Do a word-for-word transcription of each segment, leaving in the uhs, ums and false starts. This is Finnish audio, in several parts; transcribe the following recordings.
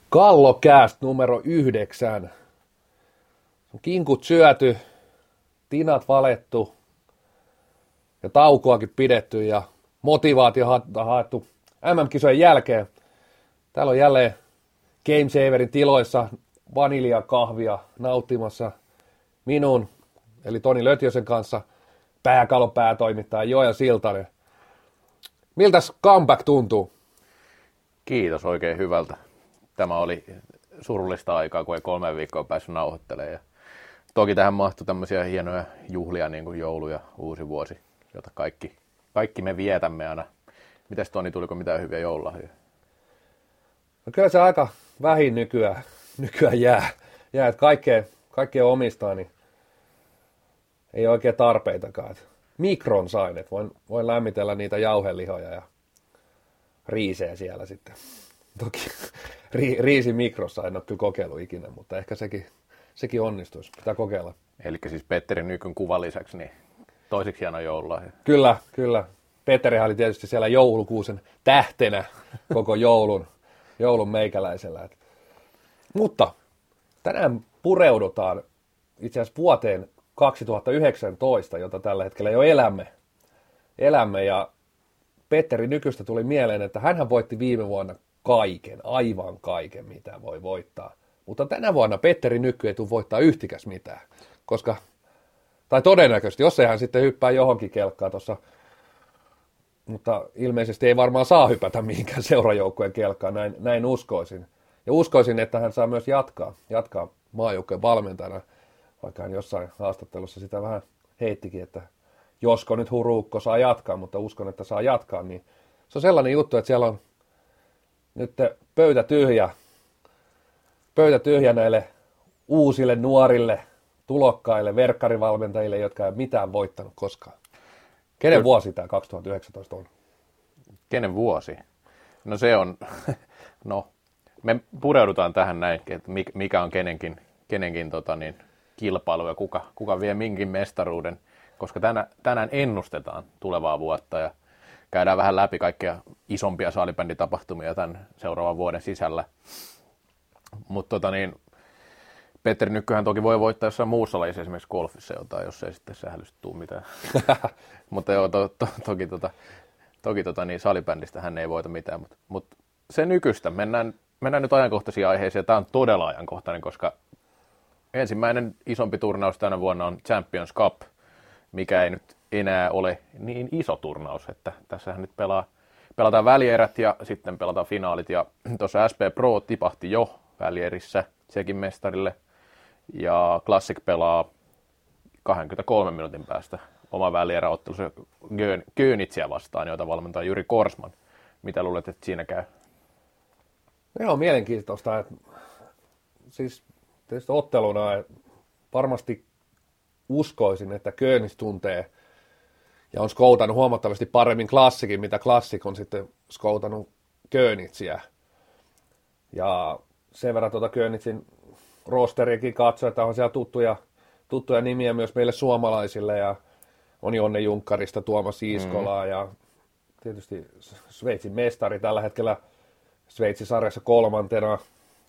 Kallokääst numero yhdeksän. Kinkut syöty, tinat valettu ja taukoakin pidetty ja motivaatio haettu M M-kisojen jälkeen. Täällä on jälleen Game Saverin tiloissa vaniljakahvia nauttimassa minun, eli Toni Lötjösen kanssa, pääkalon päätoimittaja Joel Siltanen. Miltäs comeback tuntuu? Kiitos, oikein hyvältä. Tämä oli surullista aikaa, kun ei kolme viikkoa päässyt nauhoittelemaan. Ja toki tähän mahtui tämmöisiä hienoja juhlia, niin kuin joulu ja uusi vuosi, jota kaikki, kaikki me vietämme aina. Mites Toni, tuliko mitään hyviä joululahjoja? No kyllä se aika vähin nykyään, nykyään jää, jää että kaikkea, kaikkea omistaa, niin ei oikein tarpeitakaan. Et mikron sain, että voin, voin lämmitellä niitä jauhelihoja ja riisejä siellä sitten. Toki ri, riisi mikrossa en ole kyllä kokeillut ikinä, mutta ehkä sekin, sekin onnistuisi. Pitää kokeilla. Eli siis Petteri Nykyn kuvan lisäksi niin toiseksi hieno joululahja. Kyllä, kyllä. Petteri oli tietysti siellä joulukuusen tähtenä koko joulun, joulun meikäläisellä. Et. Mutta tänään pureudutaan itse asiassa vuoteen kaksituhattayhdeksäntoista, jota tällä hetkellä jo elämme. elämme ja Petteri Nykystä tuli mieleen, että hänhän voitti viime vuonna kaiken, aivan kaiken, mitä voi voittaa. Mutta tänä vuonna Petteri Nyky ei tule voittaa yhtikäs mitään, koska, tai todennäköisesti, jos ei hän sitten hyppää johonkin kelkkaan tuossa, mutta ilmeisesti ei varmaan saa hypätä mihinkään seurajoukkueen kelkkaan, näin, näin uskoisin. Ja uskoisin, että hän saa myös jatkaa, jatkaa maajoukkueen valmentajana, vaikka hän jossain haastattelussa sitä vähän heittikin, että josko nyt Huruukko saa jatkaa, mutta uskon, että saa jatkaa, niin se on sellainen juttu, että siellä on nyt pöytä tyhjä, pöytä tyhjä näille uusille, nuorille, tulokkaille, verkkarivalmentajille, jotka ei ole mitään voittanut koskaan. Kenen vuosi tämä kaksituhattayhdeksäntoista on? Kenen vuosi? No se on, no me pureudutaan tähän näin, että mikä on kenenkin, kenenkin tota niin, kilpailu ja kuka, kuka vie minkin mestaruuden, koska tänä, tänään ennustetaan tulevaa vuotta ja käydään vähän läpi kaikkia isompia salibänditapahtumia tämän seuraavan vuoden sisällä. Mutta tota niin, Petteri Nykkyhän toki voi voittaa jossain muussa lajissa, esimerkiksi golfissa jotain, jos ei sitten sählystä tule mitään. Mutta joo, to, to, toki, tota, toki tota niin, salibändistä hän ei voita mitään. Mutta mut se Nykystä, mennään, mennään nyt ajankohtaisiin aiheisiin, ja tämä on todella ajankohtainen, koska ensimmäinen isompi turnaus tänä vuonna on Champions Cup, mikä ei nyt enää ole niin iso turnaus, että tässähän nyt pelaa, pelataan välierät ja sitten pelataan finaalit, ja tuossa S P Pro tipahti jo välierissä sekin mestarille, ja Classic pelaa kaksikymmentäkolme minuutin päästä oma välieräottelussa Könitsiä vastaan, joita valmentaa Jyri Korsman. Mitä luulet, että siinä käy? No joo, mielenkiintoista. Että, siis tietysti otteluna varmasti uskoisin, että Könis tuntee ja on skoutannut huomattavasti paremmin Classicin, mitä Classic on sitten skoutannut Könitsiä. Ja sen verran tuota Könitsin rosteriakin katsoi, että on siellä tuttuja, tuttuja nimiä myös meille suomalaisille, ja on Jonne Junkkarista, Tuomas Iiskolaa, mm. ja tietysti Sveitsin mestari tällä hetkellä Sveitsin sarjassa kolmantena.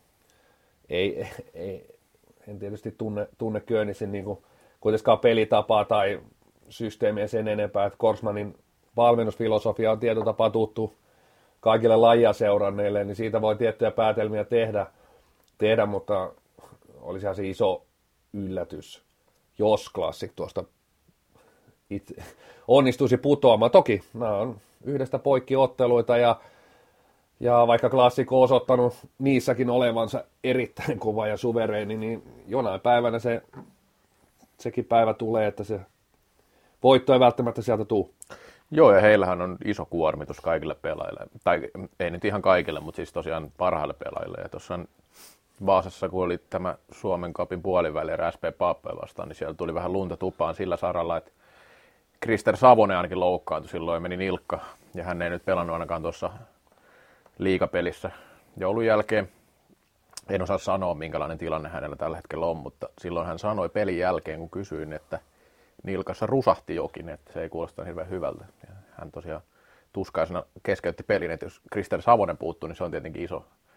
Ei, ei, en tietysti tunne, tunne Könitsin niin kuin kuitenkaan pelitapaa tai systeemiä sen enempää, että Korsmanin valmennusfilosofia on tietyllä tapaa tuttu kaikille lajia seuranneille, niin siitä voi tiettyjä päätelmiä tehdä, tehdä mutta olisi se iso yllätys, jos Classic tuosta itse onnistuisi putoamaan. Toki nämä on yhdestä poikkiotteluita, ja, ja vaikka Classic on osoittanut niissäkin olevansa erittäin kova ja suvereeni, niin jonain päivänä se, sekin päivä tulee, että se voitto ei välttämättä sieltä tule. Joo, ja heillähän on iso kuormitus kaikille pelaajille, tai ei nyt ihan kaikille, mutta siis tosiaan parhaille pelaajille. Ja tuossa Vaasassa, kun oli tämä Suomen Cupin puoliväli ja S P Paappoja vastaan, niin siellä tuli vähän lunta tupaan sillä saralla, että Krister Savonen ainakin loukkaantui silloin, meni nilkka, ja hän ei nyt pelannut ainakaan tuossa liigapelissä joulun jälkeen. En osaa sanoa, minkälainen tilanne hänellä tällä hetkellä on, mutta silloin hän sanoi pelin jälkeen, kun kysyin, että nilkassa rusahti jokin, että se ei kuulosta hirveän hyvältä. Ja hän tosiaan tuskaisena keskeytti pelin, että jos Krister Savonen puuttuu, niin se on tietenkin iso,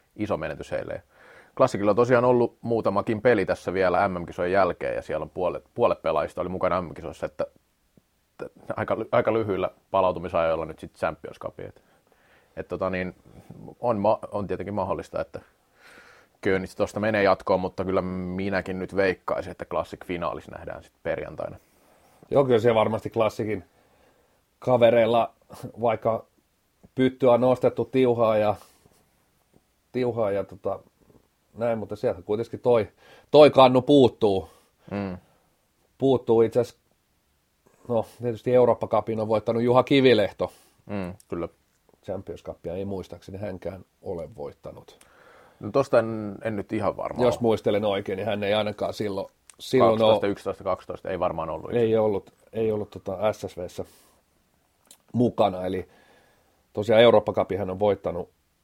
iso menetys heille. Klassikilla on tosiaan ollut muutamakin peli tässä vielä M M-kisojen jälkeen, ja siellä on puolet, puolet pelaajista oli mukana M M-kisoissa, että, että aika, aika lyhyillä palautumisajoilla nyt sitten Champions Cupiin. Et, et tota niin, on, on tietenkin mahdollista, että Königs tuosta menee jatkoon, mutta kyllä minäkin nyt veikkaisin, että Classic-finaalis nähdään sitten perjantaina. Joo, kyllä se varmasti Classicin kavereilla, vaikka pyttyä on nostettu tiuhaa ja, tiuhaa ja tota, näin, mutta sieltä kuitenkin toi, toi kannu puuttuu. Mm. Puuttuu itse asiassa, no tietysti Eurooppa Cupin on voittanut Juha Kivilehto. Mm, kyllä. Champions Cupia ei muistaakseni hänkään ole voittanut. No tosta en, en nyt ihan varmaan Jos ole. Muistelen oikein, niin hän ei ainakaan silloin... silloin kaksitoista, yksitoista, kaksitoista ei varmaan ollut. Ei ollut, ei ollut tota S S V:ssä mukana, eli tosiaan Eurooppa Cupin hän on voittanut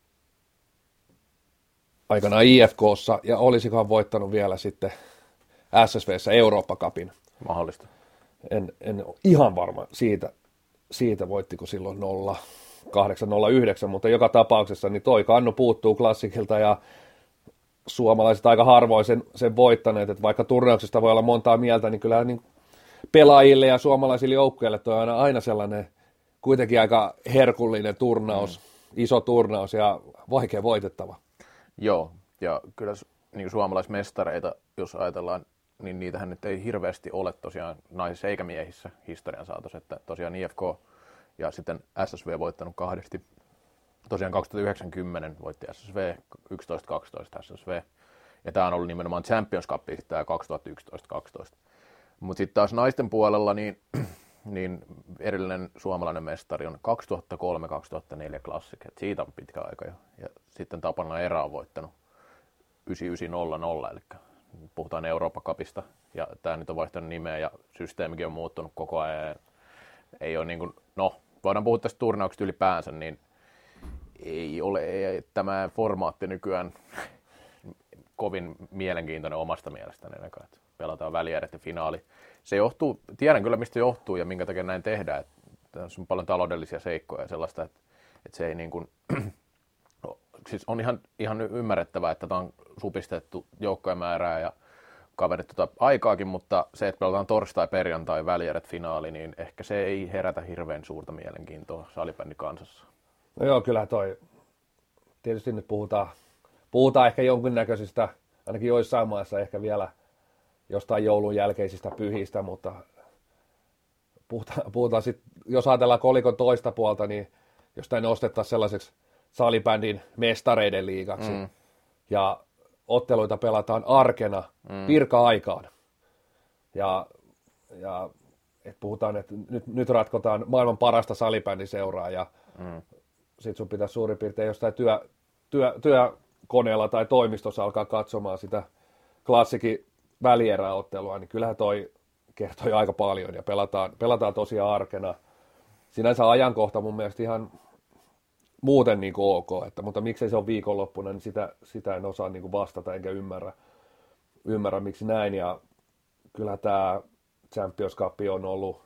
aikanaan I F K:ssa, ja olisikohan voittanut vielä sitten S S V:ssä Eurooppa Cupin. Mahdollista. En, en ole ihan varma siitä, siitä voittiko silloin nolla kahdeksan nolla yhdeksän, mutta joka tapauksessa niin toi kannu puuttuu Klassikilta, ja suomalaiset aika harvoin sen, sen voittaneet, että vaikka turnauksesta voi olla montaa mieltä, niin kyllä niin pelaajille ja suomalaisille joukkueille toi on aina, aina sellainen kuitenkin aika herkullinen turnaus, mm. iso turnaus ja vaikea voitettava. Joo, ja kyllä niin suomalaismestareita, jos ajatellaan, niin niitähän nyt ei hirveästi ole tosiaan naisissa eikä miehissä historian saatossa, että tosiaan I F K ja sitten S S V voittanut kahdesti. Tosiaan kaksituhattayhdeksänkymmenen voitti S S V, yksitoista kaksitoista S S V, ja tämä on ollut nimenomaan Champions Cup, tämä kaksituhattayksitoista kaksitoista. Mutta sitten taas naisten puolella, niin, niin edellinen suomalainen mestari on kaksituhattakolme kaksituhattaneljä Classic, et siitä on pitkä aika jo. Ja sitten Tapana Erä on voittanut yhdeksänkymmentäyhdeksän nolla nolla, eli puhutaan Eurooppa Cupista, ja tämä nyt on vaihtanut nimeä, ja systeemikin on muuttunut koko ajan. Ei ole niin kuin, no, voidaan puhua tästä turnauksesta ylipäänsä, niin ei ole ei, tämä formaatti nykyään kovin mielenkiintoinen omasta mielestäni, että pelataan välierät ja finaali. Se johtuu, tiedän kyllä mistä johtuu ja minkä takia näin tehdään, että tässä on paljon taloudellisia seikkoja ja sellaista, että, että se ei niin kuin, siis on ihan, ihan ymmärrettävää, että tämä on supistettu joukkojen määrää ja kaverit tuota aikaakin, mutta se, että pelataan torstai, perjantai, välierät, finaali, niin ehkä se ei herätä hirveän suurta mielenkiintoa salibändin kansassa. No joo, kyllä toi, tietysti nyt puhutaan, puhutaan ehkä jonkinnäköisistä, ainakin joissain maissa ehkä vielä jostain joulun jälkeisistä pyhistä, mutta puhutaan, puhutaan sitten, jos ajatellaan kolikon toista puolta, niin jos tämä nostettaisiin sellaiseksi salibändin mestareiden liigaksi, mm. ja otteluita pelataan arkena, mm. virka-aikaan, ja, ja et puhutaan, että nyt, nyt ratkotaan maailman parasta salibändiseuraa, ja mm. sitten sun pitäisi suurin piirtein jostain työ, työ, työkoneella tai toimistossa alkaa katsomaan sitä Classicin välieräottelua, niin kyllähän toi kertoo aika paljon ja pelataan, pelataan tosiaan arkena. Sinänsä ajankohta mun mielestä ihan muuten niin kuin ok, että, mutta miksei se on viikonloppuna, niin sitä, sitä en osaa niin kuin vastata enkä ymmärrä, ymmärrä miksi näin. Ja kyllä tämä Champions Cup on ollut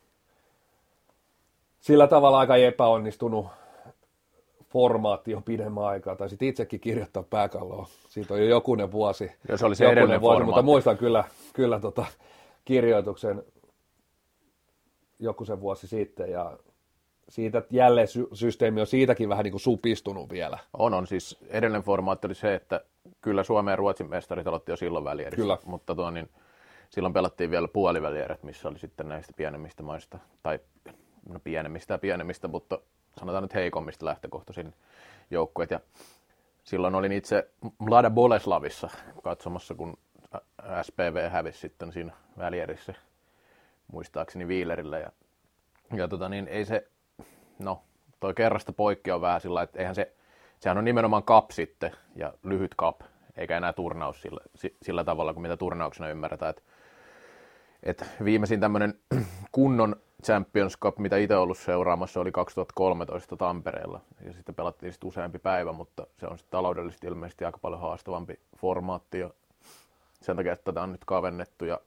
sillä tavalla aika epäonnistunut formaatti on pidemmän aikaa, tai sitten itsekin kirjoittaa pääkalloa. Siitä on jo jokunen vuosi. Ja se oli se edellinen vuosi, formaatti. Mutta muistan kyllä, kyllä tota kirjoituksen jokusen vuosi sitten, ja siitä jälleen sy- systeemi on siitäkin vähän niin kuin supistunut vielä. On, on. Siis edellinen formaatti oli se, että kyllä Suomen ja Ruotsin mestarit aloitti jo silloin välierissä. Kyllä. Mutta tuo, niin, silloin pelattiin vielä puolivälierät, missä oli sitten näistä pienemmistä maista, tai no pienemmistä ja pienemmistä, mutta sanotaan nyt heikommista lähtökohtaisin joukkueet. Ja silloin olin itse Mlada Boleslavissa katsomassa, kun S P V hävisi sitten siinä välierissä, muistaakseni Wielerillä. Ja, ja tota niin, ei se, no toi kerrasta poikki on vähän sillä, että eihän se, sehän on nimenomaan cup sitten ja lyhyt cup, eikä enää turnaus sillä, sillä tavalla kuin mitä turnauksena ymmärretään. Että, että viimeisin tämmöinen kunnon Champions Cup, mitä itse ollut seuraamassa, oli kaksituhattakolmetoista Tampereella. Ja sitten pelattiin sitten useampi päivä, mutta se on sitten taloudellisesti ilmeisesti aika paljon haastavampi formaatti. Ja sen takia, että tätä on nyt kavennettu. Ja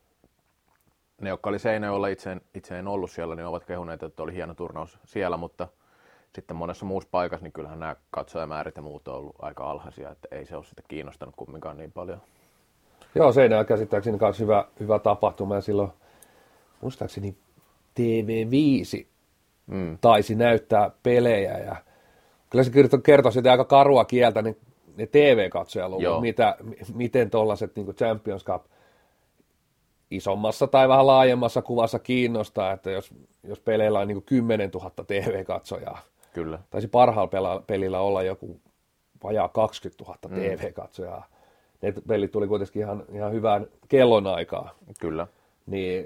ne, jotka oli Seinäjoella, itse en, itse en ollut siellä, niin ovat kehuneet, että oli hieno turnaus siellä. Mutta sitten monessa muussa paikassa, niin kyllähän nämä katsojamäärit ja muut on ollut aika alhaisia, että ei se ole sitä kiinnostanut kumminkaan niin paljon. Joo, Seinäjoella käsittääkseni myös hyvä, hyvä tapahtuma, ja silloin muistaakseni T V viisi mm. taisi näyttää pelejä, ja kyllä se kertoi sitä aika karua kieltä ne, ne T V-katsojaluvut, mitä, miten tuollaiset niin Champions Cup isommassa tai vähän laajemmassa kuvassa kiinnostaa, että jos, jos peleillä on niin kymmenen tuhatta T V-katsojaa, kyllä. taisi parhaalla pelillä olla joku vajaa kaksikymmentätuhatta mm. T V-katsojaa, ne pelit tuli kuitenkin ihan, ihan hyvään kellonaikaan. Kyllä. Niin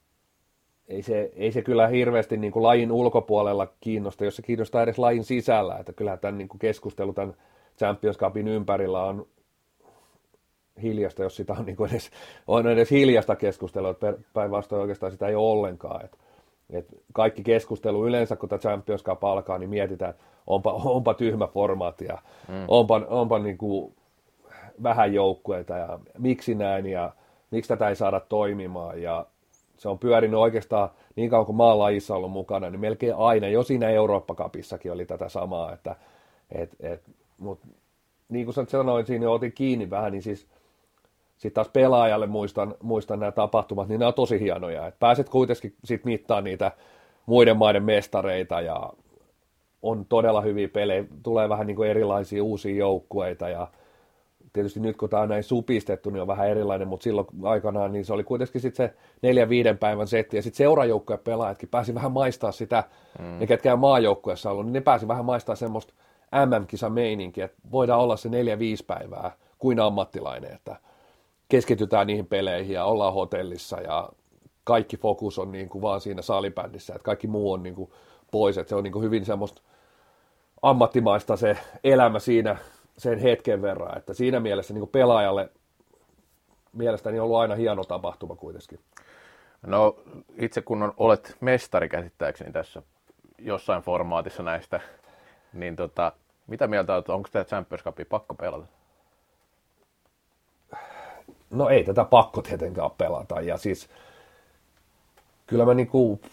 ei se, ei se kyllä hirveästi niin kuin lajin ulkopuolella kiinnosta, jos se kiinnostaa edes lajin sisällä, että kyllähän tämän niin kuin keskustelu tämän Champions Cupin ympärillä on hiljasta, jos sitä on, niin kuin edes, on edes hiljasta keskustelua, että päinvastoin oikeastaan sitä ei ole ollenkaan. Et, et kaikki keskustelu yleensä, kun tämä Champions Cup alkaa, niin mietitään, että onpa, onpa tyhmä formaatti ja mm. onpa, onpa niin kuin vähän joukkueita ja miksi näin ja miksi tätä ei saada toimimaan. Ja se on pyörinyt oikeastaan niin kauan kuin maan lajissa ollut mukana, niin melkein aina, jo siinä Eurooppa-kapissakin oli tätä samaa. Että, et, et, mutta niin kuin sanoin, siinä otin kiinni vähän, niin siis sitten taas pelaajalle muistan, muistan nämä tapahtumat, niin nämä on tosi hienoja. Et pääset kuitenkin sit mittaan niitä muiden maiden mestareita ja on todella hyviä pelejä, tulee vähän niin kuin erilaisia uusia joukkueita ja tietysti nyt kun tämä on näin supistettu, niin on vähän erilainen, mutta silloin aikanaan niin se oli kuitenkin sitten se neljän viiden päivän setti ja sitten seurajoukkueen pelaajatkin pääsi vähän maistaa sitä, mm. ne ketkä maajoukkueessa ollut, niin ne pääsi vähän maistaa semmoista M M-kisa-meininkiä, että voidaan olla se neljä viisi päivää kuin ammattilainen, että keskitytään niihin peleihin ja ollaan hotellissa ja kaikki fokus on niin kuin vaan siinä salibändissä, että kaikki muu on niin kuin pois, että se on niin kuin hyvin semmoista ammattimaista se elämä siinä sen hetken verran, että siinä mielessä niin kuin pelaajalle mielestäni on ollut aina hieno tapahtuma kuitenkin. No itse kun on, olet mestari käsittääkseni tässä jossain formaatissa näistä, niin tota, mitä mieltä olet, onko tämä Champions Cupia pakko pelata? No ei tätä pakko tietenkään pelata, ja siis kyllä mä niinku,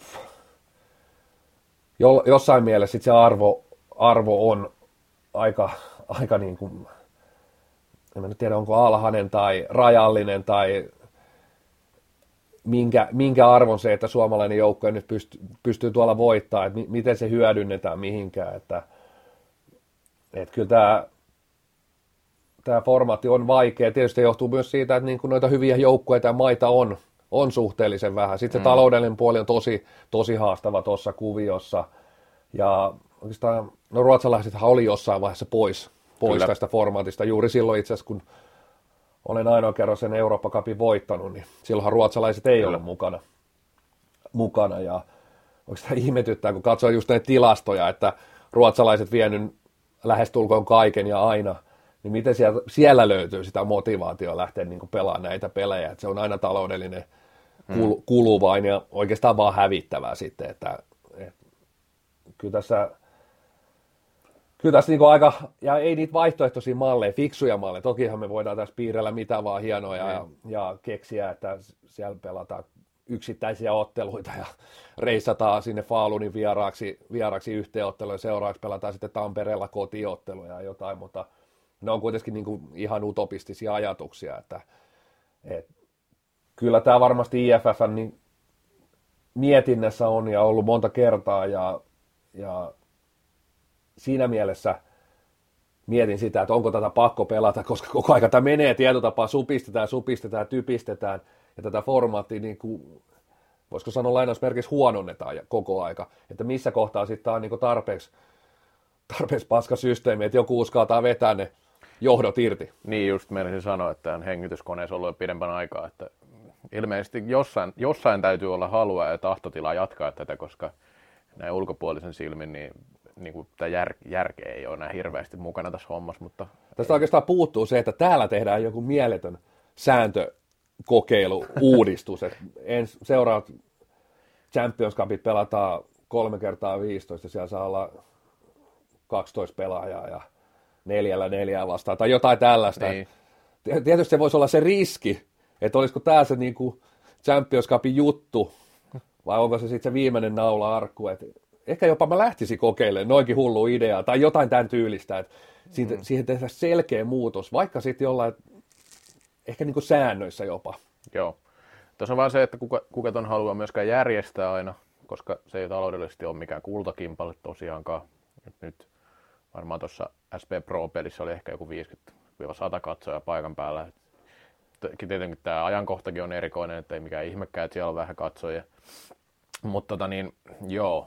jo, jossain mielessä sit se arvo, arvo on aika, aika niinku, en mä nyt tiedä onko alhainen tai rajallinen tai minkä, minkä arvon se, että suomalainen joukko nyt pystyy, pystyy tuolla voittaa, että miten se hyödynnetään mihinkään, että, että kyllä tämä Tämä formaatti on vaikea. Tietysti johtuu myös siitä, että niin kuin noita hyviä joukkueita ja maita on, on suhteellisen vähän. Sitten se mm. taloudellinen puoli on tosi, tosi haastava tuossa kuviossa. Ja oikeastaan, no ruotsalaisethan oli jossain vaiheessa pois, pois tästä formaatista. Juuri silloin itse asiassa, kun olen ainoa kerran sen Eurooppa-cupin voittanut, niin silloinhan ruotsalaiset ei Kyllä. ole mukana. mukana. Ja oikeastaan ihmetyttää, kun katsoo just näitä tilastoja, että ruotsalaiset vienyt lähestulkoon kaiken ja aina, niin miten siellä, siellä löytyy sitä motivaatiota lähteä niin kuin pelaamaan näitä pelejä, että se on aina taloudellinen kul, hmm. kulu vain ja oikeastaan vaan hävittävää sitten, että, että kyllä tässä, kyllä tässä niin kuin aika, ja ei niitä vaihtoehtoisia malleja, fiksuja malleja, tokihan me voidaan tässä piirrellä mitä vaan hienoja hmm. ja, ja keksiä, että siellä pelataan yksittäisiä otteluita ja reissataan sinne Falunin vieraaksi, vieraaksi yhteenotteluja ja seuraavaksi pelataan sitten Tampereella kotiotteluja ja jotain, mutta ne on kuitenkin niin kuin ihan utopistisia ajatuksia, että, että kyllä tämä varmasti I F F:n niin mietinnässä on ja ollut monta kertaa ja, ja siinä mielessä mietin sitä, että onko tätä pakko pelata, koska koko aika tämä menee tietotapaa, supistetaan, supistetaan, typistetään ja tätä formaattia niin kuin, voisiko sanoa lainausmerkissä huononnetaan koko aika, että missä kohtaa sitten tämä on niin kuin tarpeeksi, tarpeeksi paska systeemi, että joku uskaltaa vetää ne johdot irti. Niin just meinasin sanoa, että on hengityskoneessa ollut jo pidempän aikaa, että ilmeisesti jossain, jossain täytyy olla halua ja tahtotilaa jatkaa tätä, koska näin ulkopuolisen silmin niin, niin kuin tämä jär, järkeä ei ole enää hirveästi mukana tässä hommassa. Mutta tästä oikeastaan puuttuu se, että täällä tehdään joku mieletön sääntökokeilu, uudistus, että ens, seuraavat Champions Cupit pelataan kolme kertaa viisitoista ja siellä saa olla kaksitoista pelaajaa ja neljällä neljää vastaan tai jotain tällaista. Niin. Tietysti se voisi olla se riski, että olisiko tämä se niin kuin Champions Cupin juttu vai onko se sitten se viimeinen naula arkku, että ehkä jopa mä lähtisin kokeilemaan noinkin hullu idea tai jotain tämän tyylistä, että siitä, mm. siihen tehdään selkeä muutos, vaikka sitten jollain, ehkä niin kuin säännöissä jopa. Joo. Tuossa on vaan se, että kuka, kuka ton haluaa myöskään järjestää aina, koska se ei taloudellisesti ole mikään kultakimpalle tosiaankaan. Et nyt varmaan tuossa S P Pro-pelissä oli ehkä joku viisikymmentä sata katsoja paikan päällä. Tietenkin tämä ajankohtakin on erikoinen, että ei mikään ihmekään, että siellä on vähän katsojia. Mutta tota niin, joo.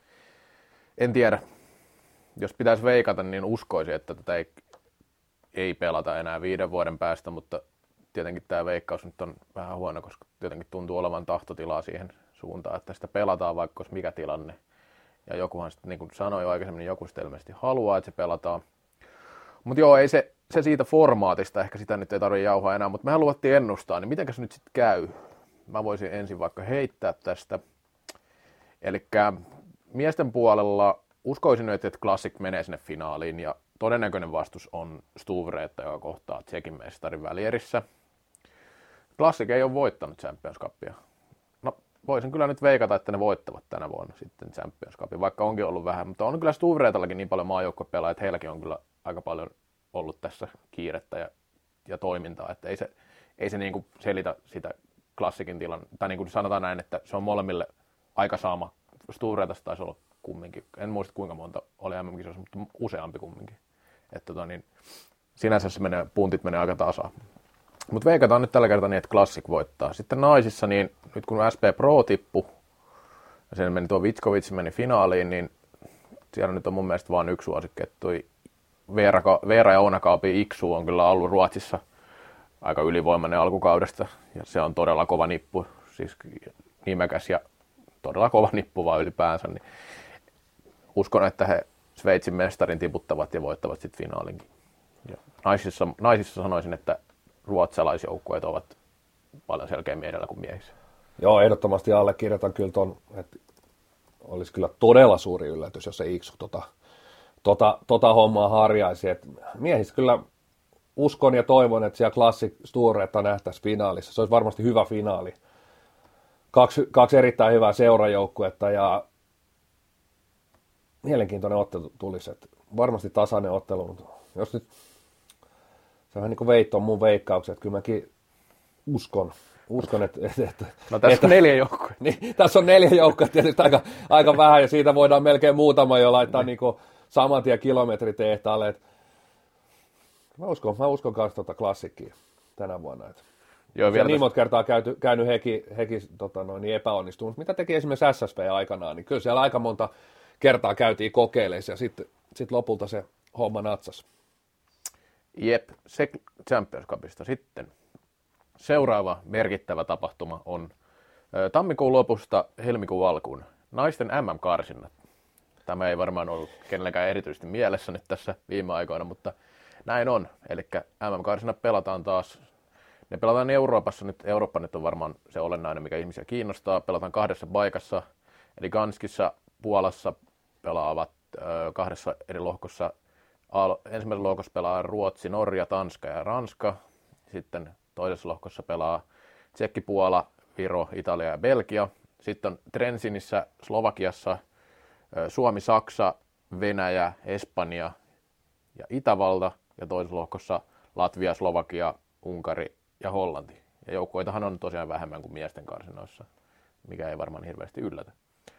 En tiedä. Jos pitäisi veikata, niin uskoisin, että tätä ei, ei pelata enää viiden vuoden päästä, mutta tietenkin tämä veikkaus nyt on vähän huono, koska tietenkin tuntuu olevan tahtotilaa siihen suuntaan, että sitä pelataan, vaikka olisi mikä tilanne. Ja jokuhan sitten, niin kuin sanoin jo aikaisemmin, niin joku sitten ilmeisesti haluaa, että se pelataan. Mutta joo, ei se, se siitä formaatista, ehkä sitä nyt ei tarvitse jauhaa enää, mutta mehän luvattiin ennustaa, niin mitenkäs nyt sitten käy? Mä voisin ensin vaikka heittää tästä. Elikkä miesten puolella uskoisin nyt, että Classic menee sinne finaaliin, ja todennäköinen vastus on Stuvreetta, joka kohtaa Tsekin mestarin Välierissä. Classic ei ole voittanut Champions Cupia. No, voisin kyllä nyt veikata, että ne voittavat tänä vuonna sitten Champions Cupin, vaikka onkin ollut vähän. Mutta on kyllä Stuvreetallakin niin paljon maajoukkuepelaajia, että heilläkin on kyllä aika paljon ollut tässä kiirettä ja, ja toimintaa, että ei se, ei se niin kuin selitä sitä Classicin tilan, tai niin kuin sanotaan näin, että se on molemmille aika sama. Stuvreetasta taisi olla kumminkin, en muista kuinka monta oli M M-kisoissa, mutta useampi kumminkin. Että tota, niin, sinänsä se menee, puntit menee aika tasaan. Mutta veikataan nyt tällä kertaa niin, että Classic voittaa. Sitten naisissa, niin nyt kun S P Pro tippu, ja sen meni tuo Vitskovic meni finaaliin, niin siellä nyt on mun mielestä vain yksi suosikki, että toi Veera, Veera ja Ounakaapi Iksu on kyllä ollut Ruotsissa aika ylivoimainen alkukaudesta, ja se on todella kova nippu, siis nimekäs ja todella kova nippu vaan ylipäänsä, niin uskon, että he Sveitsin mestarin tiputtavat ja voittavat sitten finaalinkin. Ja naisissa, naisissa sanoisin, että ruotsalaisjoukkueet ovat paljon selkeämmin edellä kuin miehissä. Joo, ehdottomasti allekirjoitan kyllä ton, että olisi kyllä todella suuri yllätys, jos se Iksu tota, tota, tota hommaa harjaisi. Et miehissä kyllä uskon ja toivon, että siellä Classic Sturetta nähtäisiin finaalissa. Se olisi varmasti hyvä finaali. Kaksi, kaksi erittäin hyvää seurajoukkuetta ja mielenkiintoinen ottelu tulisi. Et varmasti tasainen ottelu, mutta jos nyt se on vähän niin kuin veitto on mun veikkaukset, että kyllä mäkin uskon, uskon että... että no tässä että, on neljä joukkoa. Niin, tässä on neljä joukkoa tietysti aika, aika vähän, ja siitä voidaan melkein muutama jo laittaa niin kuin saman tien kilometritehtaalle. Että mä uskon, mä uskon kanssa tuota Klassikkiä tänä vuonna. Että joo, vielä niin monta kertaa käyty, käynyt heki, heki tota noin, niin epäonnistunut, mitä teki esimerkiksi S S V aikanaan, niin kyllä siellä aika monta kertaa käytiin kokeilemaan, ja sitten sit lopulta se homma natsas. Jep, se Champions Cupista sitten. Seuraava merkittävä tapahtuma on tammikuun lopusta helmikuun alkuun naisten M M-karsinnat. Tämä ei varmaan ollut kenellekään erityisesti mielessä nyt tässä viime aikoina, mutta näin on. Eli M M-karsinnat pelataan taas. Ne pelataan Euroopassa nyt. Eurooppa nyt on varmaan se olennainen, mikä ihmisiä kiinnostaa. Pelataan kahdessa paikassa. Eli Ganskissa, Puolassa pelaavat ö, kahdessa eri lohkossa. Ensimmäisessä lohkossa pelaa Ruotsi, Norja, Tanska ja Ranska. Sitten toisessa lohkossa pelaa Tsekki, Puola, Viro, Italia ja Belgia. Sitten on Trensinissä, Slovakiassa Suomi, Saksa, Venäjä, Espanja ja Itävalta. Ja toisessa lohkossa Latvia, Slovakia, Unkari ja Hollanti. Ja joukkueitahan on tosiaan vähemmän kuin miesten karsinoissa, mikä ei varmaan hirveästi yllätä.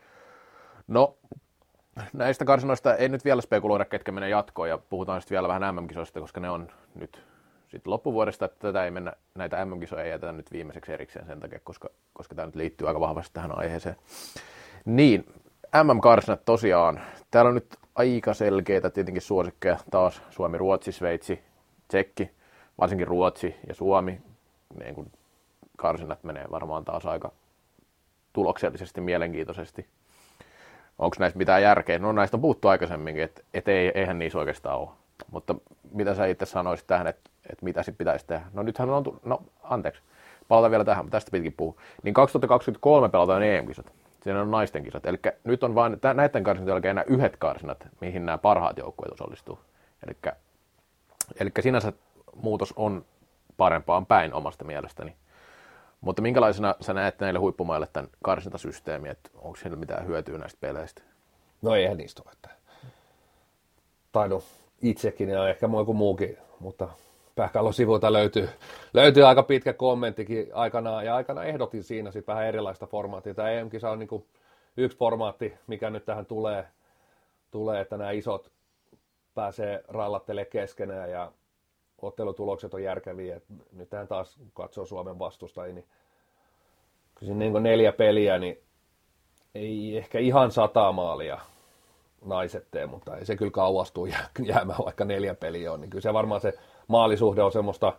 No, näistä karsinoista ei nyt vielä spekuloida, ketkä menee jatkoon, ja puhutaan sitten vielä vähän M M-kisoista, koska ne on nyt sitten loppuvuodesta, että tätä ei mennä, näitä M M-kisoja ei jätetä nyt viimeiseksi erikseen sen takia, koska, koska tämä nyt liittyy aika vahvasti tähän aiheeseen. Niin, M M-karsinat tosiaan. Täällä on nyt aika selkeitä tietenkin suosikkeja taas. Suomi, Ruotsi, Sveitsi, Tsekki, varsinkin Ruotsi ja Suomi. Niin kun karsinat menee varmaan taas aika tuloksellisesti, mielenkiintoisesti. Onko näistä mitään järkeä? No näistä on puhuttu aikaisemminkin, että et ei, eihän niissä oikeastaan ole. Mutta mitä sä itse sanoisit tähän, että et mitä sitten pitäisi tehdä? No nythän on, no anteeksi, palataan vielä tähän, mutta tästä pitkin puhua. Niin kaksituhattakaksikymmentäkolme pelataan E M-kisat. Siinä on naisten kisat. Eli nyt on vain näiden karsinat jälkeen enää yhdet karsinat, mihin nämä parhaat joukkueet osallistuu. Eli, eli sinänsä muutos on parempaan päin omasta mielestäni. Mutta minkälaisena sä näet näille huippumaille tämän karsintasysteemiä, että onko siellä mitään hyötyä näistä peleistä? No eihän niistä ole. Että... Tai no itsekin ja ehkä joku muukin, mutta Pähkälon sivuilta löytyy, löytyy aika pitkä kommenttikin aikanaan, ja aikana ehdotin siinä sitten vähän erilaista formaattia. Tämä E M-kisa on niin kuin yksi formaatti, mikä nyt tähän tulee, tulee, että nämä isot pääsee rallattelemaan keskenään, ja ottelutulokset on järkeviä. Et nyt tähän taas katsoo Suomen vastustajia, niin kyllä niin kuin neljä peliä, niin ei ehkä ihan sata maalia naiset tee, mutta ei se kyllä kauas tule jäämään, vaikka neljä peliä on. Niin kyllä se varmaan se maalisuhde on semmoista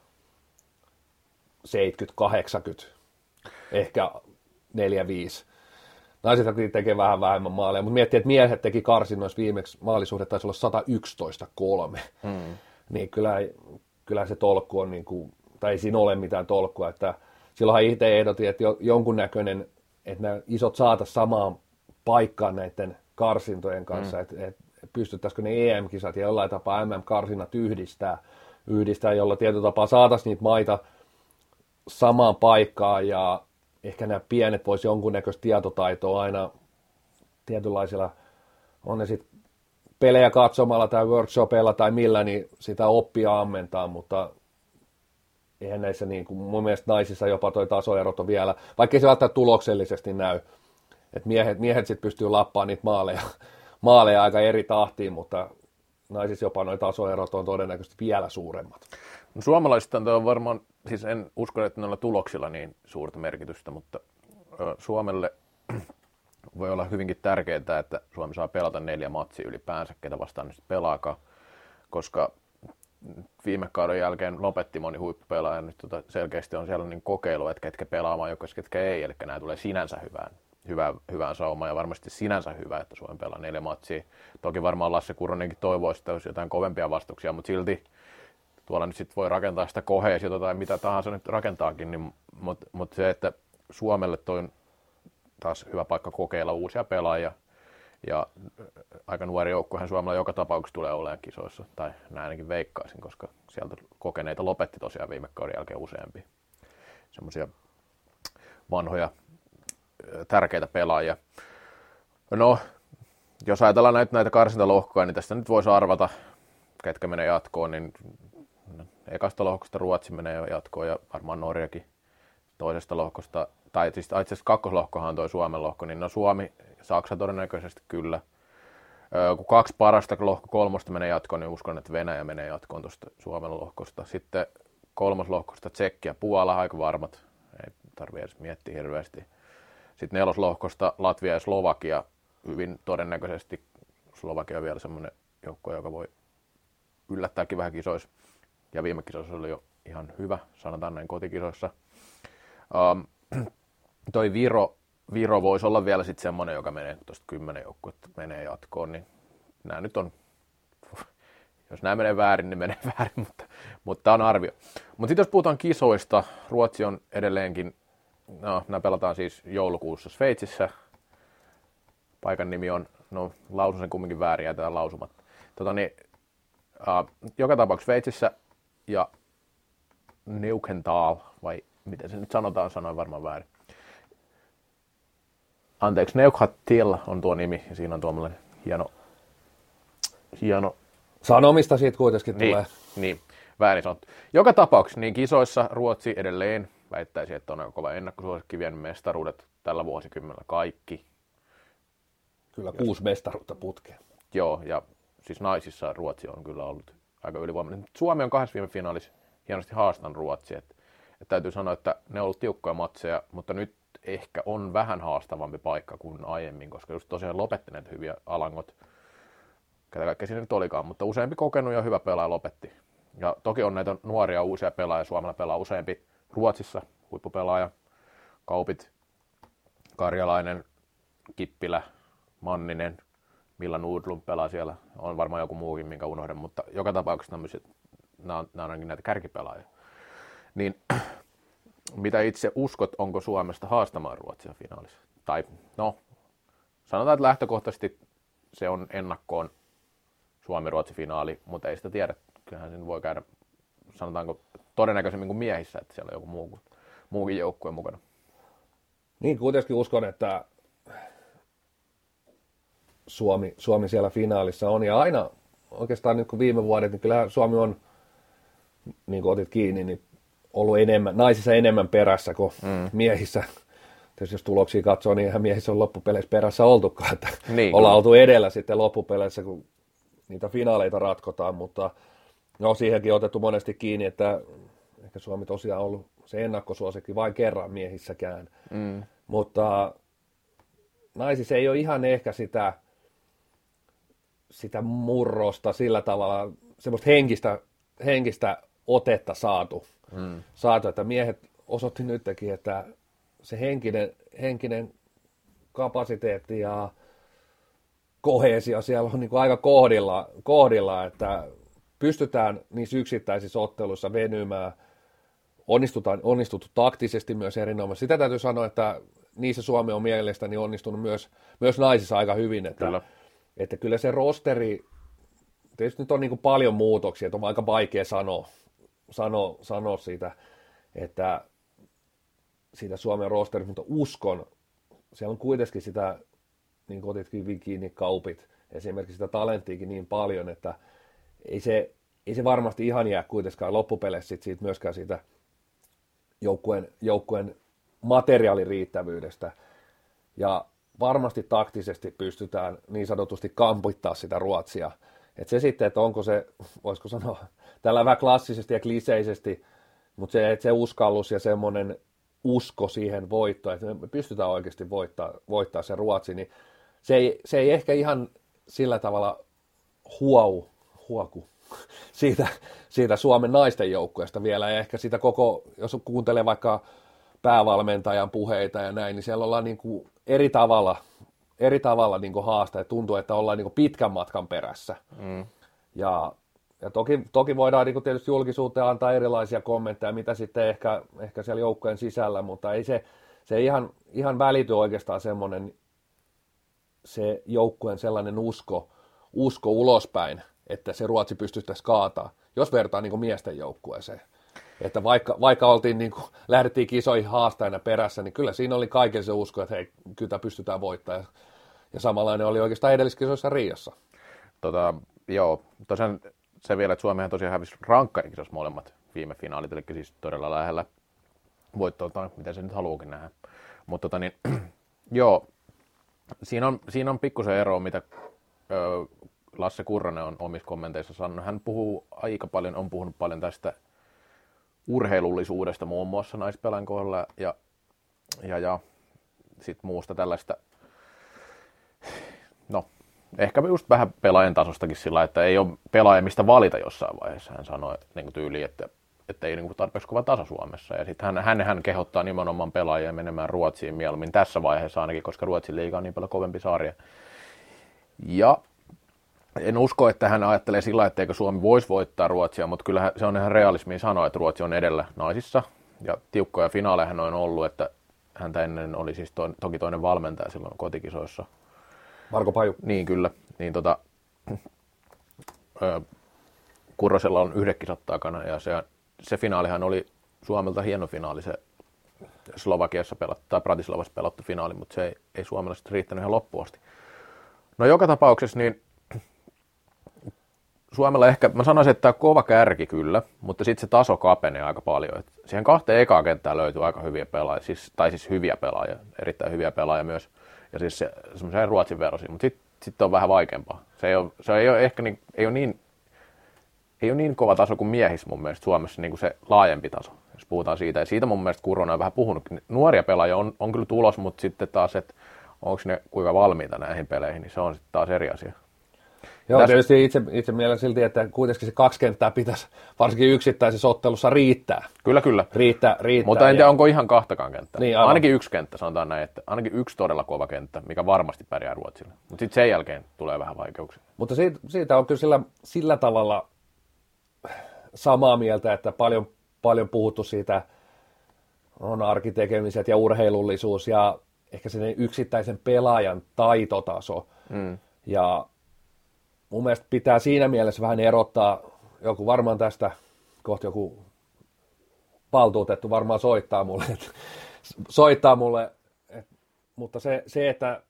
seitsemänkymmentä kahdeksankymmentä, ehkä neljä viisi. Naiset tekee vähän vähemmän maaleja, mutta miettii, että miehet teki karsinnoissa viimeksi maalisuhde taisi olla sata yksitoista kolme. Mm. Niin kyllä, kyllä se tolkku on, niin kuin, tai ei siinä ole mitään tolkkua. Että silloinhan itse ehdotin, että jonkunnäköinen, että nämä isot saataisiin samaan paikkaan näiden karsintojen kanssa, mm. että et pystyttäisikö ne E M-kisat ja jollain tapaa M M-karsinnat yhdistää, yhdistää, jolla tietyllä tapaa saataisiin niitä maita samaan paikkaan ja ehkä nämä pienet voisi jonkunnäköistä tietotaitoa aina tietynlaisilla, on ne sitten pelejä katsomalla tai workshopeilla tai millä, niin sitä oppia ammentaa, mutta eihän näissä niin kuin, mun mielestä naisissa jopa toi tasoerot on vielä, vaikka ei se välttämättä tuloksellisesti näy, että miehet, miehet sitten pystyy lappaamaan niitä maaleja, maaleja aika eri tahtiin, mutta naisissa jopa noita tasoerot on todennäköisesti vielä suuremmat. No, suomalaisista on varmaan, siis en usko, että noilla tuloksilla niin suurta merkitystä, mutta ö, Suomelle voi olla hyvinkin tärkeää, että Suomi saa pelata neljä matsia ylipäänsä, ketä vastaan nyt pelaakaan, koska viime kauden jälkeen lopetti moni huippupelaaja, nyt tota selkeästi on siellä niin kokeilu, että ketkä pelaamaan, jotka ketkä ei, eli nämä tulee sinänsä hyvään, hyvään, hyvään saumaan ja varmasti sinänsä hyvä, että Suomi pelaa neljä matsia. Toki varmaan Lasse Kurronenkin toivoisi, että olisi jotain kovempia vastuksia, mutta silti tuolla nyt sitten voi rakentaa sitä koheesiota tai mitä tahansa nyt rakentaakin, niin, mutta mut se, että Suomelle toi on taas hyvä paikka kokeilla uusia pelaajia ja aika nuori joukkuehan Suomella joka tapauksessa tulee olemaan kisoissa, tai näin ainakin veikkaisin, koska sieltä kokeneita lopetti tosiaan viime kauden jälkeen useampi semmoisia vanhoja tärkeitä pelaajia. No, jos ajatellaan näitä, näitä karsintalohkoja, niin tästä nyt voisi arvata, ketkä menee jatkoon, niin ekasta lohkosta Ruotsi menee jo jatkoon ja varmaan Norjakin toisesta lohkosta, tai siis itse asiassa kakkoslohkohan on toi Suomen lohko, niin no Suomi, Saksa todennäköisesti kyllä. Kun kaksi parasta lohko kolmosta menee jatkoon, niin uskon, että Venäjä menee jatkoon tuosta Suomen lohkosta. Sitten kolmoslohkosta Tsekki ja Puola, aika varmat, ei tarvitse edes miettiä hirveästi. Sitten neloslohkosta Latvia ja Slovakia, hyvin todennäköisesti Slovakia on vielä semmoinen joukko, joka voi yllättääkin vähän kisoissa. Ja viime kisoissa oli jo ihan hyvä, sanotaan näin kotikisoissa. Um, toi Viro, Viro voisi olla vielä sitten semmoinen, joka menee tuosta kymmenen joukkuetta menee jatkoon, niin nämä nyt on, jos nämä menee väärin, niin menee väärin, mutta, mutta tämä on arvio. Mutta sitten jos puhutaan kisoista, Ruotsi on edelleenkin, no nämä pelataan siis joulukuussa Sveitsissä, paikan nimi on, no lausun sen kumminkin väärin, jätetään lausumat. Tota niin, uh, joka tapauksessa Sveitsissä ja Neuchâtel, vai miten se nyt sanotaan, sanoin varmaan väärin. Anteeksi, Neuchâtel on tuo nimi, ja siinä on tuommoinen hieno, hieno... Sanomista siitä kuitenkin niin, tulee. Niin, väärin sanottu. Joka tapauksessa, niin kisoissa Ruotsi edelleen väittäisi, että on aika kova ennakkosuosikki vienyt mestaruudet tällä vuosikymmenellä kaikki. Kyllä, kuusi mestaruutta putkeen. Joo, ja siis naisissa Ruotsi on kyllä ollut aika ylivoimainen. Suomi on kahdessa viime finaalissa hienosti haastanut Ruotsia. Että, että täytyy sanoa, että ne on ollut tiukkoja matseja, mutta nyt ehkä on vähän haastavampi paikka kuin aiemmin, koska just tosiaan lopetti näitä hyviä alangot, ketä kaikkea siinä nyt olikaan, mutta useampi kokenut ja hyvä pelaaja lopetti. Ja toki on näitä nuoria uusia pelaajia, Suomella pelaa useampi Ruotsissa, huippupelaaja, Kaupit, Karjalainen, Kippilä, Manninen, Milla Nordlund pelaa siellä, on varmaan joku muukin, minkä unohdan, mutta joka tapauksessa tämmöiset, nämä on, nämä on ainakin näitä kärkipelaajia. Niin mitä itse uskot, onko Suomesta haastamaan Ruotsia finaalissa? Tai no, sanotaan, että lähtökohtaisesti se on ennakkoon Suomi-Ruotsi-finaali, mutta ei sitä tiedä. Kyllähän sen voi käydä, sanotaanko todennäköisemmin kuin miehissä, että siellä on joku muu, muukin joukkue mukana. Niin kuitenkin uskon, että Suomi, Suomi siellä finaalissa on. Ja aina oikeastaan nyt kun viime vuodet, niin kyllähän Suomi on, niin kuin otit kiinni, niin ollut enemmän, naisissa enemmän perässä kuin mm. miehissä. Tietysti jos tuloksia katsoo, niin eihän miehissä on loppupeleissä perässä oltukaan, että niin, ollaan oltu edellä sitten loppupeleissä, kun niitä finaaleita ratkotaan, mutta no siihenkin on otettu monesti kiinni, että ehkä Suomi tosiaan on ollut se ennakkosuosikki vain kerran miehissäkään, mm. mutta naisissa ei ole ihan ehkä sitä, sitä murrosta sillä tavalla, semmoista henkistä, henkistä otetta saatu, mm. saatu, että miehet osoitti nytkin, että se henkinen, henkinen kapasiteetti ja koheesio siellä on niin kuin aika kohdilla, kohdilla, että pystytään niissä yksittäisissä otteluissa venymään, onnistutaan, onnistuttu taktisesti myös erinomaisesti. Sitä täytyy sanoa, että niissä Suomi on mielestäni onnistunut myös, myös naisissa aika hyvin, että kyllä, että kyllä se rosteri, tietysti nyt on niin kuin paljon muutoksia, että on aika vaikea sanoa, sanoa, sanoa siitä, että siitä Suomen rosterista, mutta uskon, siellä on kuitenkin sitä, niin kuin otitkin kiinni kaupit, esimerkiksi sitä talenttiakin niin paljon, että ei se, ei se varmasti ihan jää kuitenkaan loppupeleissä siitä myöskään siitä joukkueen, joukkueen materiaalin riittävyydestä. Ja varmasti taktisesti pystytään niin sanotusti kampittaa sitä Ruotsia. Että se sitten, että onko se, voisiko sanoa, tällä vähän klassisesti ja kliseisesti, mutta se, että se uskallus ja semmoinen usko siihen voittoon, että me pystytään oikeasti voittaa, voittaa se Ruotsi, niin se ei, se ei ehkä ihan sillä tavalla huau, huoku siitä, siitä Suomen naisten joukkueesta vielä, ja ehkä sitä koko, jos kuuntelee vaikka päävalmentajan puheita ja näin, niin siellä ollaan niin kuin eri tavalla, eri tavalla niin kuin haasta, ja tuntuu, että ollaan niin kuin pitkän matkan perässä. Mm. Ja, ja toki, toki voidaan niin kuin tietysti julkisuuteen antaa erilaisia kommentteja, mitä sitten ehkä, ehkä siellä joukkueen sisällä, mutta ei se, se ihan, ihan välity oikeastaan semmoinen se joukkueen sellainen usko, usko ulospäin, että se Ruotsi pystyttäisiin kaataa, jos vertaa niin kuin miesten joukkueeseen. Että vaikka, vaikka oltiin, niin kuin, lähdettiin kisoihin haastajana perässä, niin kyllä siinä oli kaiken se usko, että hei, kyllä pystytään voittamaan. Ja samanlainen oli oikeastaan edelliskisoissa Riassa. Tota, joo, tosiaan se vielä, että Suomihan tosiaan hävisi rankkarinkisossa molemmat viime finaalit, eli siis todella lähellä voittoa, miten se nyt haluukin nähdä. Mutta tota niin, joo, siinä on, siinä on pikkusen ero, mitä ö, Lasse Kurronen on omissa kommenteissa sanonut. Hän puhuu aika paljon, on puhunut paljon tästä urheilullisuudesta muun muassa naispelän kohdalla ja, ja, ja sitten muusta tällaista, no ehkä just vähän pelaajan tasostakin sillä, että ei ole pelaaja mistä valita jossain vaiheessa. Hän sanoi niin tyyliin, että, että ei niin tarpeeksi kova taso Suomessa. Ja sitten hän, hän, hän kehottaa nimenomaan pelaajia menemään Ruotsiin mieluummin tässä vaiheessa ainakin, koska Ruotsin liiga on niin paljon kovempi sarja. Ja en usko, että hän ajattelee sillä, etteikö Suomi voisi voittaa Ruotsia, mutta kyllä se on ihan realismia sanoa, että Ruotsi on edellä naisissa. Ja tiukkoja finaaleja hän on ollut, että häntä ennen oli siis to, toki toinen valmentaja silloin kotikisoissa. Marko Paju. Niin, kyllä. Niin, tota, ö, Kurrosella on yhdet kisat takana, ja se, se finaalihan oli Suomelta hieno finaali, se Slovakiassa pelattu, tai Bratislavassa pelattu finaali, mutta se ei, ei Suomella sitten riittänyt ihan loppuun asti. No joka tapauksessa, niin Suomella ehkä, mä sanoisin, että tämä on kova kärki kyllä, mutta sitten se taso kapenee aika paljon. Et siihen kahteen ekaan kenttään löytyy aika hyviä pelaajia, siis, tai siis hyviä pelaajia, erittäin hyviä pelaajia myös, ja siis se, semmoisen Ruotsin verosin, mutta sitten sit on vähän vaikeampaa. Se ei ole, se ei ole ehkä niin, ei ole niin, ei ole niin kova taso kuin miehissä mun mielestä Suomessa, niin kuin se laajempi taso, jos puhutaan siitä. Ja siitä mun mielestä Kurronen on vähän puhunut. Nuoria pelaajia on, on kyllä tulos, mutta sitten taas, että onko ne kuinka valmiita näihin peleihin, niin se on sitten taas eri asia. Joo, Täs... tietysti itse, itse mielen silti, että kuitenkin se kaksi kenttää pitäisi varsinkin yksittäisessä ottelussa riittää. Kyllä, kyllä. Riittää, riittää. Mutta en tiedä, ja... onko ihan kahtakaan kenttää. Niin, ainakin yksi kenttä, sanotaan näin, että ainakin yksi todella kova kenttä, mikä varmasti pärjää Ruotsille. Mutta sitten sen jälkeen tulee vähän vaikeuksia. Mutta siitä, siitä on kyllä sillä, sillä tavalla samaa mieltä, että paljon, paljon puhuttu siitä on arkitekemiset ja urheilullisuus ja ehkä sen yksittäisen pelaajan taitotaso. Mm. Ja mun mielestä pitää siinä mielessä vähän erottaa, joku varmaan tästä, kohta joku valtuutettu varmaan soittaa mulle, et, soittaa mulle et, mutta se, se, että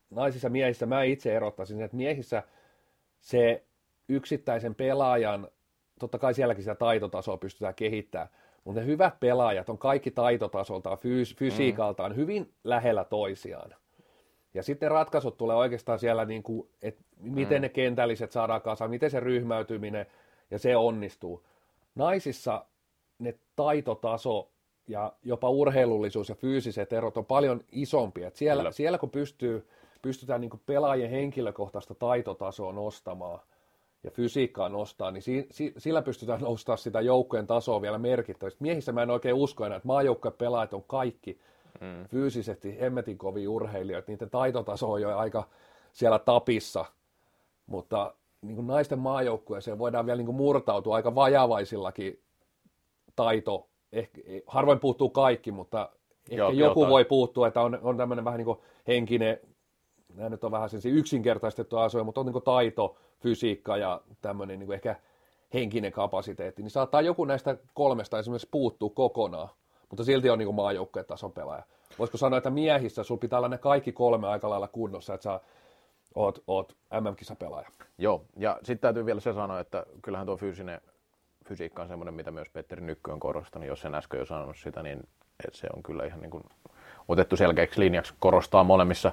naisissa ja miehissä mä itse erottaisin, että miehissä se yksittäisen pelaajan, totta kai sielläkin sitä taitotasoa pystytään kehittämään, mutta ne hyvät pelaajat on kaikki taitotasoltaan, fyys- fysiikaltaan mm. hyvin lähellä toisiaan. Ja sitten ratkaisut tulee oikeastaan siellä, niin kuin, että miten mm. ne kentälliset saadaan kasaan, miten se ryhmäytyminen, ja se onnistuu. Naisissa ne taitotaso ja jopa urheilullisuus ja fyysiset erot on paljon isompia. Et siellä, siellä kun pystyy, pystytään niin kuin pelaajien henkilökohtaista taitotasoa nostamaan ja fysiikkaa nostaa, niin si, si, sillä pystytään nostamaan sitä joukkojen tasoa vielä merkittävästi. Miehissä mä en oikein usko enää, että maajoukkojen pelaajat on kaikki mm. fyysisesti hemmetin kovia urheilijoita. Niiden taitotaso on jo aika siellä tapissa, mutta niin kuin naisten maajoukkueeseen voidaan vielä niin kuin murtautua aika vajavaisillakin taito. Ehkä, harvoin puuttuu kaikki, mutta ehkä Joo, joku jotain. voi puuttua, että on, on tämmöinen vähän niin kuin henkinen, nämä nyt on vähän yksinkertaistettu asioita, mutta on niin kuin taito, fysiikka ja tämmöinen niin kuin ehkä henkinen kapasiteetti, niin saattaa joku näistä kolmesta esimerkiksi puuttua kokonaan, mutta silti on niin kuin maajoukkueen tason pelaaja. Voisiko sanoa, että miehissä sulla pitää olla ne kaikki kolme aika lailla kunnossa, että sä oot, oot M M-kisapelaaja. Joo, ja sitten täytyy vielä se sanoa, että kyllähän tuo fyysinen fysiikka on semmoinen, mitä myös Petteri Nykkö on korostanut. Jos en äsken jo sanonut sitä, niin se on kyllä ihan niin kuin otettu selkeäksi linjaksi korostaa molemmissa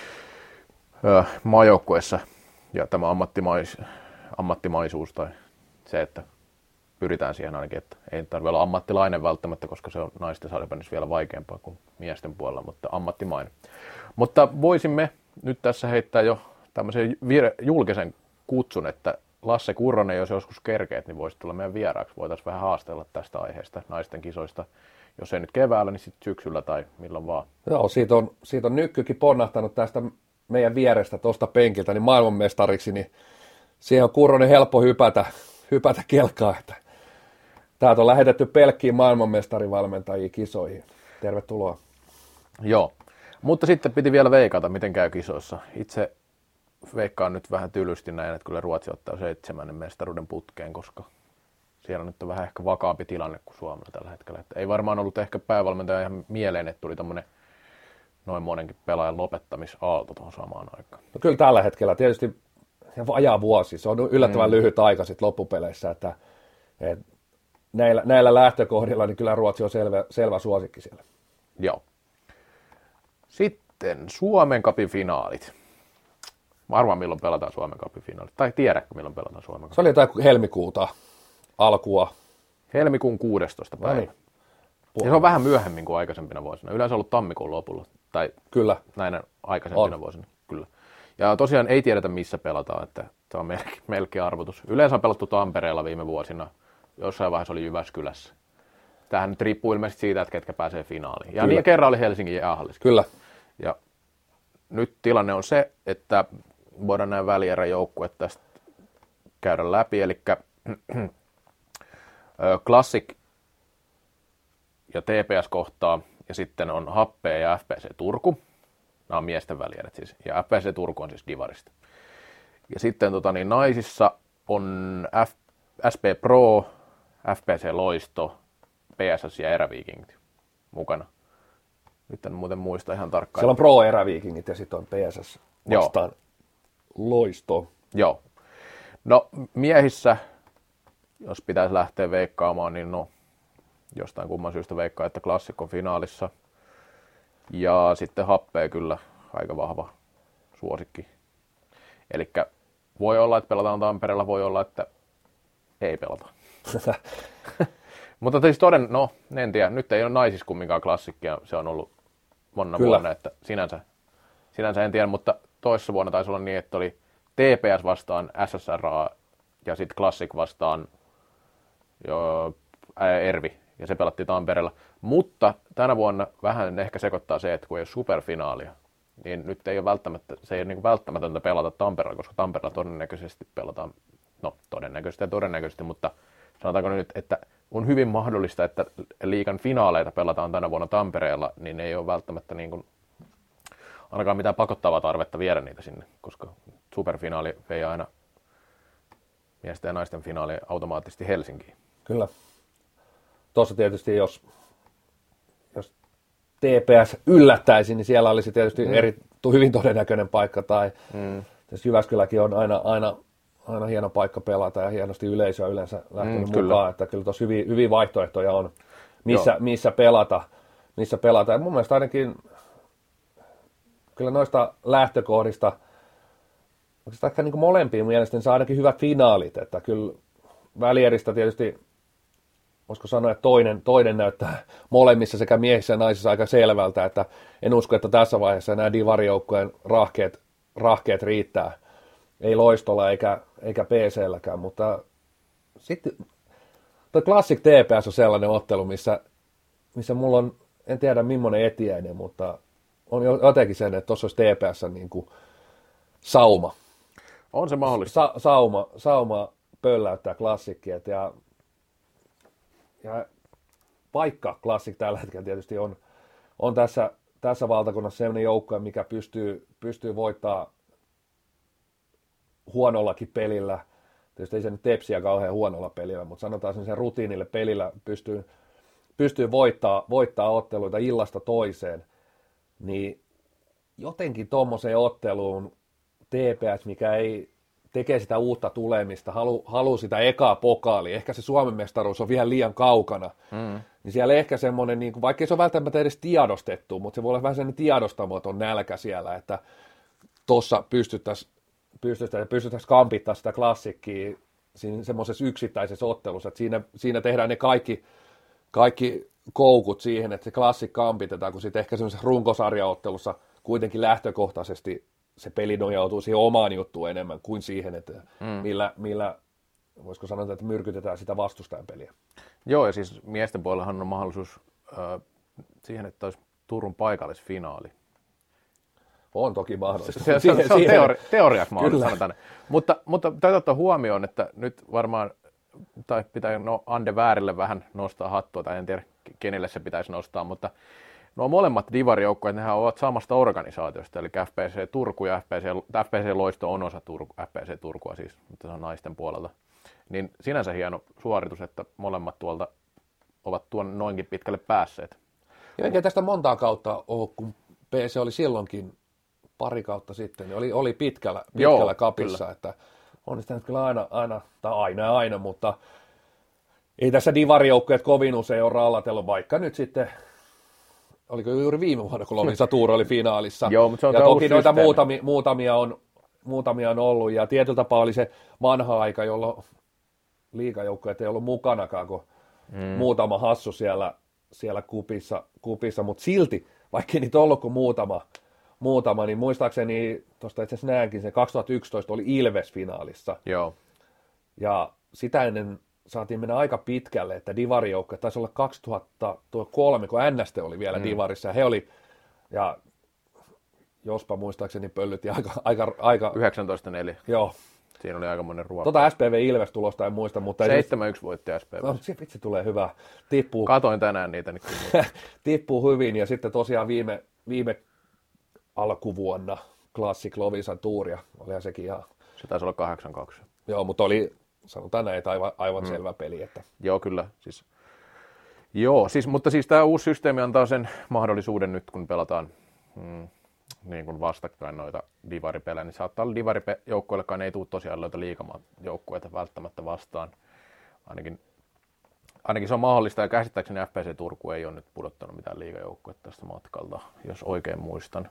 ö, maajoukkueissa. Ja tämä ammattimais, ammattimaisuus tai se, että pyritään siihen ainakin, että ei tarvitse olla ammattilainen välttämättä, koska se on naisten salibändissä vielä vaikeampaa kuin miesten puolella, mutta ammattimainen. Mutta voisimme nyt tässä heittää jo tämmöisen julkisen kutsun, että Lasse Kurronen, jos joskus kerkeet, niin voisi tulla meidän vieraaksi. Voitaisiin vähän haastella tästä aiheesta, naisten kisoista, jos ei nyt keväällä, niin sitten syksyllä tai milloin vaan. Joo, siitä on, siitä on Nykkykin ponnahtanut tästä meidän vierestä tuosta penkiltä niin maailmanmestariksi, niin siihen on Kurronen helppo hypätä, hypätä kelkaa, että täältä on lähetetty pelkkiin maailmanmestarivalmentajia kisoihin. Tervetuloa. Joo, mutta sitten piti vielä veikata, miten käy kisoissa. Itse veikkaan nyt vähän tylysti näin, että kyllä Ruotsi ottaa seitsemännen mestaruuden putkeen, koska siellä nyt on vähän ehkä vakaampi tilanne kuin Suomella tällä hetkellä. Että ei varmaan ollut ehkä päävalmentaja ihan mieleen, että tuli tommoinen noin monenkin pelaajan lopettamisaalto tuohon samaan aikaan. No kyllä tällä hetkellä tietysti vajaa vuosi, se on yllättävän mm. lyhyt aika sitten loppupeleissä, että, että näillä, näillä lähtökohdilla niin kyllä Ruotsi on selvä, selvä suosikki siellä. Joo. Sitten Suomen Cupin finaalit. Mä arvaan, milloin pelataan Suomen Cupin finaalit. Tai tiedätkö, milloin pelataan Suomen Cupin? Se oli jotain helmikuuta alkua. Helmikuun kuudestoista päivä. No niin. Ja se on vähän myöhemmin kuin aikaisempina vuosina. Yleensä ollut tammikuun lopulla. Tai kyllä. Näinä aikaisempina on. vuosina. Kyllä. Ja tosiaan ei tiedetä, missä pelataan. Että se on melkein, melkein arvotus. Yleensä on pelattu Tampereella viime vuosina. Jossain vaiheessa oli Jyväskylässä. Tämähän nyt riippuu ilmeisesti siitä, että ketkä pääsee finaaliin. Ja niin kerran oli Helsingin jäähallissa. Kyllä. Ja nyt tilanne on se, että voidaan näin välieräjoukkuet tästä käydä läpi. Eli Classic ja T P S kohtaa, ja sitten on Happea ja F P C Turku. Nämä on miesten välierät siis. Ja F P C Turku on siis divarista. Ja sitten tota, niin naisissa on F, S P Pro, F P C Loisto, P S S ja Eräviikingit mukana. Nyt en muuten muista ihan tarkkaan. Siellä on Pro Eräviikingit ja sitten on P S S vastaan Loisto. Joo. No miehissä, jos pitäisi lähteä veikkaamaan, niin no jostain kumman syystä veikkaa, että Klassikko finaalissa. Ja sitten Happea kyllä aika vahva suosikki. Eli voi olla, että pelataan Tampereella, voi olla, että ei pelata. Mutta siis toden, no en tiedä, nyt ei ole naisissa kumminkaan Klassikkia, se on ollut monna kyllä. vuonna, että sinänsä, sinänsä en tiedä, mutta toissa vuonna taisi olla niin, että oli T P S vastaan S S R A ja sitten Classic vastaan jo, ää, Ervi, ja se pelattiin Tampereella. Mutta tänä vuonna vähän ehkä sekoittaa se, että kun ei ole superfinaalia, niin nyt ei ole välttämättä, se ei ole niin välttämätöntä pelata Tampereella, koska Tampereella todennäköisesti pelataan, no todennäköisesti ja todennäköisesti, mutta sanotaanko nyt, että on hyvin mahdollista, että liigan finaaleita pelataan tänä vuonna Tampereella, niin ei ole välttämättä niin kuin ainakaan mitään pakottavaa tarvetta viedä niitä sinne, koska superfinaali vei aina miesten ja naisten finaali automaattisesti Helsinkiin. Kyllä. Tuossa tietysti, jos, jos T P S yllättäisi, niin siellä olisi tietysti mm. eri hyvin todennäköinen paikka, tai Mm. Jyväskyläkin on aina, aina, aina hieno paikka pelata ja hienosti yleisöä yleensä lähtenyt Mm, mukaan, kyllä. että kyllä tuossa hyviä, hyviä vaihtoehtoja on, missä, missä pelata. Missä pelata. Ja mun mielestä ainakin kyllä noista lähtökohdista, oikeastaan ehkä niin kuin molempiin mielestäni saa ainakin hyvät finaalit, että kyllä välieristä tietysti, voisiko sanoa, että toinen, toinen näyttää molemmissa sekä miehissä ja naisissa aika selvältä, että en usko, että tässä vaiheessa nämä divarijoukkojen rahkeet, rahkeet riittää, ei Loistolla eikä, eikä P C:lläkään, mutta sitten tuo Classic T P S on sellainen ottelu, missä, missä mulla on, en tiedä millainen etiäinen, mutta on jotenkin sen, että tuossa olisi T P S niin kuin sauma. On se mahdollista. Sa- sauma, sauma pölläyttää klassikkiet ja, ja paikka Classic tällä hetkellä tietysti on, on tässä, tässä valtakunnassa sellainen joukko, mikä pystyy, pystyy voittaa huonollakin pelillä. Tietysti ei se nyt Tepsiä kauhean huonolla pelillä, mutta sanotaan sen, sen rutiinille pelillä pystyy, pystyy voittaa, voittaa otteluita illasta toiseen. Niin jotenkin tuommoiseen otteluun T P S, mikä ei tekee sitä uutta tulemista, halu, halu sitä ekaa pokaalia, ehkä se Suomen mestaruus on vielä liian kaukana, mm. niin siellä ehkä semmoinen, niin kuin, vaikka ei se ole välttämättä edes tiedostettu, mutta se voi olla vähän sellainen tiedostamaton nälkä siellä, että tuossa pystyttäisiin pystyttäisiin pystyttäisi kampittaa sitä klassikkiä siinä semmoisessa yksittäisessä ottelussa, että siinä, siinä tehdään ne kaikki, kaikki koukut siihen, että se klassik kampitetaan, kun sitten ehkä semmoisessa runkosarjaottelussa kuitenkin lähtökohtaisesti se peli nojautuu siihen omaan juttuun enemmän kuin siihen, että mm. millä, millä, voisiko sanoa, että myrkytetään sitä vastustajan peliä. Joo, ja siis miesten puolellahan on mahdollisuus äh, siihen, että olisi Turun paikallisfinaali. On toki mahdollista. Se, se, se, se on teori, teoriassa mahdollista, sanotaan. Mutta, mutta täytyy ottaa huomioon, että nyt varmaan, tai pitää no, Ande Väärille vähän nostaa hattua, tai en tiedä kenelle se pitäisi nostaa, mutta nuo molemmat divarijoukkueet, nehän ovat samasta organisaatiosta, eli F P C Turku ja F P C, F P C Loisto on osa Turku, F P C Turkua siis, mutta se on naisten puolelta. Niin sinänsä hieno suoritus, että molemmat tuolta ovat tuon noinkin pitkälle päässeet. Ja eikä tästä montaa kautta ole, kun P C oli silloinkin pari kautta sitten, niin oli, oli pitkällä, pitkällä Joo, kapissa, kyllä. että on sitä nyt kyllä aina, aina, tai aina ja aina, mutta ei tässä divarijoukkueet kovin usein ole rallatellut, vaikka nyt sitten, oliko juuri viime vuonna, kun Loviisa Tuuro oli finaalissa. Joo, mutta se on ja toki noita systeemi. muutamia, muutamia, on, muutamia on ollut, ja tietyllä tapaa oli se vanha aika, jolloin liigajoukkueet ei ollut mukanakaan, kun mm. muutama hassu siellä, siellä kupissa, kupissa, mutta silti, vaikka ei niitä ollut kuin muutama, muutama, niin muistaakseni, tuosta itse asiassa näenkin, se kaksituhattayksitoista oli Ilves-finaalissa. Joo. Ja sitä ennen saatiin mennä aika pitkälle, että divarijoukko taisi olla kaksituhattakolme, kun N S T oli vielä mm. divarissa, ja he oli, ja jospa muistaakseni pöllytti aika... aika, aika yhdeksäntoista neljä. Joo. Siinä oli aikamoinen ruoka. Tota S P V Ilves-tulosta en muista, mutta... seitsemän yksi voitti S P V. No, se vitsi tulee hyvä. Tippuu, Katoin tänään niitä. Niin tippuu hyvin, ja sitten tosiaan viime, viime alkuvuonna Classic Loviisan tuuria, olihan sekin ihan... Se taisi olla kahdeksan kaksi. Joo, mutta oli, sanotaan näin, että aivan, aivan mm. selvä peli. Että... Joo, kyllä. Siis, joo, siis, mutta siis tämä uusi systeemi antaa sen mahdollisuuden nyt, kun pelataan mm, niin kuin vastakkain noita divaripelejä, niin saattaa olla divarijoukkueillekaan ei tule tosiaan löytä liigajoukkueita välttämättä vastaan. Ainakin, ainakin se on mahdollista, ja käsittääkseni F P C Turku ei ole nyt pudottanut mitään liigajoukkuetta tästä matkalta, jos oikein muistan.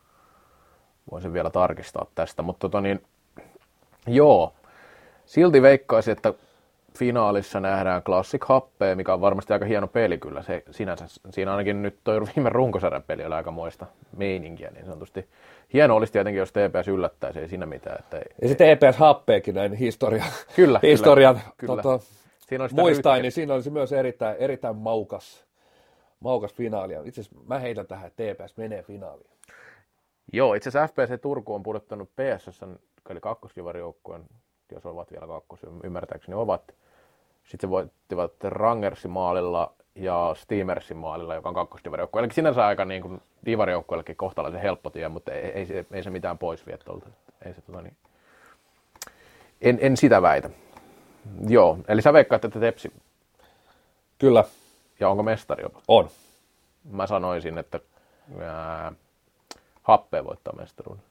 Voin sen vielä tarkistaa tästä, mutta tota niin, joo, silti veikkaisin, että finaalissa nähdään Classic Happea, mikä on varmasti aika hieno peli kyllä. Se, sinänsä, siinä ainakin nyt toi viime runkosarjan peli oli aika moista meininkiä, niin sanotusti. Hieno olisi tietenkin, jos T P S yllättäisi, ei siinä mitään. Että ei, ja se T P S Happeekin näin historia, kyllä, historian kyllä, tota, kyllä. muistain, niin siinä olisi myös erittäin, erittäin maukas, maukas finaalia. Itse asiassa mä heitän tähän, että T P S menee finaaliin. Joo, itse asiassa F P C Turku on pudottanut P S S, eli kakkoskivarijoukkueen, jos ovat vielä kakkos, ymmärtääkseni ovat. Sitten se voittivat Rangersin maalilla ja Steamersin maalilla, joka on kakkosdivarijoukkue. Eli sinänsä aika niin kuin divarijoukkueellekin kohtalaisen helppo tie, mutta ei, ei, se, ei se mitään pois vie tuolta. Ei se, tota niin. en, en sitä väitä. Joo, eli sä veikkaat, että Tepsi. Kyllä. Ja onko mestari jopa? On. Mä sanoisin, että ää, H happea voittaa mestaruuden.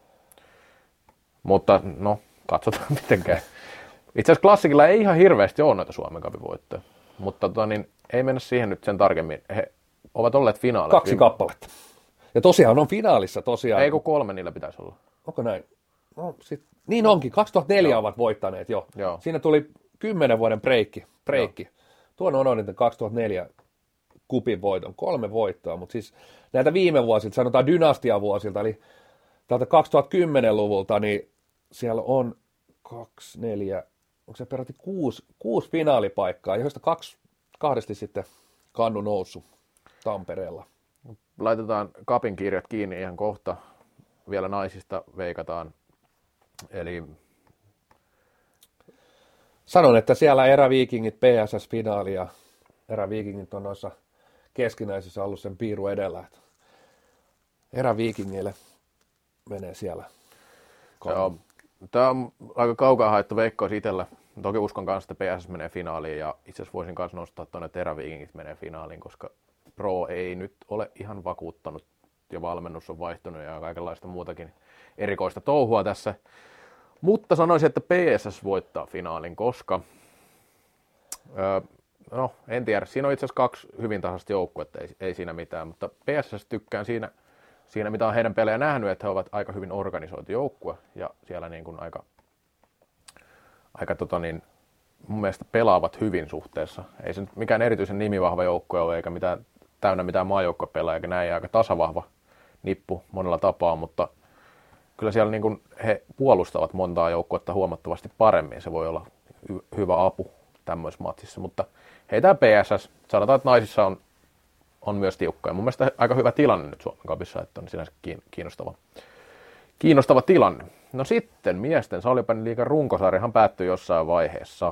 Mutta no, katsotaan mitenkään. Itse asiassa Klassikilla ei ihan hirveästi ole noita Suomen Cupin voittoja, mutta tota, niin, ei mennä siihen nyt sen tarkemmin. He ovat olleet finaalissa. Kaksi kappaletta. Ja tosiaan on finaalissa tosiaan. Ei kun kolme niillä pitäisi olla. Onko näin? No, sit, niin onkin. kaksituhattaneljä joo. Ovat voittaneet jo. Joo. Siinä tuli kymmenen vuoden breikki. breikki. Tuon on onnittelen kaksituhattaneljä kupin voiton. Kolme voittoa, mutta siis näitä viime vuosilta, sanotaan dynastiavuosilta, eli täältä kaksituhattakymmenen-luvulta, niin siellä on kaksi, neljä, onko se peräti kuusi, kuusi finaalipaikkaa, joista kaksi, kahdesti sitten kannu noussut Tampereella. Laitetaan Cupin kirjat kiinni ihan kohta. Vielä naisista veikataan. Eli sanon, että siellä eräviikingit P S S-finaali ja eräviikingit on noissa keskinäisissä ollut sen piiru edellä. Eräviikingeille menee siellä. Joo, tämä on aika kaukaa haettu veikkaus itsellä. Toki uskon kanssa, että P S S menee finaaliin ja itse asiassa voisin myös nostaa tuonne, että eräviikingit menee finaaliin, koska Pro ei nyt ole ihan vakuuttanut ja valmennus on vaihtunut ja kaikenlaista muutakin erikoista touhua tässä. Mutta sanoisin, että P S S voittaa finaalin, koska öö, no en tiedä, siinä on itse asiassa kaksi hyvin tasaista joukkuetta, ei, ei siinä mitään, mutta P S S tykkään siinä, siinä mitä on heidän pelejä nähnyt, että he ovat aika hyvin organisoitu joukkue ja siellä niin kuin aika, aika tota niin, mun mielestä pelaavat hyvin suhteessa. Ei se nyt mikään erityisen nimivahva joukkue ole eikä mitään, täynnä mitään maajoukkuepelaa eikä näin, aika tasavahva nippu monella tapaa, mutta kyllä siellä niin kuin he puolustavat montaa joukkuetta huomattavasti paremmin. Se voi olla hy- hyvä apu tämmöisessä matsissa, mutta hei tämä P S S, sanotaan, että naisissa on, on myös tiukka. Ja mun mielestä aika hyvä tilanne nyt Suomen Cupissa, että on sinänsä kiinnostava, kiinnostava tilanne. No sitten miesten salibändiliigan runkosarjahan päättyi jossain vaiheessa.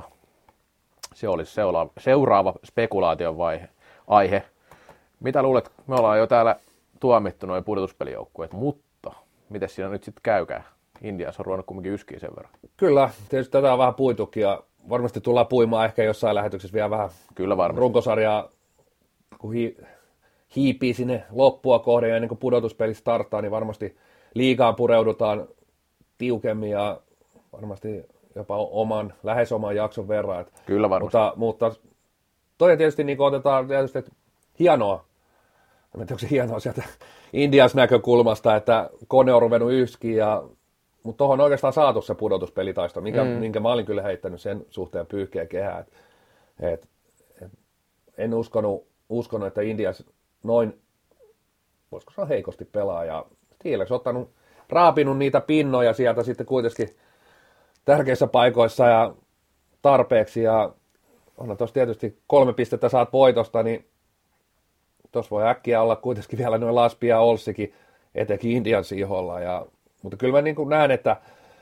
Se olisi seuraava, seuraava spekulaation vaihe, aihe. Mitä luulet, me ollaan jo täällä tuomittu noin pudotuspelijoukkueet, mutta miten siinä nyt sitten käykää? Indiassa on ruvennut kumminkin yskiä sen verran. Kyllä, tietysti tätä on vähän puitukin ja varmasti tullaan puimaan ehkä jossain lähetyksessä vielä vähän Kyllä varmasti. Runkosarjaa, kun hi- hiipii sinne loppua kohden ja ennen kuin pudotuspeli starttaa, niin varmasti liigaan pureudutaan tiukemmin ja varmasti jopa oman, lähes oman jakson verran. Et, Kyllä varmasti. Mutta, mutta toi tietysti niin otetaan tietysti, että hienoa, en tiedä, onko se hienoa sieltä Indias näkökulmasta, että kone on ruvennut yskiin, ja, mutta tuohon on oikeastaan saatu se pudotuspelitaisto, minkä, mm. minkä mä olin kyllä heittänyt sen suhteen pyyhkeä kehää. Et, et, et, en uskonut, uskonut, että Indias noin, voisiko sanoa heikosti pelaa, ja Steelers on ottanut, raapinut niitä pinnoja sieltä sitten kuitenkin tärkeissä paikoissa ja tarpeeksi, ja onhan tuossa tietysti kolme pistettä saat voitosta, niin tuossa voi äkkiä olla kuitenkin vielä noin Laspi ja Olssikin, etenkin Indiansin iholla. Ja, mutta kyllä mä niin kuin näen, että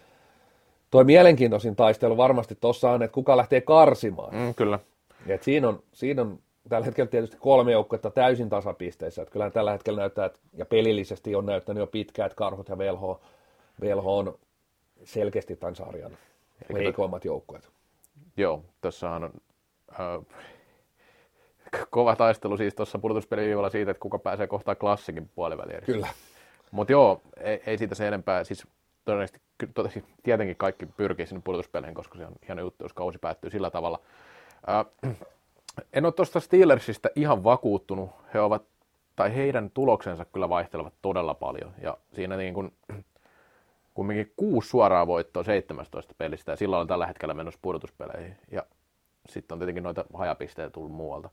toi mielenkiintoisin taistelu varmasti tuossa on, että kuka lähtee karsimaan. Mm, kyllä. Et siinä, on, siinä on tällä hetkellä tietysti kolme joukkuetta täysin tasapisteissä. Että kyllähän tällä hetkellä näyttää, että, ja pelillisesti on näyttänyt jo pitkään, että Karhut ja Velho, Velho on selkeästi tämän sarjan heikoimmat joukkueet. Joo, tuossahan on äh, kova taistelu siis tuossa pudotuspeliviivalla siitä, että kuka pääsee kohtaan Klassikin puoliväliin. Kyllä. Mutta joo, ei, ei siitä se enempää. Siis todennäköisesti tietenkin kaikki pyrkii sinne pudotuspeleihin, koska se on hieno juttu, jos kausi päättyy sillä tavalla. Äh, en ole tuosta Steelersistä ihan vakuuttunut. He ovat, tai heidän tuloksensa kyllä vaihtelevat todella paljon. Ja siinä niin kuin kumminkin kuusi suoraa voittoa seitsemästoista pelistä, ja silloin on tällä hetkellä menossa pudotuspeleihin. Ja sitten on tietenkin noita hajapisteitä tullut muualta.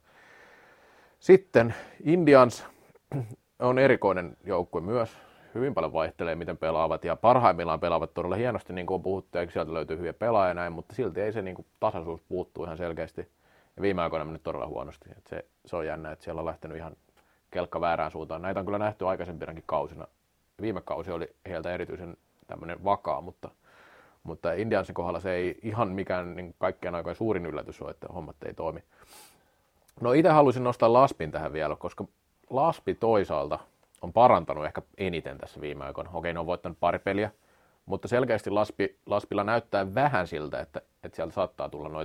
Sitten Indians on erikoinen joukkue myös. Hyvin paljon vaihtelee, miten pelaavat, ja parhaimmillaan pelaavat todella hienosti, niin kuin on puhuttu, ja sieltä löytyy hyviä pelaajia näin, mutta silti ei se niin kuin tasaisuus puuttuu ihan selkeästi. Ja viime aikoina mennyt todella huonosti. Et se, se on jännä, että siellä on lähtenyt ihan kelkka väärään suuntaan. Näitä on kyllä nähty aikaisempinakin kausina. Viime kausi oli heiltä erityisen tämmöinen vakaa, mutta, mutta Indiansin kohdalla se ei ihan mikään niin kaikkien aikojen suurin yllätys ole, että hommat ei toimi. No itse haluaisin nostaa Laspin tähän vielä, koska Laspi toisaalta on parantanut ehkä eniten tässä viime aikoina. Okei, ne on voittanut pari peliä, mutta selkeästi Laspi, Laspilla näyttää vähän siltä, että, että sieltä saattaa tulla noit,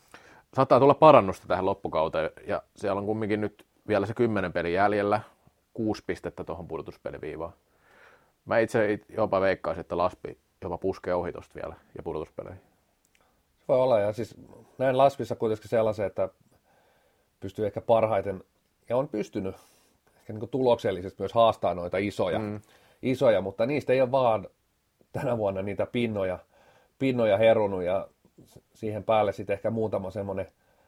saattaa tulla parannusta tähän loppukauteen, ja siellä on kumminkin nyt vielä se kymmenen peli jäljellä. kuusi pistettä tuohon pudotuspeliviivaan. Mä itse jopa veikkaisin, että Laspi jopa puskee ohi tosta vielä ja pudotuspeleihin. Se voi olla, ja siis näin Laspissa kuitenkin sellaisen, että pystyy ehkä parhaiten, ja on pystynyt ehkä niin tuloksellisesti myös haastaa noita isoja, mm. isoja, mutta niistä ei ole vaan tänä vuonna niitä pinnoja, pinnoja herunut, ja siihen päälle sitten ehkä muutama semmoinen,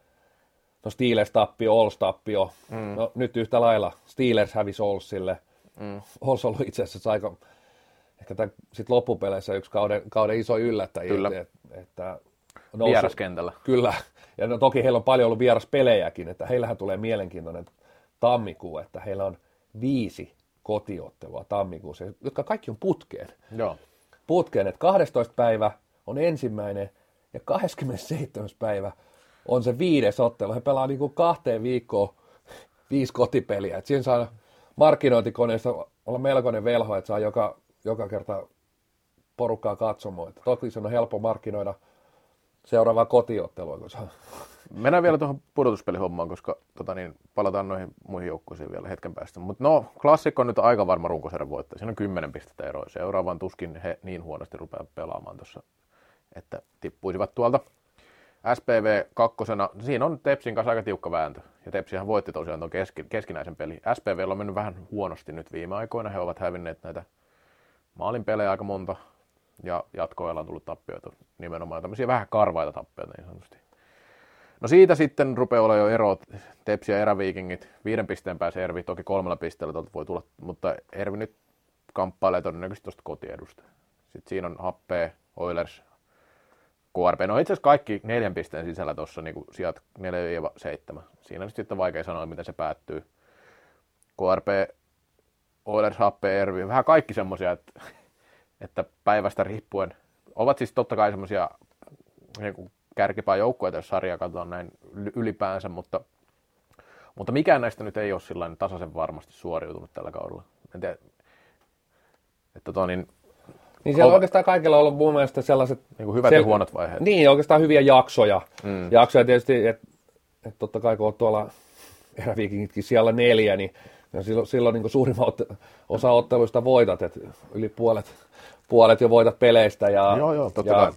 no Steelers-tappio, Ols-tappio, mm. no nyt yhtä lailla Steelers hävisi Olsille, mm. Ols on ollut itse asiassa aika, ehkä tämän sit loppupeleissä yksi kauden, kauden iso yllättäjä, että, että nousu, vieraskentällä. Kyllä, ja no toki heillä on paljon ollut vieraspelejäkin, että heillähän tulee mielenkiintoinen tammikuu, että heillä on viisi kotiottelua tammikuussa, jotka kaikki on putkeen. Joo. Putkeen, että kahdestoista päivä on ensimmäinen ja kahdeskymmenesseitsemäs päivä on se viides ottelu. He pelaa niin kuin kahteen viikkoon viisi kotipeliä. Et siinä saa markkinointikoneessa olla melkoinen velho, että saa joka, joka kerta porukkaa katsomaan. Et toki se on helppo markkinoida seuraavaa kotiottelua. Kun saa. Mennään vielä tuohon pudotuspelihommaan, koska tota niin, palataan noihin muihin joukkueisiin vielä hetken päästä. Mutta no, Klassikko on nyt aika varma runkosarjan voittaja. Siinä on kymmenen pistettä eroa. Seuraavan tuskin he niin huonosti rupeaa pelaamaan tuossa, että tippuisivat tuolta. S P V kakkosena, siinä on Tepsin kanssa aika tiukka vääntö. Ja Tepsihän voitti tosiaan tuon keski, keskinäisen pelin. S P V:llä on mennyt vähän huonosti nyt viime aikoina. He ovat hävinneet näitä maalinpelejä aika monta. Ja jatkoajalla on tullut tappioita, nimenomaan tämmöisiä vähän karvaita tappioita niin sanotusti. No siitä sitten rupeaa olla jo erot, Tepsi ja Eräviikingit, viiden pisteen pääsee Ervi, toki kolmella pisteellä tuolta voi tulla, mutta Ervi nyt kamppailee todennäköisesti tuosta kotiedusta. Sitten siinä on Happea, Oilers, K R P, no itse asiassa kaikki neljän pisteen sisällä tuossa niin sijat neljä seitsemän. Siinä on sitten vaikea sanoa, miten se päättyy. K R P, Oilers, Happea, Ervi, vähän kaikki semmoisia, että että päivästä riippuen ovat siis totta kai semmoisia niin kärkipää joukkueita, jos sarjaa katsotaan näin ylipäänsä, mutta, mutta mikään näistä nyt ei ole sillain tasaisen varmasti suoriutunut tällä kaudella. En tiedä, että tota niin... Niin siellä on oikeastaan kaikilla ollut mun mielestä sellaiset... Niin kuin hyvät sel- ja huonot vaiheet. Niin, oikeastaan hyviä jaksoja. Mm. Jaksoja tietysti, että et totta kai kun on tuolla Eräviikingitkin siellä neljä, niin silloin, silloin niin suurimman osa otteluista voitat, että yli puolet, puolet jo voitat peleistä. Ja, joo, joo, totta ja kai.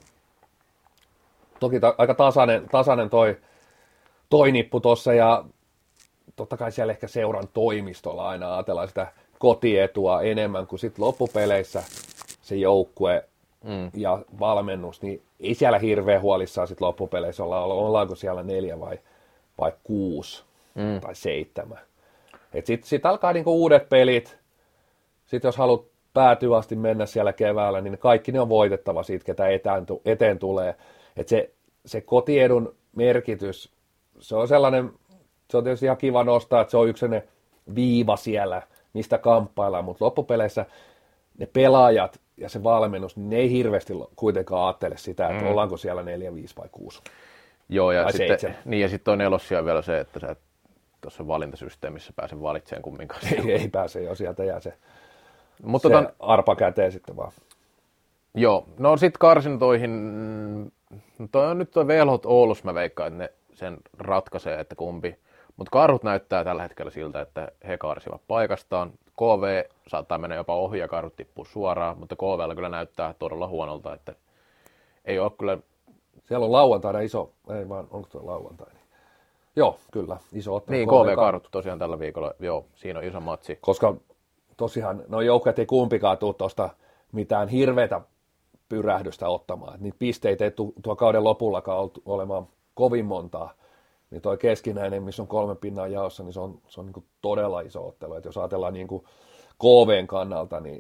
Toki ta- aika tasainen, tasainen toi, toi nippu tuossa, ja totta kai siellä ehkä seuran toimistolla aina ajatellaan sitä kotietua enemmän kuin sitten loppupeleissä se joukkue mm. ja valmennus, niin ei siellä hirveän huolissaan sitten loppupeleissä olla, ollaanko siellä neljä vai, vai kuusi mm. tai seitsemän. Sitten sit alkaa niinku uudet pelit. Sitten jos haluat päätyvästi mennä siellä keväällä, niin kaikki ne on voitettava siitä, ketä eteen, eteen tulee. Et se, se kotiedun merkitys, se on sellainen, se on tietysti ihan kiva nostaa, että se on yksi sellainen viiva siellä, mistä kamppaillaan, mutta loppupeleissä ne pelaajat ja se valmennus, niin ne ei hirveästi kuitenkaan ajattele sitä, että mm. ollaanko siellä neljä, viisi vai kuusi. Joo, ja sitten, niin, ja sitten on nelossia vielä se, että sä tuossa valintasysteemissä pääse valitsemaan kumminkaan. Ei, ei pääse jo, sieltä jää se, Mutta se ton, arpa käteen sitten vaan. Joo, no sitten karsintoihin, toi on nyt toi Velhot Oulus, mä veikkaan, että ne sen ratkaisee, että kumpi. Mutta Karhut näyttää tällä hetkellä siltä, että he karsivat paikastaan. K V saattaa mennä jopa ohi ja Karhut tippuu suoraan, mutta K V:llä kyllä näyttää todella huonolta, että ei ole kyllä... Siellä on lauantaina iso, ei vaan, onko tuo lauantaina? Joo, kyllä, iso ottelu. Niin, K V Karhut tosiaan tällä viikolla, joo, siinä on iso matsi. Koska tosiaan nuo joukkueet ei kumpikaan tule tuosta mitään hirveätä pyrähdystä ottamaan. Et niitä pisteitä ei tuo kauden lopullakaan olemaan kovin montaa. Niin toi keskinäinen, missä on kolme pinnaa jaossa, niin se on, se on niin kuin todella iso ottelu. Et jos ajatellaan niin kuin K V:n kannalta, niin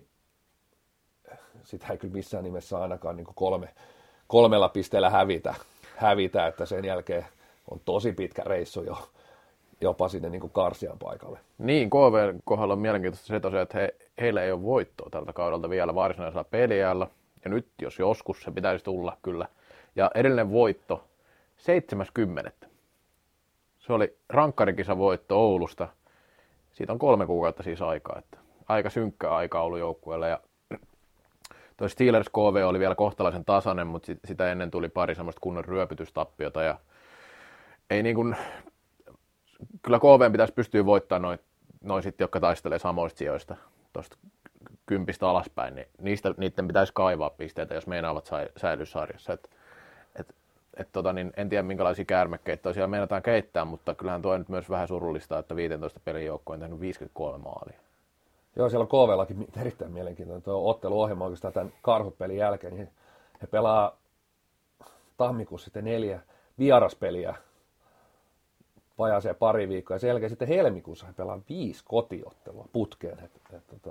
sitä ei kyllä missään nimessä ainakaan niin kuin kolme, kolmella pisteellä hävitä, hävitä, että sen jälkeen on tosi pitkä reissu jo jopa sinne niin kuin Karsian paikalle. Niin, K V:n kohdalla on mielenkiintoista se tosiaan, että he, heillä ei ole voittoa tältä kaudelta vielä varsinaisella peliajalla. Ja nyt, jos joskus, se pitäisi tulla kyllä. Ja edellinen voitto, seitsemäs kymmenettä Se oli rankkarikisa voitto Oulusta. Siitä on kolme kuukautta siis aikaa. Että aika synkkä aika ollut joukkueelle. Ja toi Steelers K V oli vielä kohtalaisen tasainen, mutta sitä ennen tuli pari semmoista kunnon ryöpytystappiota. Ja ei niin kuin, kyllä K V pitäisi pystyä voittamaan noin noin sitten, jotka taistelee samoista sijoista tuosta kympistä alaspäin, niin niistä, niiden pitäisi kaivaa pisteitä, jos meinaavat säilyä sarjassa. Et, et, et, tota, niin en tiedä, minkälaisia käärmekeittoja siellä meinataan keittää, mutta kyllähän tuo nyt myös vähän surullista, että viisitoista pelin joukko on tehnyt viisikymmentäkolme maalia. Joo, siellä on K V:llakin erittäin mielenkiintoinen tuo otteluohjelma oikeastaan tämän Karhut-pelin jälkeen. Niin he pelaa tammikuussa sitten neljä vieraspeliä vajaaseen pari viikkoa, ja sen jälkeen sitten helmikuussa he pelaa viisi kotiottelua putkeen. Et, et, et,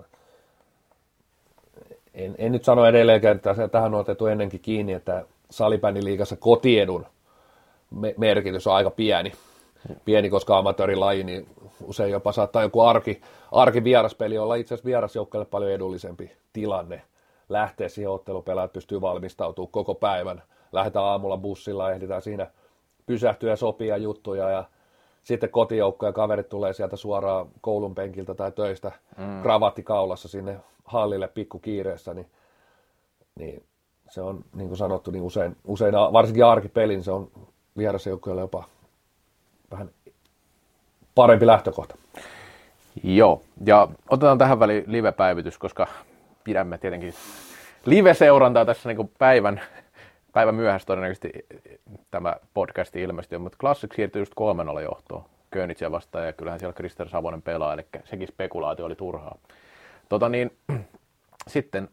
en, en nyt sano edelleenkään, että tähän on otettu ennenkin kiinni, että salibändiliigassa kotiedun me- merkitys on aika pieni. Pieni, koska amatöörilaji, niin usein jopa saattaa joku arki, arki vieraspeli olla itse asiassa vierasjoukkoille paljon edullisempi tilanne. Lähteä siihen ottelupelaat, pystyy valmistautumaan koko päivän. Lähdetään aamulla bussilla, ehditään siinä pysähtyä ja sopia juttuja, ja sitten kotijoukko ja kaverit tulee sieltä suoraan koulun penkiltä tai töistä mm. kravatikaulassa sinne hallille pikku kiireessä, niin, niin se on, niin kuin sanottu, niin usein, usein varsinkin arkipelin, se on vierasjoukkoille jopa vähän parempi lähtökohta. Joo, ja otetaan tähän väliin live-päivitys, koska pidämme tietenkin live-seurantaa tässä niin kuin päivän, päivän myöhässä todennäköisesti tämä podcast ilmestyy, mutta Classic siirtyi just kolme nolla johtoon Könitsiä vastaan, ja kyllähän siellä Krister Savonen pelaa, eli sekin spekulaatio oli turhaa. Tota niin, sitten,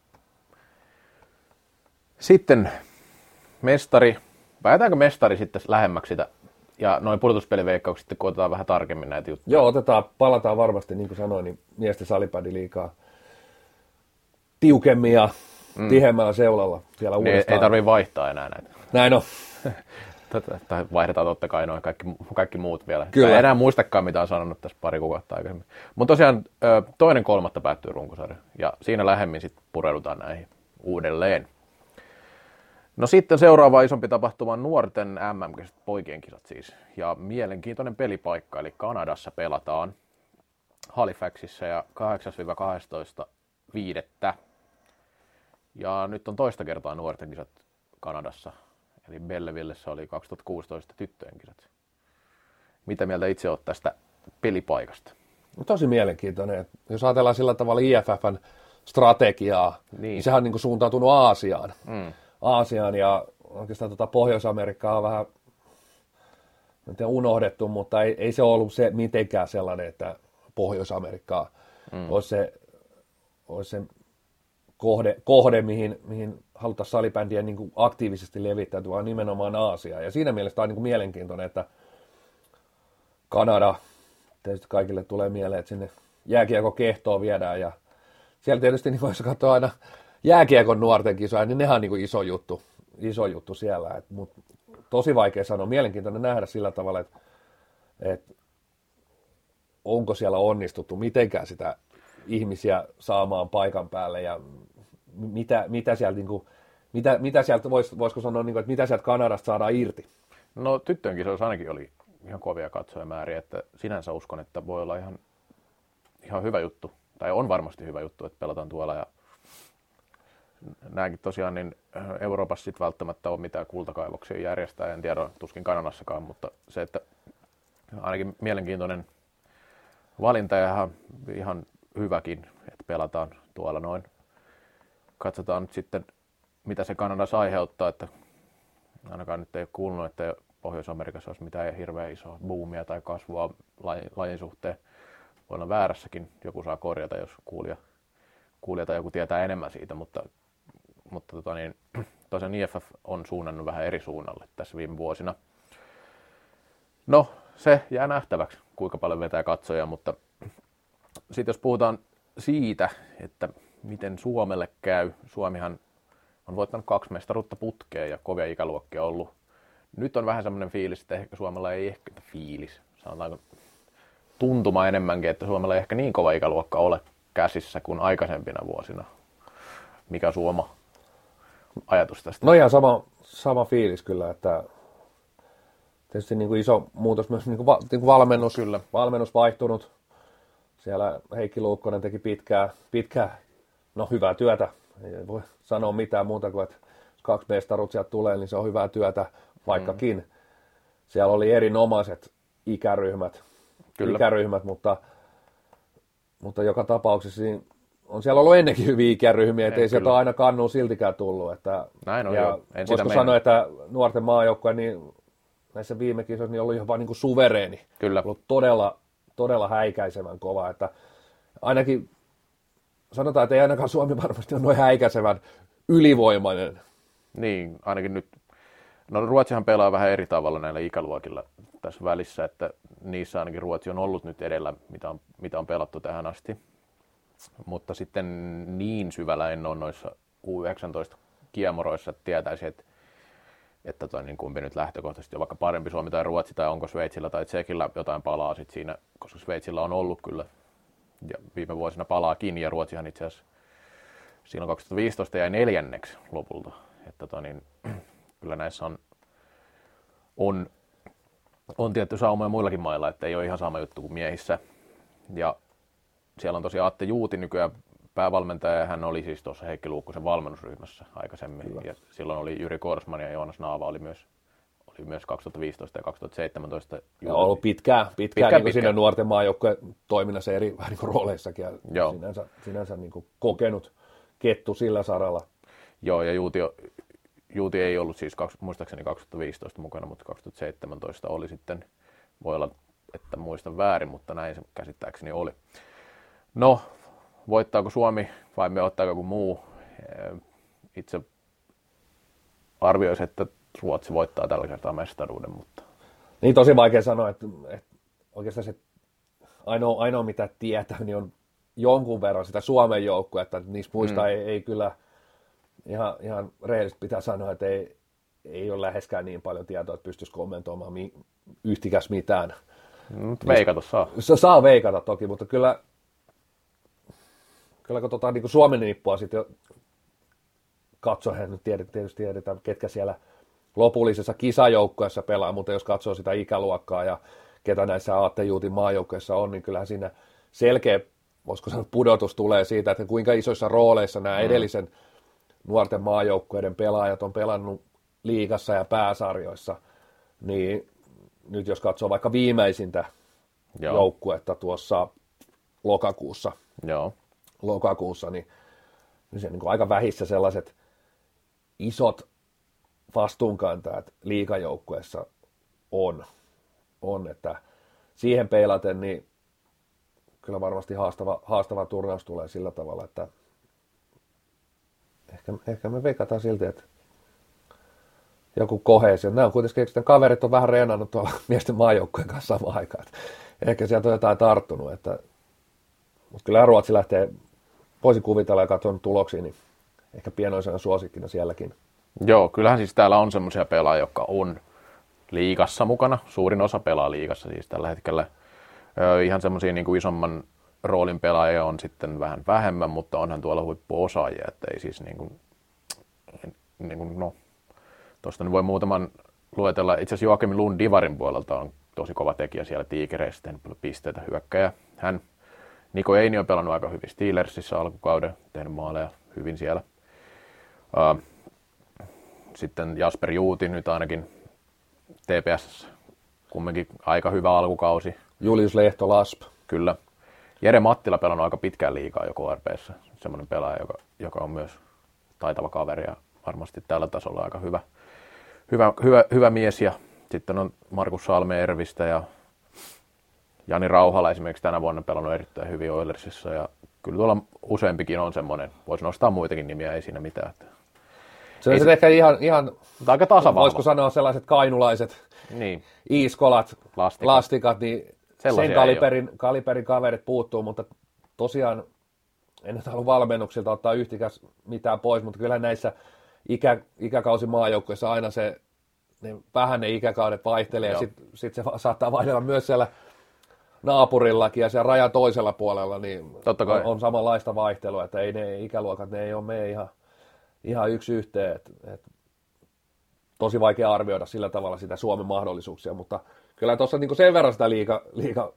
sitten mestari, päätäänkö mestari sitten lähemmäksi sitä, ja noin pudotuspeliveikkaukset sitten, kun otetaan vähän tarkemmin näitä juttuja. Joo, otetaan, palataan varmasti, niin kuin sanoin, niin miesten salibändiliigaa tiukemmin ja mm. tiheämmällä seulalla siellä niin uudestaan. Ei tarvitse vaihtaa enää näitä. Näin on. Tai vaihdetaan totta kai noin kaikki, kaikki muut vielä. Kyllä. En enää muistakaan, mitä on sanonut tässä pari kuukautta aikaisemmin. Mutta tosiaan toinen kolmatta päättyy runkosarja, ja siinä lähemmin sitten pureudutaan näihin uudelleen. No sitten seuraava isompi tapahtuma on nuorten M M-kisat, poikien kisat siis. Ja mielenkiintoinen pelipaikka, eli Kanadassa pelataan Halifaxissa ja kahdeksas kaksitoista viidettä. Ja nyt on toista kertaa nuorten kisat Kanadassa. Eli Bellevillessä oli kaksituhattakuusitoista tyttöjen kisat. Mitä mieltä itse olet tästä pelipaikasta? Tosi mielenkiintoinen. Jos ajatellaan sillä tavalla I F F:n strategiaa, niin, niin sehän on niin kuin suuntautunut Aasiaan. Mm. Aasiaan ja oikeastaan tuota Pohjois-Amerikkaa on vähän en tiedä, unohdettu, mutta ei, ei se ollut se mitenkään sellainen, että Pohjois-Amerikkaa mm. olisi se, olisi se kohde, kohde, mihin, mihin halutaan salibändiä niin kuin aktiivisesti levittäytyä, vaan nimenomaan Aasiaan. Ja siinä mielessä on niin kuin mielenkiintoinen, että Kanada, tietysti kaikille tulee mieleen, että sinne jääkiekko-kehtoon viedään, ja siellä tietysti, niin jos katsoa aina jääkiekon nuorten kisoja, niin nehän on niin kuin iso juttu, iso juttu siellä. Mutta tosi vaikea sanoa, mielenkiintoinen nähdä sillä tavalla, että, että onko siellä onnistuttu mitenkään sitä ihmisiä saamaan paikan päälle, ja mitä, mitä sieltä, niin kuin, mitä, mitä sieltä vois, voisiko sanoa, niin kuin, että mitä sieltä Kanadasta saadaan irti? No tyttöjen kisoissa ainakin oli ihan kovia katsojamääriä, että sinänsä uskon, että voi olla ihan, ihan hyvä juttu, tai on varmasti hyvä juttu, että pelataan tuolla, ja nämäkin tosiaan, niin Euroopassa sitten välttämättä ole mitään kultakaivoksia järjestää, en tiedä, tuskin Kanadassakaan, mutta se, että ainakin mielenkiintoinen valinta ja ihan, ihan hyväkin, että pelataan tuolla noin. Katsotaan nyt sitten, mitä se Kanadassa aiheuttaa, että ainakaan nyt ei ole kuulunut, että Pohjois-Amerikassa olisi mitään hirveän isoa boomia tai kasvua lajin suhteen. Voi olla väärässäkin, joku saa korjata, jos kuulija, kuulija tai joku tietää enemmän siitä, mutta, mutta tota niin, tosiaan I F F on suunnannut vähän eri suunnalle tässä viime vuosina. No, se jää nähtäväksi, kuinka paljon vetää katsoja, mutta sitten jos puhutaan siitä, että miten Suomelle käy, Suomihan on voittanut kaksi mestaruutta putkeen ja kovia ikäluokkia ollut. Nyt on vähän semmoinen fiilis, että ehkä Suomella ei ehkä fiilis, sanotaanko tuntuma enemmänkin, että Suomella ei ehkä niin kova ikäluokka ole käsissä kuin aikaisempina vuosina. Mikä on sun oma ajatus tästä? No ihan sama, sama fiilis kyllä, että tietysti niin kuin iso muutos myös niin kuin va, niin kuin valmennus, kyllä. valmennus vaihtunut. Siellä Heikki Luukkonen teki pitkää, pitkää, no hyvää työtä. Ei voi sanoa mitään muuta kuin, että jos kaksi mestaruutta sieltä tulee, niin se on hyvää työtä, vaikkakin. Mm. Siellä oli erinomaiset ikäryhmät, Kyllä. ikäryhmät mutta mutta joka tapauksessa niin on siellä ollut ennenkin hyviä ikäryhmiä, ettei sieltä kyllä. ole aina kannua siltikään tullut. Että, Näin on ja jo. En sitä voisiko sanoa, että nuorten maajoukkue niin näissä viime kisoissa niin ollut jopa niin kuin suvereeni. Kyllä. Ollut todella, todella häikäisevän kova. Että ainakin sanotaan, että ei ainakaan Suomi varmasti ole noin häikäisevän ylivoimainen. Niin, ainakin nyt. No Ruotsihan pelaa vähän eri tavalla näillä ikäluokilla tässä välissä, että niissä ainakin Ruotsi on ollut nyt edellä, mitä on, mitä on pelattu tähän asti. Mutta sitten niin syvällä en ole noissa U yhdeksäntoista-kiemuroissa, että tietäisi, että, että toi, niin kumpi nyt lähtökohtaisesti on vaikka parempi Suomi tai Ruotsi, tai onko Sveitsillä tai Tsekillä jotain palaa sit siinä, koska Sveitsillä on ollut kyllä, ja viime vuosina palaakin, ja Ruotsihan itse asiassa silloin kaksituhattaviisitoista jäi neljänneksi lopulta. Että toi, niin, kyllä näissä on, on, on tietty saumoja muillakin mailla, että ei ole ihan sama juttu kuin miehissä. Ja siellä on tosiaan Atte Juuti nykyään päävalmentaja, ja hän oli siis tuossa Heikki Luukkosen valmennusryhmässä aikaisemmin. Kyllä. Ja silloin oli Jyri Korsman ja Joonas Naava oli myös, oli myös kaksituhattaviisitoista ja kaksituhattaseitsemäntoista. Ja on ollut pitkään, pitkään, pitkään, niin pitkään. Siinä nuorten maajoukkojen toiminnassa eri vähän niin kuin rooleissakin. Ja sinänsä, sinänsä niin kuin kokenut kettu sillä saralla. Joo, ja Juuti, Juuti ei ollut siis muistaakseni kaksituhattaviisitoista mukana, mutta kaksituhattaseitsemäntoista oli sitten, voi olla, että muistan väärin, mutta näin se käsittääkseni oli. No, voittaako Suomi vai me ottaako joku muu? Itse arvioisin, että Ruotsi voittaa tällä kertaa mestaruuden, mutta... Niin tosi vaikea sanoa, että, että oikeastaan se ainoa, ainoa mitä tietää, niin on jonkun verran sitä Suomen joukkuetta, että niistä muista mm. ei, ei kyllä ihan, ihan rehellisesti pitää sanoa, että ei, ei ole läheskään niin paljon tietoa, että pystyisi kommentoimaan mi, yhtikäs mitään. Mm, veikata saa. Se saa veikata toki, mutta kyllä, kyllä kun tota, niin kuin Suomen nippua sitten katsoo, nyt tietysti tiedetään, ketkä siellä lopullisessa kisajoukkueessa pelaa, mutta jos katsoo sitä ikäluokkaa ja ketä näissä Aatte Juutin maajoukkueissa on, niin kyllähän siinä selkeä, voisiko sanoa, pudotus tulee siitä, että kuinka isoissa rooleissa nämä mm. edellisen nuorten maajoukkueiden pelaajat on pelannut liigassa ja pääsarjoissa, niin nyt jos katsoo vaikka viimeisintä Joo. joukkuetta tuossa lokakuussa, Joo. lokakuussa niin, niin se niin kuin aika vähissä sellaiset isot vastuunkantajat liigajoukkueessa on, on, että siihen peilaten niin kyllä varmasti haastava, haastava turnaus tulee sillä tavalla, että ehkä, ehkä me veikataan silti, että joku koheesio. Nämä on kuitenkin, että kaverit on vähän reenannut tuolla miesten maajoukkueen kanssa samaan aikaan. Ehkä sieltä on jotain tarttunut, että mutta kyllä Ruotsi lähtee, voisin kuvitella ja katson tuloksia, niin ehkä pienoisena suosikkina sielläkin. Joo, kyllähän siis täällä on semmoisia pelaajia, jotka on liigassa mukana. Suurin osa pelaa liigassa siis tällä hetkellä. Ö, ihan semmoisia niin kuin isomman roolin pelaajia on sitten vähän vähemmän, mutta onhan tuolla huippuosaajia, että ei siis niin kuin, niin kuin no, tuosta nyt voi muutaman luetella. Itse asiassa Joakim Lund Divarin puolelta on tosi kova tekijä siellä Tigereissä, tehnyt paljon pisteitä, hyökkäjä. Hän, Niko Eini on pelannut aika hyvin Steelersissa alkukauden, tehnyt maaleja hyvin siellä. Ö, Sitten Jasper Juuti nyt ainakin T P S, kumminkin aika hyvä alkukausi. Julius Lehto, Lasp. Kyllä. Jere Mattila pelannut aika pitkään liigaa jo K R P:ssä. Semmoinen pelaaja, joka, joka on myös taitava kaveri ja varmasti tällä tasolla aika hyvä, hyvä, hyvä, hyvä mies. Ja sitten on Markus Salme-Ervistä ja Jani Rauhala esimerkiksi tänä vuonna pelannut erittäin hyvin Oilersissa. Ja kyllä tuolla useampikin on semmoinen. Voisi nostaa muitakin nimiä, ei siinä mitään. Se on se ehkä ihan, ihan aika tasavahva. Voisiko sanoa sellaiset kainulaiset niin. iiskolat, lastikat, lastikat niin sellaisia sen kaliberin, kaliberin kaverit puuttuu, mutta tosiaan en nyt halua valmennuksilta ottaa yhtikäs mitään pois, mutta kyllä näissä ikä, ikäkausi maajoukkueissa aina se, ne, vähän ne ikäkaudet vaihtelee Joo. ja sitten sit se saattaa vaihdella myös siellä naapurillakin ja siellä rajan toisella puolella, niin on, on samanlaista vaihtelua, että ei ne ikäluokat, ne ei ole me ihan Ihan yksi yhteen, että et, tosi vaikea arvioida sillä tavalla sitä Suomen mahdollisuuksia, mutta kyllä tuossa niinku sen verran sitä liiga, liiga,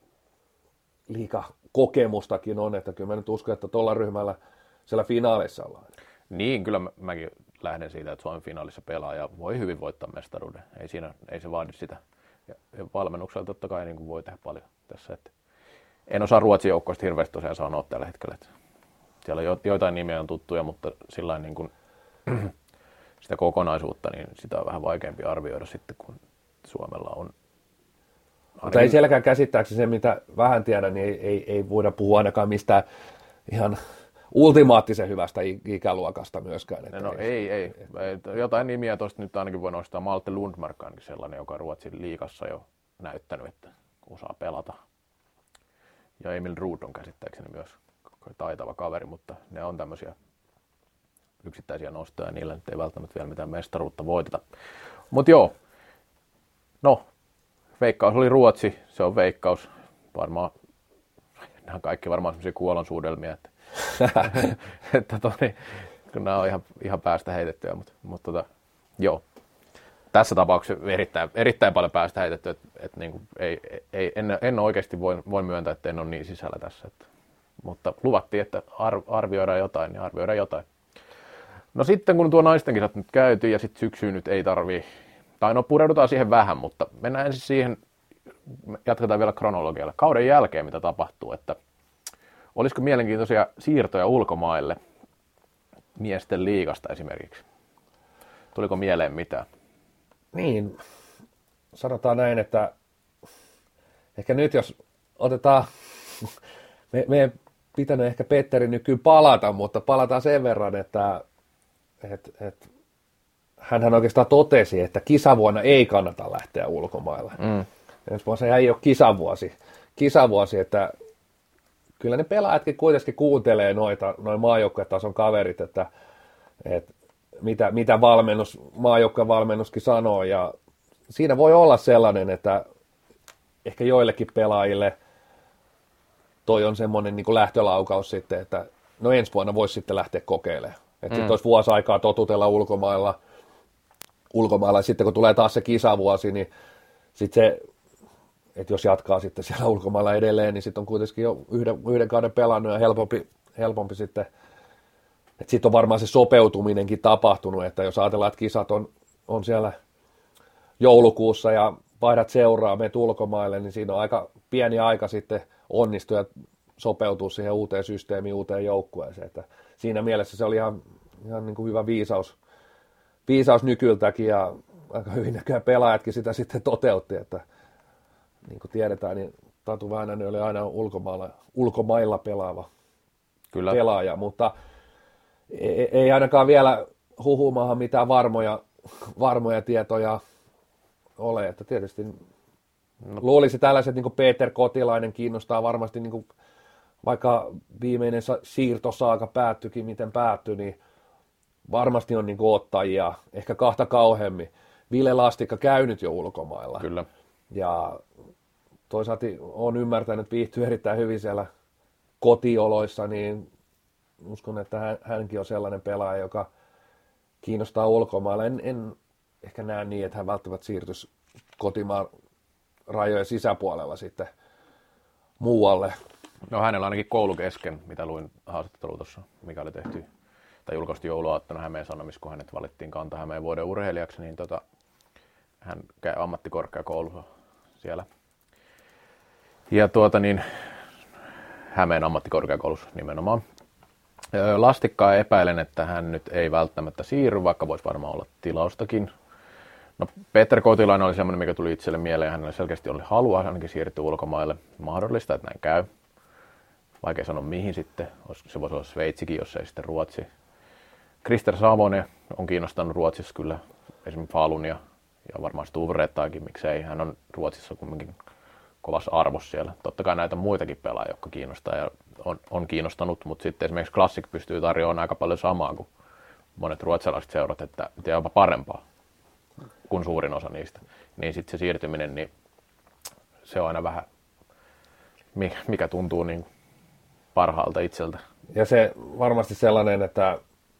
liiga kokemustakin on, että kyllä mä nyt uskon, että tuolla ryhmällä siellä finaaleissa ollaan. Niin, kyllä mä, mäkin lähden siitä, että Suomen finaalissa pelaaja voi hyvin voittaa mestaruuden. Ei, siinä, ei se vaadi sitä. Ja valmennuksella totta kai niin voi tehdä paljon tässä. Että en osaa Ruotsin joukkoista hirveästi tosiaan sanoa tällä hetkellä. Että siellä jo, joitain nimiä on tuttuja, mutta sillain niin kuin sitä kokonaisuutta, niin sitä on vähän vaikeampi arvioida sitten, kun Suomella on. Mutta ei sielläkään käsittääkseni se, mitä vähän tiedän, niin ei, ei, ei voida puhua ainakaan mistään ihan ultimaattisen hyvästä ikäluokasta myöskään. Että no ei, ei, ei. Jotain nimiä tuosta nyt ainakin voi nostaa. Malte Lundmark ainakin sellainen, joka Ruotsin liigassa jo näyttänyt, että osaa pelata. Ja Emil Ruud on käsittääkseni myös taitava kaveri, mutta ne on tämmöisiä yksittäisiä nostoja. Niillä nyt ei välttämättä vielä mitään mestaruutta voiteta. Mutta joo, no veikkaus oli Ruotsi, se on veikkaus. Varmaan, nämä on kaikki varmaan semmoisia kuolonsuudelmia, että, että toni, kun nämä on ihan, ihan päästä heitettyä, mutta, mutta tota, joo. Tässä tapauksessa erittäin, erittäin paljon päästä heitettyä, että, että niin kuin ei, ei, en, en oikeasti voi, voi myöntää, että en ole niin sisällä tässä. Että, mutta luvattiin, että arvioidaan jotain, niin arvioidaan jotain. No sitten kun tuo naisten kisat nyt käyty ja sitten syksyyn nyt ei tarvii, tai no pureudutaan siihen vähän, mutta mennään ensin siihen, jatketaan vielä kronologialla. Kauden jälkeen mitä tapahtuu, että olisiko mielenkiintoisia siirtoja ulkomaille miesten liigasta esimerkiksi? Tuliko mieleen mitään? Niin, sanotaan näin, että ehkä nyt jos otetaan, me, me ei pitänyt ehkä Petteri nykyyn palata, mutta palataan sen verran, että et, et, hänhän oikeastaan totesi, että kisavuonna ei kannata lähteä ulkomaille. Mm. Ensi vuonna se ei ole kisavuosi, kisavuosi, että kyllä ne pelaajatkin kuitenkin kuuntelee noita, noin maajoukkuetason kaverit, että, että mitä, mitä valmennus, maajoukkueen valmennuskin sanoo, ja siinä voi olla sellainen, että ehkä joillekin pelaajille toi on semmoinen niin kuin lähtölaukaus sitten, että no ensi vuonna voisi sitten lähteä kokeilemaan. Että mm. sitten olisi vuosi aikaa totutella ulkomailla, ulkomailla, ja sitten kun tulee taas se kisavuosi, niin sitten se, että jos jatkaa sitten siellä ulkomailla edelleen, niin sitten on kuitenkin jo yhden, yhden kauden pelannut ja helpompi, helpompi sitten. Että sitten on varmaan se sopeutuminenkin tapahtunut, että jos ajatellaan, että kisat on, on siellä joulukuussa ja vaihdat seuraa, menet ulkomaille, niin siinä on aika pieni aika sitten onnistua ja sopeutua siihen uuteen systeemiin, uuteen joukkueeseen. Että siinä mielessä se oli ihan, ihan niin kuin hyvä viisaus, viisaus nykyltäkin ja aika hyvin näköjään pelaajatkin sitä sitten toteutti, että niin kuin tiedetään, niin Tatu Väänänen oli aina ulkomailla, ulkomailla pelaava Kyllä. pelaaja, mutta ei, ei ainakaan vielä huhumaahan mitään varmoja, varmoja tietoja ole, että tietysti no. luulisi tällaiset niin kuin Peter Kotilainen kiinnostaa varmasti, niin kuin, vaikka viimeinen siirtosaaka päättyikin, miten päättyi, niin varmasti on niin kuin ottajia, ehkä kahta kauheammin. Ville Lastikka käynyt jo ulkomailla. Kyllä. Ja toisaalta olen ymmärtänyt, että viihtyy erittäin hyvin siellä kotioloissa, niin uskon, että hän, hänkin on sellainen pelaaja, joka kiinnostaa ulkomailla. En, en ehkä näe niin, että hän välttämättä siirtyisi kotimaan rajojen sisäpuolella sitten muualle. No hänellä on ainakin koulu kesken, mitä luin haastattelua tuossa, mikä oli tehty, tai julkaistu jouluaattona Hämeen Sanomissa, kun hänet valittiin Kanta-Hämeen vuoden urheilijaksi, niin tota, hän käy ammattikorkeakoulussa siellä. Ja tuota niin, Hämeen ammattikorkeakoulussa nimenomaan. Lastikkaa epäilen, että hän nyt ei välttämättä siirry, vaikka voisi varmaan olla tilaustakin. No Peter Kotilainen oli semmoinen, mikä tuli itselle mieleen. Hänellä selkeästi oli halua ainakin siirtyä ulkomaille. Mahdollista, että näin käy. Vaikea sanoa mihin sitten. Se voisi olla Sveitsikin, jos ei sitten Ruotsi. Krister Savonen on kiinnostanut Ruotsissa kyllä esimerkiksi Falun ja, ja varmaan Stuvrettaakin, miksei. Hän on Ruotsissa kumminkin kovassa arvossa siellä. Totta kai näitä muitakin pelaajia, jotka kiinnostaa ja on, on kiinnostanut, mutta sitten esimerkiksi Classic pystyy tarjoamaan aika paljon samaa kuin monet ruotsalaiset seurat, että jopa parempaa kuin suurin osa niistä. Niin sitten se siirtyminen, niin se on aina vähän, mikä tuntuu niin parhaalta itseltä. Ja se varmasti sellainen, että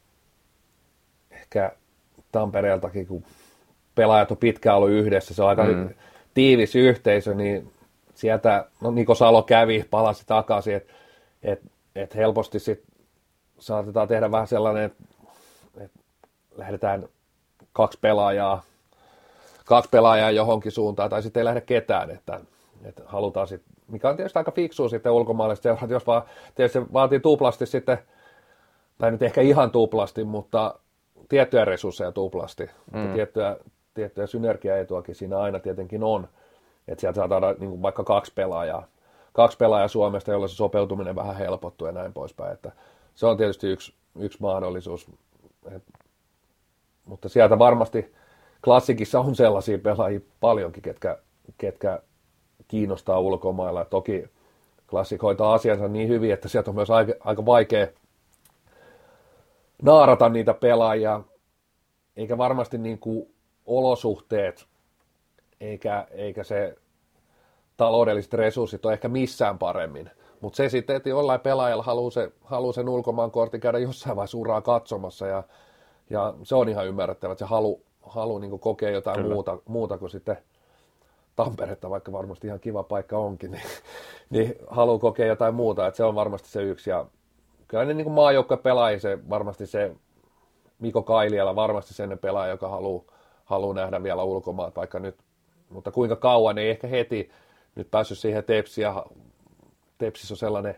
ehkä Tampereeltakin, kun pelaajat on pitkään ollut yhdessä, se on aika mm. tiivis yhteisö, niin sieltä, no Niko Salo kävi, palasi takaisin, että et, et helposti sitten saatetaan tehdä vähän sellainen, että et lähdetään kaksi pelaajaa, kaksi pelaajaa johonkin suuntaan, tai sitten ei lähde ketään, että että halutaan sitten, mikä on tietysti aika fiksua sitten ulkomaalaiset seurat, jos vaan tietysti se vaatii tuplasti sitten, tai nyt ehkä ihan tuplasti, mutta tiettyjä resursseja tuplasti, mm. mutta tiettyjä, tiettyjä synergiaetuakin siinä aina tietenkin on, että sieltä saadaan niin kuin vaikka kaksi pelaajaa, kaksi pelaajaa Suomesta, jolla se sopeutuminen vähän helpottuu ja näin poispäin, että se on tietysti yksi, yksi mahdollisuus, et, mutta sieltä varmasti klassikissa on sellaisia pelaajia paljonkin, ketkä, ketkä kiinnostaa ulkomailla. Toki klassik hoitaa asiansa niin hyvin, että sieltä on myös aika, aika vaikea naarata niitä pelaajia, eikä varmasti niin kuin olosuhteet, eikä, eikä se taloudelliset resurssit ole ehkä missään paremmin. Mutta se sitten, että jollain pelaajalla haluaa, se, haluaa sen ulkomaan kortin käydä jossain vaiheessa uraa katsomassa, ja, ja se on ihan ymmärrettävä, että se halu, halu niin kuin kokea jotain muuta, muuta kuin sitten Tamperetta, vaikka varmasti ihan kiva paikka onkin, niin, niin haluaa kokea jotain muuta, että se on varmasti se yksi. Ja kyllä ne niin maajoukkuepelaajia, se varmasti se Mikko Kailiala, varmasti sen pelaaja, joka haluaa, haluaa nähdä vielä ulkomaat, vaikka nyt, mutta kuinka kauan, ei ehkä heti nyt päässyt siihen Tepsiin, ja Tepsissä on sellainen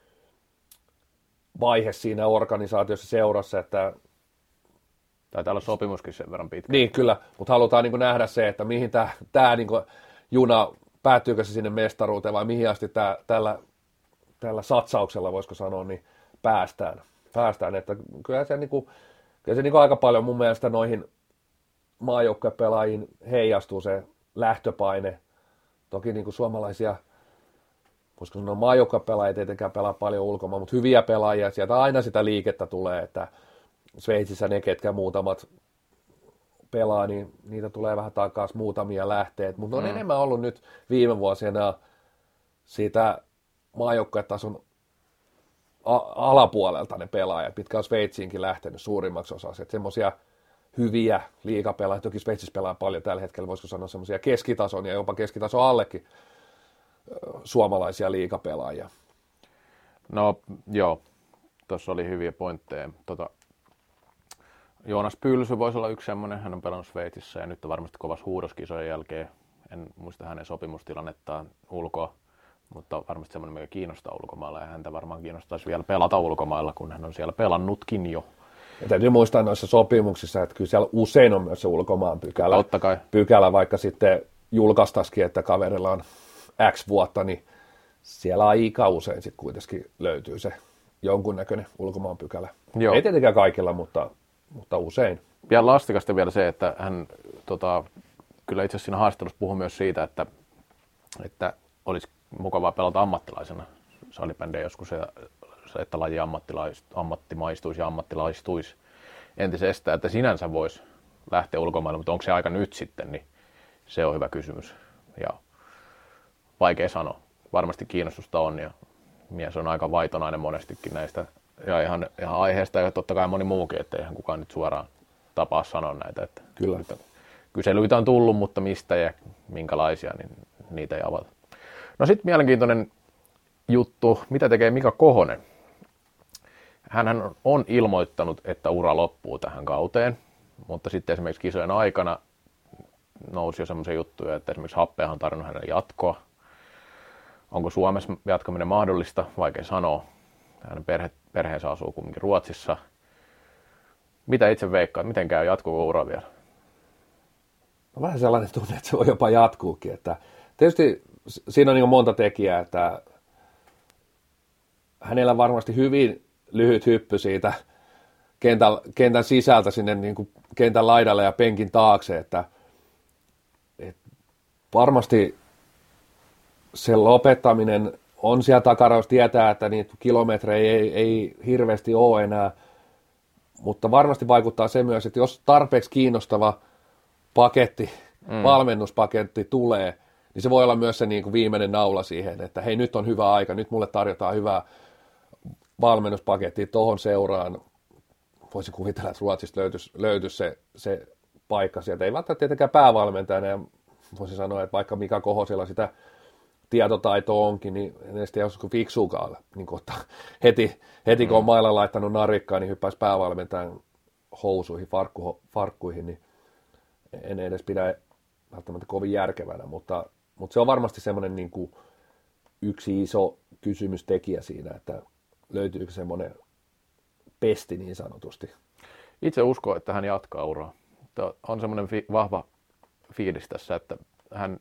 vaihe siinä organisaatiossa seurassa, että taitaa olla sopimuskin sen verran pitkä. Niin, kyllä, mutta halutaan niin kuin nähdä se, että mihin tämä, tämä niin kuin juna, päättyykö se sinne mestaruuteen vai mihin asti tämä, tällä, tällä satsauksella, voisiko sanoa, niin päästään. päästään. Että kyllä se, niin kuin, kyllä se niin kuin aika paljon mun mielestä noihin maajoukkuepelaajiin heijastuu se lähtöpaine. Toki niin kuin suomalaisia, voisiko sanoa, maajoukkuepelaajia tietenkään pelaa paljon ulkomaan, mutta hyviä pelaajia, sieltä aina sitä liikettä tulee, että Sveitsissä ne, ketkä muutamat pelaa, niin niitä tulee vähän takaisin muutamia lähteet, mutta on mm. enemmän ollut nyt viime vuosina siitä maajoukkuetason a- alapuolelta ne pelaajat, mitkä on Sveitsiinkin lähtenyt suurimmaksi osaksi, että semmoisia hyviä liigapelaajia, toki Sveitsissä pelaa paljon tällä hetkellä, voisiko sanoa semmoisia keskitason ja jopa keskitason allekin suomalaisia liigapelaajia. No joo, tuossa oli hyviä pointteja. Tota, Joonas Pylsy voisi olla yksi semmoinen, hän on pelannut Sveitsissä ja nyt on varmasti kovassa huudoskisojen jälkeen. En muista hänen sopimustilannettaan ulkoa, mutta varmasti semmoinen, mikä kiinnostaa ulkomailla ja häntä varmaan kiinnostaisi vielä pelata ulkomailla, kun hän on siellä pelannutkin jo. Ja täytyy muistaa noissa sopimuksissa, että kyllä siellä usein on myös se ulkomaan pykälä, Totta kai. pykälä vaikka sitten julkaistaisikin, että kaverilla on X vuotta, niin siellä aika usein sitten kuitenkin löytyy se jonkunnäköinen ulkomaan pykälä. Joo. Ei tietenkään kaikilla, mutta, mutta usein. Ja Lastikasta vielä se, että hän tota, kyllä itse asiassa siinä haastattelussa puhui myös siitä, että, että olisi mukavaa pelata ammattilaisena salibändejä joskus, se, että laji ammattimaistuisi ja ammattilaistuisi entisestään, että sinänsä voisi lähteä ulkomaille, mutta onko se aika nyt sitten, niin se on hyvä kysymys. Ja vaikea sanoa. Varmasti kiinnostusta on ja mies on aika vaitonainen monestikin näistä ja ihan, ihan aiheesta ja totta kai moni muukin, ettei ihan kukaan nyt suoraan tapaa sanoa näitä. Että Kyllä. Kyselyitä on tullut, mutta mistä ja minkälaisia, niin niitä ei avata. No sitten mielenkiintoinen juttu, mitä tekee Mika Kohonen? Hänhän on ilmoittanut, että ura loppuu tähän kauteen, mutta sitten esimerkiksi kisojen aikana nousi jo semmoisia juttuja, että esimerkiksi Happeahan on tarjonnut hänelle jatkoa. Onko Suomessa jatkaminen mahdollista? Vaikea sanoa. Hänen perhe, perheensä asuu kumminkin Ruotsissa. Mitä itse veikkaat? Miten käy? Jatkuuko ura vielä? No, vähän sellainen tunne, että se voi jopa jatkuukin. Että tietysti siinä on niin monta tekijää, että hänellä varmasti hyvin lyhyt hyppy siitä kentän, kentän sisältä sinne niin kuin kentän laidalle ja penkin taakse, että, että varmasti se lopettaminen on siellä takana, jos tietää, että niitä kilometrejä ei, ei hirveästi ole enää, mutta varmasti vaikuttaa se myös, että jos tarpeeksi kiinnostava paketti, mm. valmennuspaketti tulee, niin se voi olla myös se niin kuin viimeinen naula siihen, että hei, nyt on hyvä aika, nyt mulle tarjotaan hyvää valmennuspakettia tuohon seuraan. Voisin kuvitella, että Ruotsista löytyisi, löytyisi se, se paikka sieltä. Ei välttämättä tietenkään päävalmentajana, ja voisin sanoa, että vaikka Mika Kohosella sitä tietotaito onkin, niin en tiedä, olisiko fiksuukaan niin ottaa heti, heti kun on mailla laittanut narikkaan, niin hyppäisi päävalmentajan housuihin, farkku, farkkuihin, niin en edes pidä välttämättä kovin järkevänä, mutta mutta se on varmasti semmoinen niin kuin yksi iso kysymystekijä siinä, että löytyykö semmoinen pesti niin sanotusti. Itse uskon, että hän jatkaa uraa. On semmoinen fi- vahva fiilis tässä, että hän,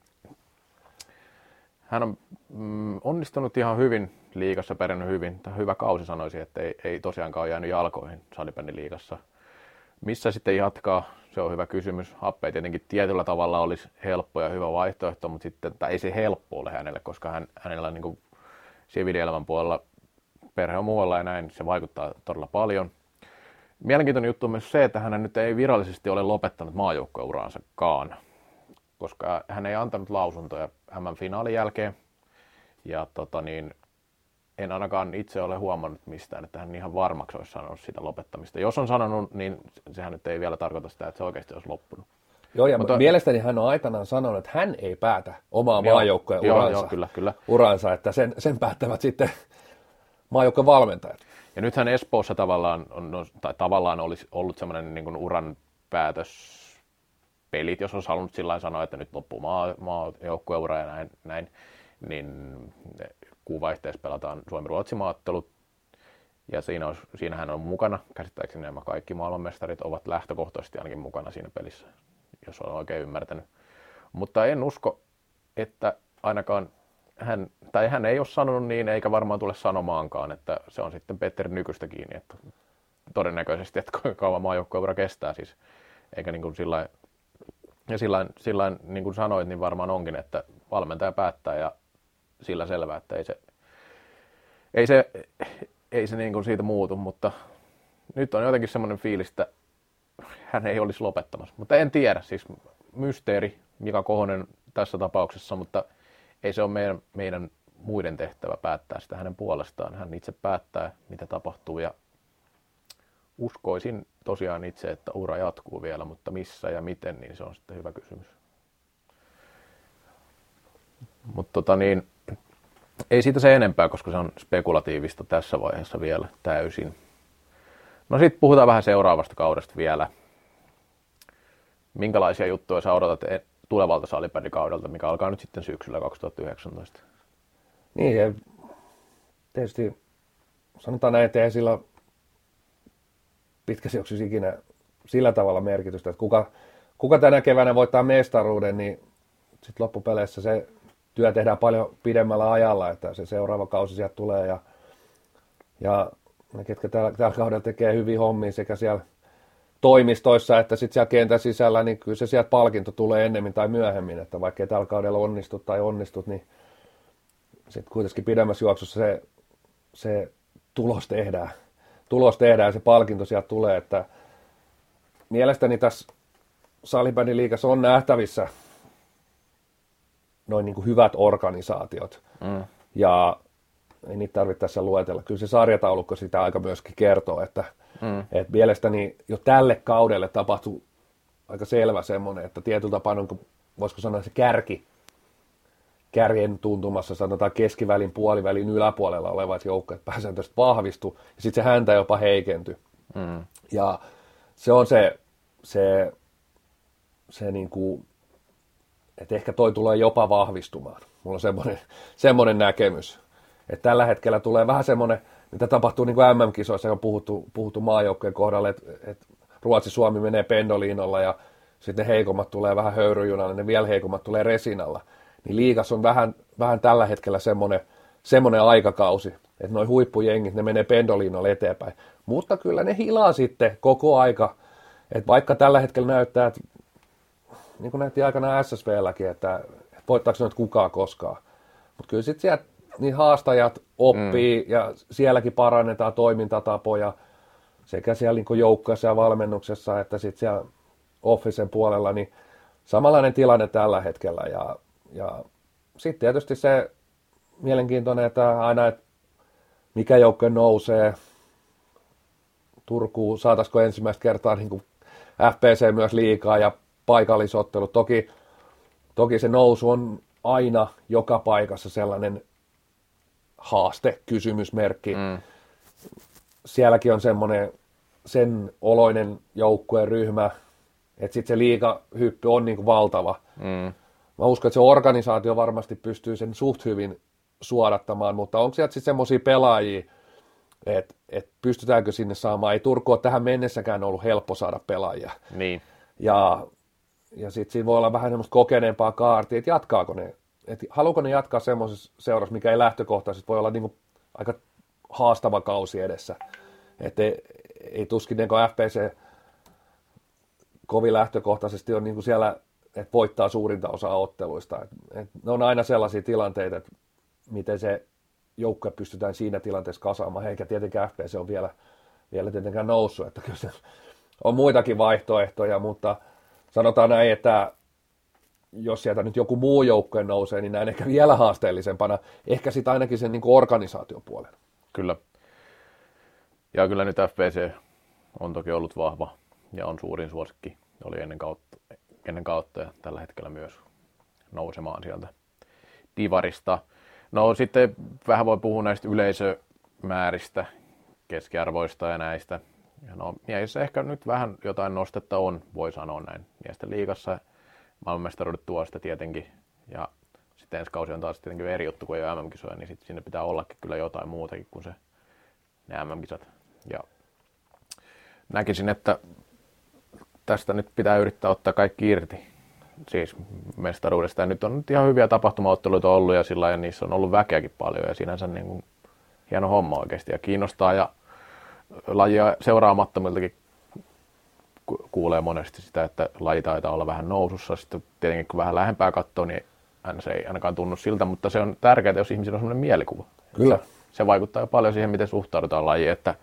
hän on mm, onnistunut ihan hyvin liigassa, pärjännyt hyvin. Tämä hyvä kausi sanoisin, että ei, ei tosiaankaan ole jäänyt jalkoihin salibändiliigassa. Missä sitten jatkaa, se on hyvä kysymys. Happe tietenkin tietyllä tavalla olisi helppo ja hyvä vaihtoehto, mutta sitten tai ei se helppo ole hänelle, koska hän, hänellä niin kuin siviilielämän puolella perhe on muualla ja näin, se vaikuttaa todella paljon. Mielenkiintoinen juttu on myös se, että hän nyt ei virallisesti ole lopettanut maajoukkueuraansakaan, koska hän ei antanut lausuntoja M M-finaalin jälkeen. Ja tota niin, en ainakaan itse ole huomannut mistään, että hän ihan varmaksi olisi sanonut sitä lopettamista. Jos on sanonut, niin sehän nyt ei vielä tarkoita sitä, että se oikeasti olisi loppunut. Joo, ja Mutta mielestäni hän on aikanaan sanonut, että hän ei päätä omaa maajoukkueen uransa, joo, kyllä, kyllä. uransa, että sen, sen päättävät sitten maajoukkueen valmentajat. Ja nythän Espoossa tavallaan, on, tai tavallaan olisi ollut semmoinen niin kuin uran päätöspelit, jos olisi halunnut sillä sanoa, että nyt loppuu maa, maajoukkueura ja näin, näin, niin kuun vaihteessa pelataan Suomi-Ruotsi maaottelut. Ja siinä olisi, siinähän on mukana, käsittääkseni nämä kaikki maailmanmestarit ovat lähtökohtaisesti ainakin mukana siinä pelissä, jos olen oikein ymmärtänyt. Mutta en usko, että ainakaan hän, tai hän ei ole sanonut niin, eikä varmaan tule sanomaankaan, että se on sitten Petteri Nykystä kiinni, että todennäköisesti, että kuinka kauan maajoukkueura kestää siis, eikä niin kuin sillain, ja sillain, sillain, niin kuin sanoit, niin varmaan onkin, että valmentaja päättää ja sillä selvää, että ei se, ei se, ei se niin kuin siitä muutu, mutta nyt on jotenkin semmoinen fiilis, että hän ei olisi lopettamassa, mutta en tiedä, siis mysteeri Mika Kohonen tässä tapauksessa, mutta ei se ole meidän, meidän muiden tehtävä päättää sitä hänen puolestaan. Hän itse päättää, mitä tapahtuu ja uskoisin tosiaan itse, että ura jatkuu vielä, mutta missä ja miten, niin se on sitten hyvä kysymys. Mutta tota niin, ei siitä se enempää, koska se on spekulatiivista tässä vaiheessa vielä täysin. No sitten puhutaan vähän seuraavasta kaudesta vielä. Minkälaisia juttuja sä odotat tulevalta salibändikaudelta, mikä alkaa nyt sitten syksyllä kaksituhattayhdeksäntoista? Niin, ja tietysti sanotaan näin, että ei sillä pitkässä juoksussa ikinä sillä tavalla merkitystä, että kuka, kuka tänä keväänä voittaa mestaruuden, niin sitten loppupeleissä se työ tehdään paljon pidemmällä ajalla, että se seuraava kausi sieltä tulee ja, ja ne, ketkä tällä, tällä kaudella tekee hyviä hommia sekä siellä toimistoissa, että sitten siellä kentän sisällä, niin kyllä se sieltä palkinto tulee ennemmin tai myöhemmin, että vaikka ei tällä kaudella onnistut tai onnistut, niin sitten kuitenkin pidemmässä juoksussa se, se tulos tehdään. Tulos tehdään ja se palkinto sieltä tulee, että mielestäni tässä salibändiliigassa on nähtävissä noin niin kuin hyvät organisaatiot. Mm. Ja ei niitä tarvitse tässä luetella. Kyllä se sarjataulukko sitä aika myöskin kertoo, että mm. et mielestäni jo tälle kaudelle tapahtuu aika selvä semmoinen, että tietyllä tapaa on, voisiko sanoa se kärki, kärjen tuntumassa, sanotaan keskivälin, puolivälin yläpuolella olevat joukkueet pääsääntöisesti vahvistu, ja sitten se häntä jopa heikentyi. Mm. Ja se on se, se, se niin kuin, että ehkä toi tulee jopa vahvistumaan. Mulla on semmoinen, semmoinen näkemys. Että tällä hetkellä tulee vähän semmoinen, mitä tapahtuu niin kuin M M-kisoissa, on puhuttu, puhuttu maajoukkojen kohdalla, että, että Ruotsi-Suomi menee pendoliinolla ja sitten ne heikommat tulee vähän höyryjunalla, ne vielä heikommat tulee resinalla. Niin liigassa on vähän, vähän tällä hetkellä semmoinen, semmoinen aikakausi, että noi huippujengit, ne menee pendoliinolla eteenpäin. Mutta kyllä ne hilaa sitten koko aika, että vaikka tällä hetkellä näyttää, että niin kuin näytti aikana S S V:lläkin, että voittaako nyt kukaan koskaan. Mutta kyllä sitten sieltä niin haastajat oppii mm. ja sielläkin parannetaan toimintatapoja sekä siellä niin joukkueessa ja valmennuksessa että sitten siellä officen puolella, niin samanlainen tilanne tällä hetkellä. Ja, ja sitten tietysti se mielenkiintoinen, että aina, että mikä joukkue nousee Turkuun, saataisiko ensimmäistä kertaa niin kuin F P C myös liigaa ja paikallisottelu. Toki, toki se nousu on aina joka paikassa sellainen haaste, kysymysmerkki. Mm. Sielläkin on semmoinen sen oloinen joukkueen ryhmä, että sitten se liigahyppy on niin kuin valtava. Mm. mä uskon, että se organisaatio varmasti pystyy sen suht hyvin suodattamaan, mutta onko sieltä sitten semmoisia pelaajia, että et pystytäänkö sinne saamaan, ei Turku ole tähän mennessäkään ollut helppo saada pelaajia. Niin. Ja, ja sitten siinä voi olla vähän semmoista kokeneempaa kaartia, että jatkaako ne, että haluuko ne jatkaa semmoisessa seurassa, mikä ei lähtökohtaisesti voi olla niinku aika haastava kausi edessä. Että ei, ei tuskin niin kuin F P C kovin lähtökohtaisesti on niin kuin siellä, että voittaa suurinta osaa otteluista. Et, et ne on aina sellaisia tilanteita, että miten se joukkue pystytään siinä tilanteessa kasaamaan, eikä tietenkään F P C on vielä, vielä tietenkään noussut, että kyllä on muitakin vaihtoehtoja, mutta sanotaan näin, että jos sieltä nyt joku muu joukkue nousee, niin näin ehkä vielä haasteellisempana, ehkä sitten ainakin sen niin kuin organisaatiopuolen. Kyllä. Ja kyllä nyt F P C on toki ollut vahva ja on suurin suosikki. Oli ennen kautta, ennen kautta ja tällä hetkellä myös nousemaan sieltä divarista. No sitten vähän voi puhua näistä yleisömääristä, keskiarvoista ja näistä. Ja no miehissä ehkä nyt vähän jotain nostetta on, voi sanoa näin. Miesten liigassa maailmanmestaruudet tuo sitä tietenkin. Ja sitten ensi kausi on taas tietenkin eri juttu, kun ei ole M M-kisoja, niin sitten sinne pitää ollakin kyllä jotain muutakin kuin se ne M M-kisat. Ja näkisin, että tästä nyt pitää yrittää ottaa kaikki irti, siis mestaruudesta. Ja nyt on nyt ihan hyviä tapahtumaotteluita ollut ja sillä ja niissä on ollut väkeäkin paljon ja sinänsä niin kuin hieno homma oikeasti ja kiinnostaa. Ja lajia seuraamattomiltakin kuulee monesti sitä, että laji taitaa olla vähän nousussa. Sitten tietenkin kun vähän lähempää katsoo, niin se ei ainakaan tunnu siltä, mutta se on tärkeää, jos ihmisillä on sellainen mielikuva. Kyllä. Se, se vaikuttaa jo paljon siihen, miten suhtaudutaan lajiin. Että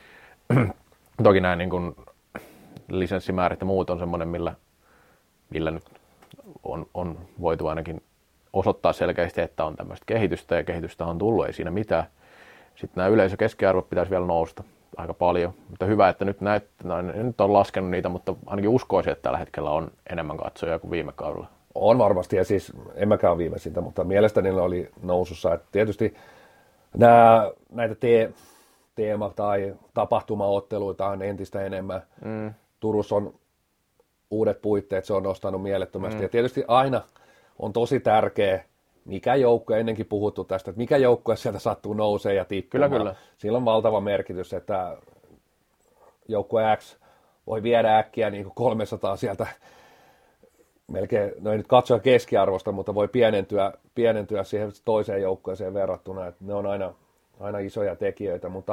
toki nämä niin kuin lisenssimäärät ja muut on semmoinen, millä, millä nyt on, on voitu ainakin osoittaa selkeästi, että on tämmöistä kehitystä ja kehitystä on tullut, ei siinä mitään. Sitten nämä yleisökeskiarvot pitäisi vielä nousta aika paljon, mutta hyvä, että nyt, näyt, no, nyt on laskenut niitä, mutta ainakin uskoisin, että tällä hetkellä on enemmän katsojia kuin viime kaudella. On varmasti, ja siis en mäkään viimeisintä, mutta mielestäni niillä oli nousussa. Että tietysti nämä, näitä te, teema- tai tapahtumaotteluita on entistä enemmän. Mm. Turussa on uudet puitteet, se on nostanut mielettömästi. Mm. Ja tietysti aina on tosi tärkeä, mikä joukkue, ennenkin puhuttu tästä, että mikä joukkue sieltä sattuu nousee ja tippumaan. Kyllä, kyllä. Sillä on valtava merkitys, että joukkue X voi viedä äkkiä niin kuin kolmesataa sieltä, melkein, no ei nyt katsoa keskiarvosta, mutta voi pienentyä, pienentyä siihen toiseen joukkueeseen verrattuna, että ne on aina, aina isoja tekijöitä, mutta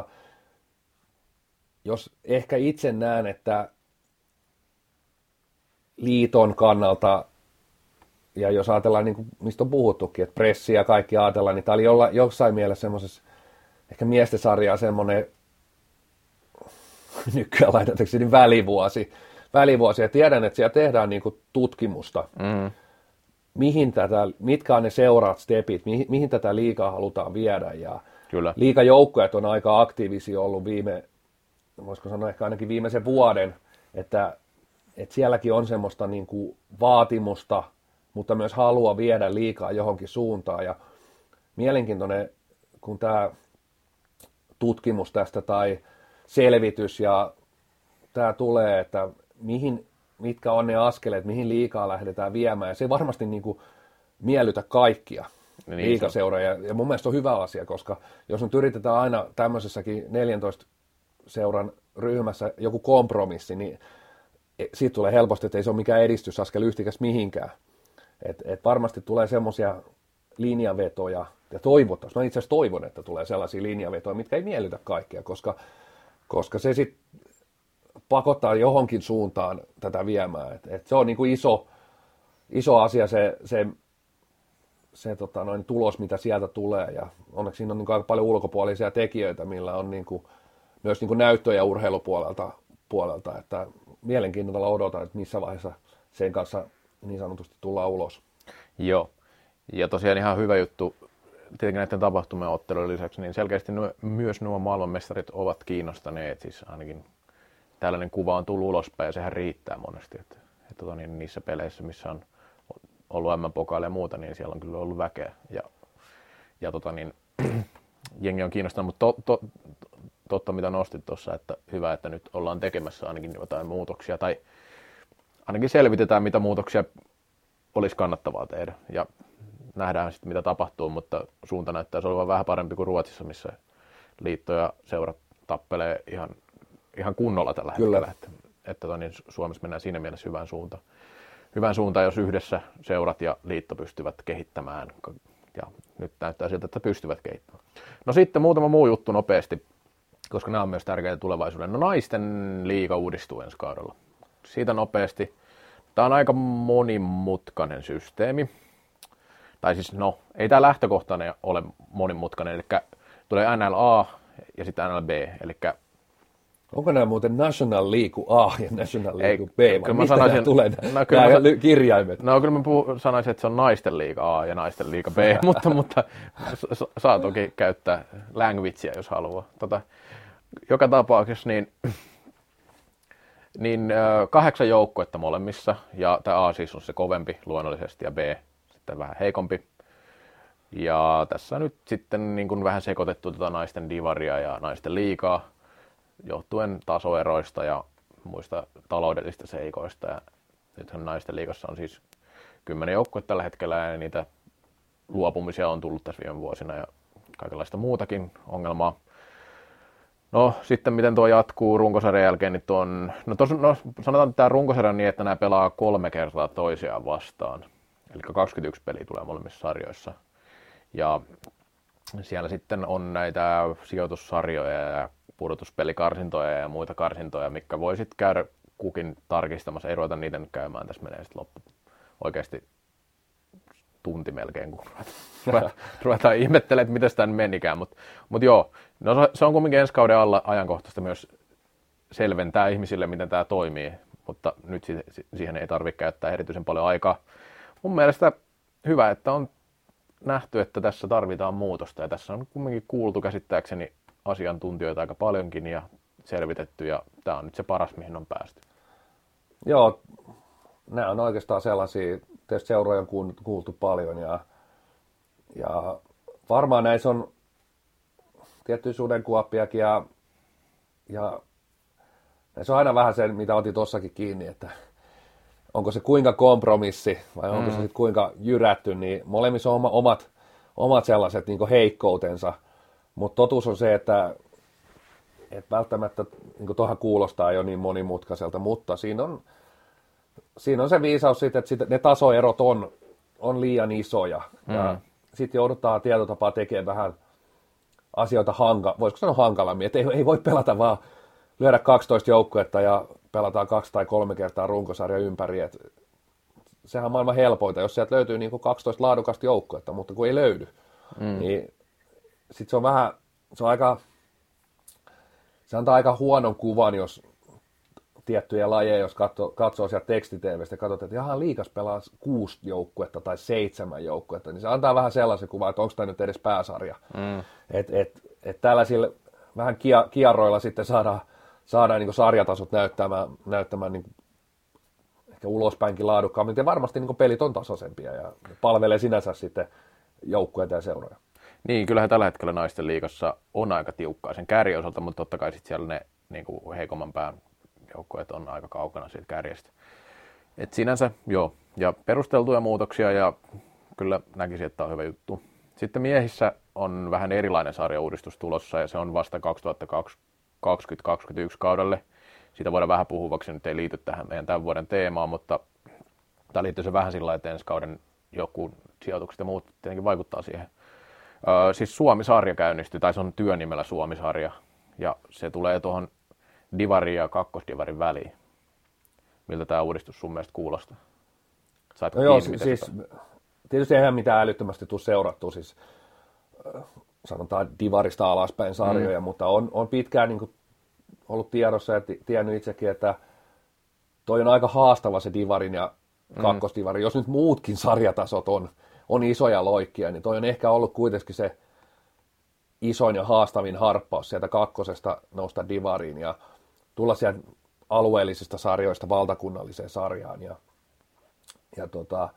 jos ehkä itse näen, että liiton kannalta, ja jos ajatellaan, niin kuin, mistä on puhuttukin, että pressi ja kaikki ajatellaan, niin tämä oli jolla, jossain mielessä semmoisessa, ehkä miesten sarjaa semmoinen, nykyään laitetaanko niin välivuosi, välivuosi, ja tiedän, että siellä tehdään niin kuin tutkimusta, mm. mihin tätä, mitkä on ne seuraat stepit, mihin, mihin tätä liigaa halutaan viedä, ja Kyllä. liigajoukkueet on aika aktiivisia ollut viime, voisiko sanoa ehkä ainakin viimeisen vuoden, että, että sielläkin on semmoista niin kuin vaatimusta, mutta myös halua viedä liikaa johonkin suuntaan, ja mielenkiintoinen, kun tämä tutkimus tästä tai selvitys, ja tämä tulee, että mihin, mitkä on ne askeleet, mihin liikaa lähdetään viemään, ja se varmasti niin kuin miellytä kaikkia niin, liigaseuroja, ja mun mielestä on hyvä asia, koska jos nyt yritetään aina tämmöisessäkin neljäntoista seuran ryhmässä joku kompromissi, niin siitä tulee helposti, että ei se ole mikään edistysaskel yhtikäs mihinkään. Et, et varmasti tulee semmoisia linjavetoja, ja toivotaan, mä itse asiassa toivon, että tulee sellaisia linjavetoja, mitkä ei miellytä kaikkia, koska, koska se sitten pakottaa johonkin suuntaan tätä viemään. Et, et se on niinku iso, iso asia se, se, se tota, noin tulos, mitä sieltä tulee, ja onneksi siinä on niinku aika paljon ulkopuolisia tekijöitä, millä on niinku, myös niinku näyttöjä urheilupuolelta, puolelta, että mielenkiinnolla odotan, että missä vaiheessa sen kanssa niin sanotusti tullaan ulos. Joo, ja tosiaan ihan hyvä juttu, tietenkin näiden tapahtumien ottelujen lisäksi, niin selkeästi nuo, myös nuo maailmanmestarit ovat kiinnostaneet, siis ainakin tällainen kuva on tullut ulospäin, ja sehän riittää monesti, että, että tota, niin niissä peleissä, missä on ollut M-pokaali ja muuta, niin siellä on kyllä ollut väkeä, ja, ja tota, niin, jengi on kiinnostunut, mutta to, to, totta mitä nostit tuossa, että hyvä, että nyt ollaan tekemässä ainakin jotain muutoksia, tai ainakin selvitetään, mitä muutoksia olisi kannattavaa tehdä. Ja nähdään sitten, mitä tapahtuu, mutta suunta näyttäisi olevan vähän parempi kuin Ruotsissa, missä liitto ja seurat tappelee ihan, ihan kunnolla tällä Kyllä. hetkellä. Että, että niin Suomessa mennään siinä mielessä hyvään suuntaan. Hyvään suuntaan, jos yhdessä seurat ja liitto pystyvät kehittämään. Ja nyt näyttää siltä, että pystyvät kehittämään. No sitten muutama muu juttu nopeasti, koska nämä on myös tärkeitä tulevaisuuden. No naisten liiga uudistuu ensi kaudella. Siitä nopeasti. Tämä on aika monimutkainen systeemi. Tai siis no, ei tämä lähtökohtainen ole monimutkainen, eli tulee N L A ja sitten N L B, eli onko nämä muuten National League A ja National League B, vai kyllä mistä sanoisin, nämä tulee no, nämä kyllä mä, mä, kirjaimet? No kyllä mä puhun, sanoisin, että se on naisten liiga A ja naisten liiga B, mutta, mutta saa toki käyttää languagea, jos haluaa. Tota, joka tapauksessa niin, niin kahdeksan joukkuetta molemmissa, ja tämä A siis on se kovempi luonnollisesti, ja B sitten vähän heikompi. Ja tässä on nyt sitten niin kuin vähän sekoitettu tätä naisten divaria ja naisten liigaa, johtuen tasoeroista ja muista taloudellisista seikoista. Ja nythän naisten liigassa on siis kymmenen joukkuetta tällä hetkellä, ja niitä luopumisia on tullut tässä viime vuosina ja kaikenlaista muutakin ongelmaa. No sitten miten tuo jatkuu runkosarjan jälkeen, niin tuon, no, tos, no sanotaan tämä runkosarja niin, että nämä pelaa kolme kertaa toisiaan vastaan. Eli kaksikymmentäyksi peliä tulee molemmissa sarjoissa. Ja siellä sitten on näitä sijoitussarjoja ja pudotuspelikarsintoja ja muita karsintoja, mitkä voi sitten käydä kukin tarkistamassa. Ei ruveta niitä nyt käymään, tässä menee sitten loppu oikeasti tunti melkein, kun ruvetaan, ruvetaan ihmettelemään, että miten sitä menikään. Mutta mut joo, no se on kumminkin ensi kauden alla ajankohtaista myös selventää ihmisille, miten tämä toimii, mutta nyt siihen ei tarvitse käyttää erityisen paljon aikaa. Mun mielestä hyvä, että on nähty, että tässä tarvitaan muutosta, ja tässä on kumminkin kuultu käsittääkseni asiantuntijoita aika paljonkin ja selvitetty, ja tämä on nyt se paras, mihin on päästy. Joo, nämä on oikeastaan sellaisia, tietysti seuroja on kuultu paljon, ja, ja varmaan näissä on tiettyjä sudenkuoppiakin, ja, ja näissä on aina vähän se, mitä otin tuossakin kiinni, että onko se kuinka kompromissi vai onko mm. se sitten kuinka jyrätty, niin molemmissa on omat, omat sellaiset niin kuin heikkoutensa, mutta totuus on se, että, että välttämättä niin tuohon kuulostaa jo niin monimutkaiselta, mutta siinä on, siinä on se viisaus sitten, että ne tasoerot on, on liian isoja mm. ja sitten joudutaan tietotapaa tekemään vähän asioita hanka, voisiko sanoa hankalammin, että ei, ei voi pelata vaan lyödä kaksitoista joukkuetta ja pelataan kaksi tai kolme kertaa runkosarja ympäri. Et sehän on maailman helpointa, jos sieltä löytyy niin kuin kaksitoista laadukasta joukkuetta, mutta kun ei löydy, mm. niin sitten se on vähän, se on aika, se antaa aika huonon kuvan, jos tiettyjä lajeja, jos katsoo, katsoo sieltä tekstiteevestä ja katsoo, että jaha, liigas pelaa kuusi joukkuetta tai seitsemän joukkuetta, niin se antaa vähän sellaisen kuvan, että onko tämä nyt edes pääsarja. Mm. Että et, et tällaisilla vähän kia, kierroilla sitten saadaan saadaan niin kuin sarjatasot näyttämään, näyttämään niin kuin ehkä ulospäinkin laadukkaammin. Ja varmasti niin kuin pelit on tasaisempia ja palvelee sinänsä sitten joukkueita ja seuroja. Niin, kyllähän tällä hetkellä naisten liigassa on aika tiukkaa sen kärjen osalta, mutta totta kai sitten siellä ne niin kuin heikomman pään joukkueet on aika kaukana siitä kärjestä. Et sinänsä, joo, ja perusteltuja muutoksia ja kyllä näkisin, että on hyvä juttu. Sitten miehissä on vähän erilainen sarjauudistus tulossa ja se on vasta kaksituhattakaksikymmentä kaksikymmentäyksi kaudelle. Siitä voidaan vähän puhua, vaikka se nyt ei liity tähän meidän tämän vuoden teemaan, mutta tämä liittyy se vähän sillä, että ensi kauden joku sijoitukset ja muut tietenkin vaikuttaa siihen. Öö, siis Suomi-sarja käynnistyy, tai se on työnimellä Suomi-sarja, ja se tulee tuohon divarin ja kakkosdivarin väliin. Miltä tämä uudistus sun mielestä kuulostaa? Saitko no joo, kiinni, siis tietysti eihän mitään älyttömästi tule seurattua, siis sanotaan divarista alaspäin sarjoja, mm. mutta on, on pitkään niin kuin ollut tiedossa ja tiennyt itsekin, että toi on aika haastava se divarin ja kakkosdivarin. Mm. Jos nyt muutkin sarjatasot on, on isoja loikkia, niin toi on ehkä ollut kuitenkin se isoin ja haastavin harppaus sieltä kakkosesta nousta divariin ja tulla sieltä alueellisista sarjoista valtakunnalliseen sarjaan. Ja, ja tota,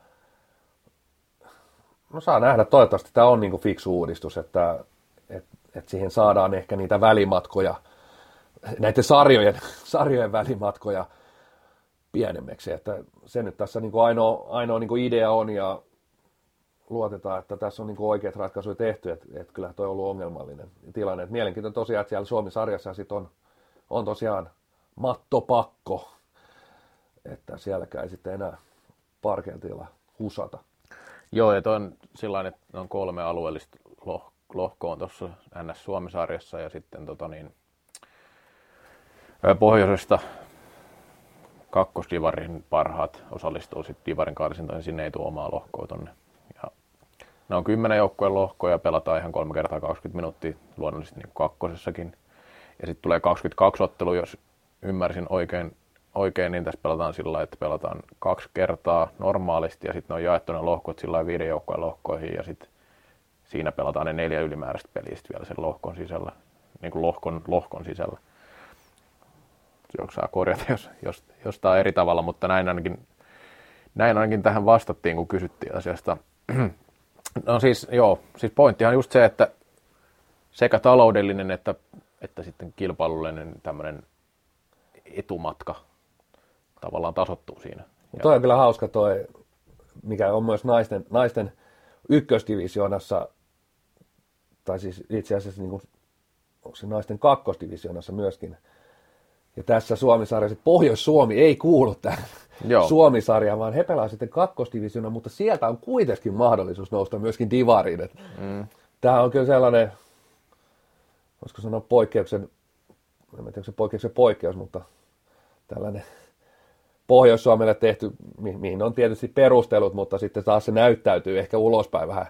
no saa nähdä, toivottavasti tämä on niin kuin fiksu uudistus, että et, et siihen saadaan ehkä niitä välimatkoja, näiden sarjojen, sarjojen välimatkoja pienemmäksi. Että se nyt tässä niin kuin ainoa, ainoa niin kuin idea on ja luotetaan, että tässä on niin kuin oikeat ratkaisuja tehty, että, että kyllä toi on ollut ongelmallinen tilanne. Että mielenkiintoinen tosiaan, että siellä Suomi-sarjassa sit on, on tosiaan mattopakko, että sielläkään ei sitten enää parkeltilla husata. Joo, ja toi on sillain, että on kolme alueellista loh- lohkoa tuossa N S Suomi-sarjassa ja sitten tota niin, pohjoisesta kakkosdivarin parhaat osallistuu sitten divarin karsintaan, niin sinne ei tule omaa lohkoa tonne. Ja ne on kymmenen joukkueen lohkoja ja pelataan ihan kolme kertaa kaksikymmentä minuuttia luonnollisesti niin kuin kakkosessakin. Ja sitten tulee kaksikymmentäkaksi ottelua, jos ymmärsin oikein, oikein, niin tässä pelataan sillä lailla, että pelataan kaksi kertaa normaalisti ja sitten ne on jaettu ne lohkot sillä lailla viiden joukkueen lohkoihin ja sitten siinä pelataan ne neljä ylimääräistä peliä vielä sen lohkon sisällä, niin kuin lohkon, lohkon sisällä. Saa korjata, jos, jos, jos tämä on eri tavalla, mutta näin ainakin, näin ainakin tähän vastattiin, kun kysyttiin asiasta. No siis, joo, siis pointtihan on just se, että sekä taloudellinen että, että sitten kilpailullinen tämmöinen etumatka tavallaan tasoittuu siinä. Ja toi on kyllä hauska toi, mikä on myös naisten, naisten ykkösdivisioonassa, tai siis itse asiassa niin kuin, onko se naisten kakkosdivisioonassa myöskin. Ja tässä Suomi-sarjassa Pohjois-Suomi ei kuulu tähän Suomi-sarjaan, vaan he pelaa sitten kakkosdivisiona, mutta sieltä on kuitenkin mahdollisuus nousta myöskin divariin. Mm. Tämä on kyllä sellainen, voisiko sanoa poikkeuksen, en tiedä, onko se poikkeuksen poikkeus, mutta tällainen Pohjois-Suomelle tehty, mi- mihin on tietysti perustelut, mutta sitten taas se näyttäytyy ehkä ulospäin vähän,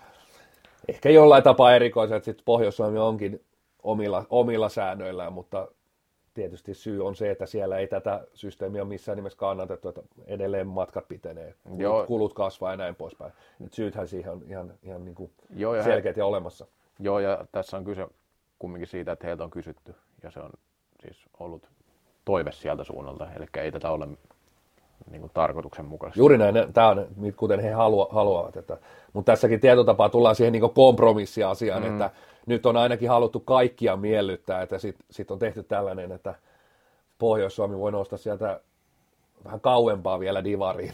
ehkä jollain tapaa erikoiselta, että sitten Pohjois-Suomi onkin omilla, omilla säännöillään, mutta tietysti syy on se, että siellä ei tätä systeemiä ole missään nimessä kannatettu, että edelleen matkat pitenee, kulut, kulut kasvaa ja näin poispäin. Et syythän siihen on ihan, ihan niin kuin Joo, ja selkeät he... ja olemassa. Joo, ja tässä on kyse kumminkin siitä, että heiltä on kysytty, ja se on siis ollut toive sieltä suunnalta, eli ei tätä ole niin kuin tarkoituksenmukaisesti. Juuri näin, tämä on kuten he halua, haluavat. Että, mutta tässäkin tietotapaa tullaan siihen niin kuin kompromissiasiaan, mm. että nyt on ainakin haluttu kaikkia miellyttää, että sitten sit on tehty tällainen, että Pohjois-Suomi voi nousta sieltä vähän kauempaa vielä divariin.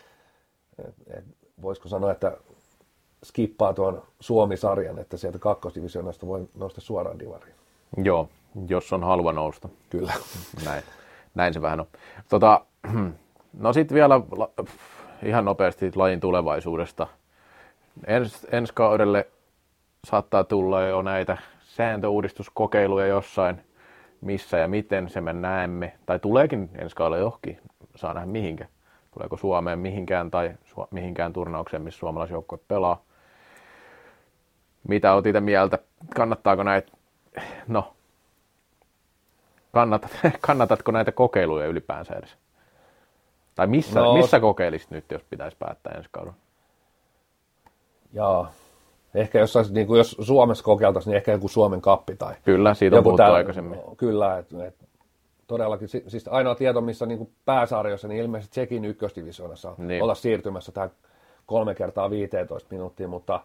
Et, et, voisiko sanoa, että skippaa tuon Suomi-sarjan, että sieltä kakkosdivisioonasta voi nousta suoraan divariin. Joo, jos on halua nousta. Kyllä. Näin, näin se vähän on. Tota, no sitten vielä ihan nopeasti lajin tulevaisuudesta. Ens, ensi kaudelle saattaa tulla jo näitä sääntöuudistuskokeiluja jossain, missä ja miten se me näemme. Tai tuleekin ensi kaudella johonkin, saa nähdä mihinkä. Tuleeko Suomeen mihinkään tai su- mihinkään turnaukseen, missä suomalaisjoukkue pelaa. Mitä oot itse mieltä? Kannattaako näitä, no, kannatat, kannatatko näitä kokeiluja ylipäänsä edes? Tai missä, no, missä kokeilisit nyt, jos pitäisi päättää ensi kaudella? Jaa. Ehkä jos, niin kuin jos Suomessa kokeiltaisiin, niin ehkä joku Suomen kappi tai... Kyllä, siitä on puhuttu tää, aikaisemmin. Kyllä, että et, todellakin. Siis ainoa tieto, missä niin kuin pääsarjoissa, niin ilmeisesti Tsekin ykkösdivisioonassa niin olla siirtymässä tähän kolme kertaa viisitoista minuuttia, mutta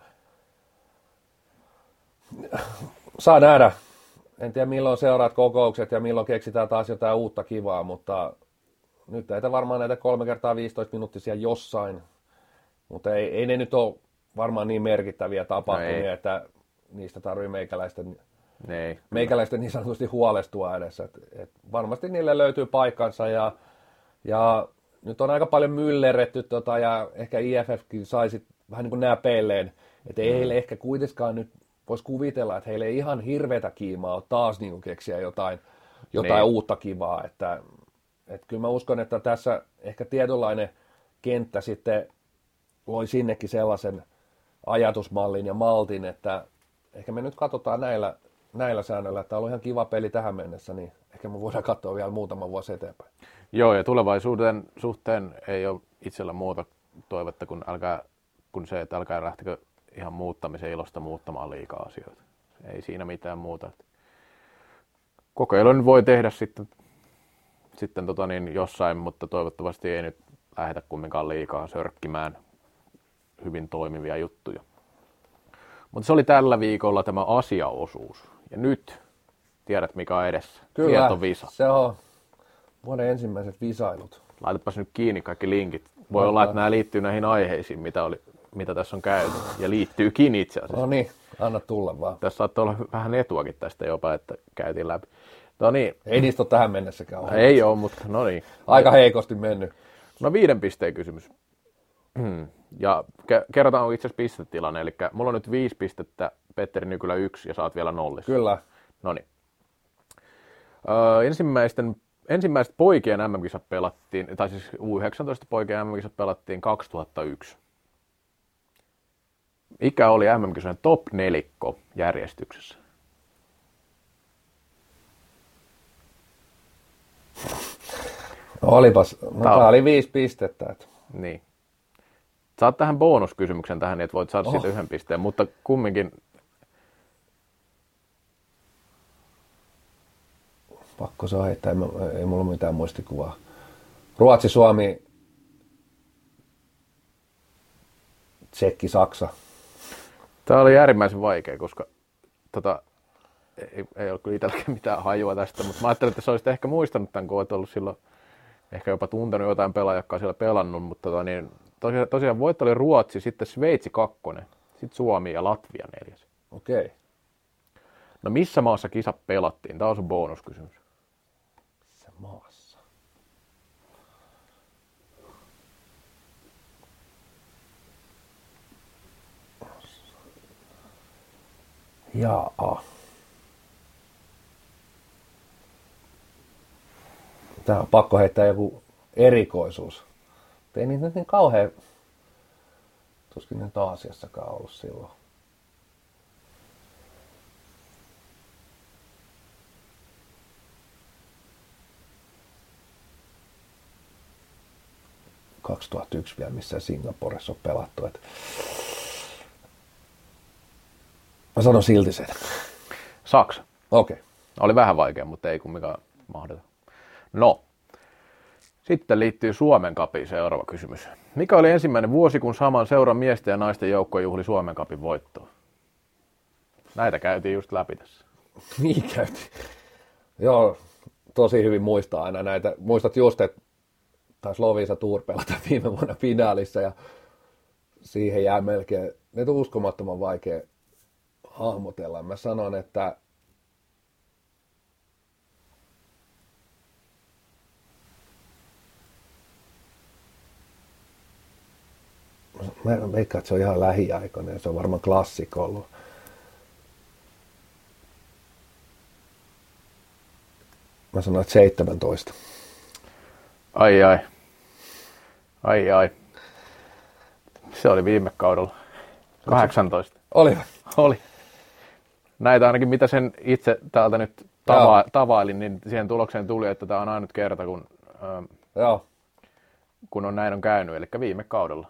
saa nähdä. En tiedä milloin seuraat kokoukset ja milloin keksitään taas jotain uutta kivaa, mutta nyt näitä varmaan näitä kolme kertaa viisitoista minuuttisia jossain, mutta ei, ei ne nyt ole varmaan niin merkittäviä tapahtumia, no että niistä tarvii meikäläisten, ei, meikäläisten niin sanotusti huolestua edessä. Et, et varmasti niille löytyy paikkansa ja, ja nyt on aika paljon myllerretty tota, ja ehkä I F Fkin saisi vähän niin kuin näpeilleen, että ei mm. heille ehkä kuitenkaan nyt voisi kuvitella, että heille ei ihan hirveätä kiimaa ole taas niin kuin keksiä jotain, jotain niin uutta kivaa. Että, et kyllä mä uskon, että tässä ehkä tietynlainen kenttä sitten loi sinnekin sellaisen ajatusmallin ja maltin, että ehkä me nyt katsotaan näillä, näillä säännöillä, että on ollut ihan kiva peli tähän mennessä, niin ehkä me voidaan katsoa vielä muutama vuosi eteenpäin. Joo, ja tulevaisuuden suhteen ei ole itsellä muuta toivetta kuin, älkää, kuin se, että älkää lähtekö ihan muuttamisen ilosta muuttamaan liikaa asioita. Ei siinä mitään muuta. Kokeilun voi tehdä sitten, sitten tota niin, jossain, mutta toivottavasti ei nyt lähdetä kumminkaan liikaa sörkkimään hyvin toimivia juttuja. Mutta se oli tällä viikolla tämä asiaosuus. Ja nyt tiedät mikä on edessä. Kyllä, Tietovisa. Se on vuoden ensimmäiset visailut. Laitapas nyt kiinni kaikki linkit. Voi olla, että nämä liittyy näihin aiheisiin, mitä, oli, mitä tässä on käyty. Ja liittyykin itse asiassa. No niin, anna tulla vaan. Tässä saattaa olla vähän etuakin tästä jopa, että käytiin läpi. No niin. Ei niistä ole tähän mennessäkään ollut. Ei ole, mutta no niin. Aika heikosti mennyt. No viiden pisteen kysymys. Ja kerrotaan itse asiassa pistetilanne. Eli mulla on nyt viisi pistettä, Petteri Nykylä yksi ja saat vielä nollissa. Kyllä. No niin. Öö, ensimmäisten Ensimmäiset poikien M M-kisat pelattiin, tai siis U yhdeksäntoista poikien M M-kisat pelattiin kaksituhattayksi. Mikä oli M M-kisojen top nelikko järjestyksessä? No olipas, no tää oli viisi pistettä. Että. Niin. Saat tähän bonuskysymyksen tähän, niin että voit saada oh. siitä yhden pisteen, mutta kumminkin... Pakko se on heittää, ei, ei mulla mitään muistikuvaa. Ruotsi, Suomi, Tsekki, Saksa. Tämä oli äärimmäisen vaikea, koska tota, ei, ei ole kyllä itselläkään mitään hajua tästä, mutta mä ajattelin, että sä olisit ehkä muistanut tämän, kun olet ollut silloin ehkä jopa tuntenut jotain pelaajia, jotka on siellä pelannut, mutta tota, niin, tosiaan, tosiaan voitto oli Ruotsi, sitten Sveitsi kakkonen, sitten Suomi ja Latvia neljäs. Okei. Okay. No missä maassa kisa pelattiin? Tämä on sun bonuskysymys. Missä maassa? Jaa. Tää on pakko heittää joku erikoisuus. Ei niitä nyt niin kauhean... Tuskin nyt Aasiassakaan ollut silloin. kaksituhattayksi vielä missään Singaporessa on pelattu. Et... Mä sanon silti sen. Saksa. Okei. Okay. Oli vähän vaikea, mutta ei kumminkaan mahdoton. No, sitten liittyy Suomen Cupiin seuraava kysymys. Mikä oli ensimmäinen vuosi, kun saman seuran miesten ja naisten joukko juhli Suomen Cupin voittoa? Näitä käytiin just läpi tässä. Niin käytiin. Joo, tosi hyvin muistaa aina näitä. Muistat just, että taisi Loviisa Tour pelata viime vuonna finaalissa ja siihen jää melkein, ne on uskomattoman vaikea hahmotella. Mä sanon, että mä veikkaan, että se on ihan lähiaikoinen, se on varmaan klassikko ollut. Mä sanon, että seitsemäntoista. Ai ai. Ai ai. Se oli viime kaudella. kahdeksantoista. Oli. Oli. Näitä ainakin mitä sen itse täältä nyt tava- tavailin, niin siihen tulokseen tuli, että tämä on ainut kerta, kun, ähm, Joo. kun on näin on käynyt, eli viime kaudella.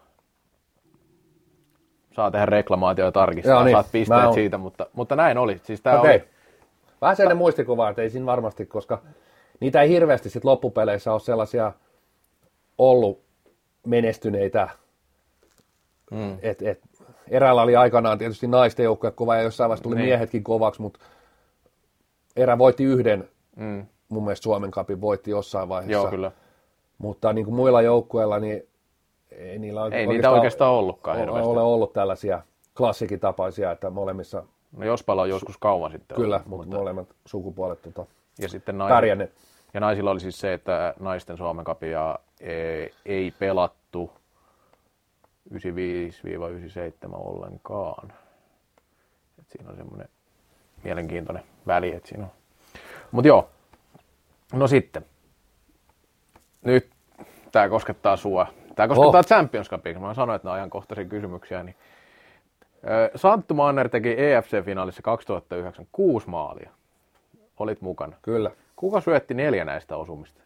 Saa tehdä reklamaatio ja tarkistaa, Joo, niin. Saat pisteet on... siitä, mutta, mutta näin oli. Siis tää Okei. oli... Vähän sellainen muistikuva, että ei siinä varmasti, koska niitä ei hirveästi sit loppupeleissä ole sellaisia ollut menestyneitä. Mm. Et, et, eräällä oli aikanaan tietysti naisten joukkoja kova ja jossain vaiheessa tuli niin. miehetkin kovaksi, mutta erä voitti yhden, mm. mun mielestä Suomen Cupin voitti jossain vaiheessa. Joo, kyllä. Mutta niin kuin muilla joukkueilla, niin ei niillä ei oikeastaan, niitä oikeastaan ollutkaan ole, hirveästi. ole ollut tällaisia klassikin tapaisia, että molemmissa... No Jospalla on joskus kauan sitten. Kyllä, ollut, mutta molemmat sukupuolet tota, ja sitten nais... pärjänneet. Ja naisilla oli siis se, että naisten Suomen Cupia ei, ei pelattu yhdeksänkymmentäviisi yhdeksänkymmentäseitsemän ollenkaan. Et siinä on semmoinen mielenkiintoinen väli, että siinä on. Mut joo, no sitten. Nyt tää koskettaa sua. Tää koskettaa oh. Champions Cupia, kun mä sanoin, että ne on ajankohtaisia kysymyksiä. Niin... Santtu Manner teki E F C-finaalissa kaksituhattayhdeksän kuusi maalia. Olit mukana. Kyllä. Kuka syötti neljä näistä osumista?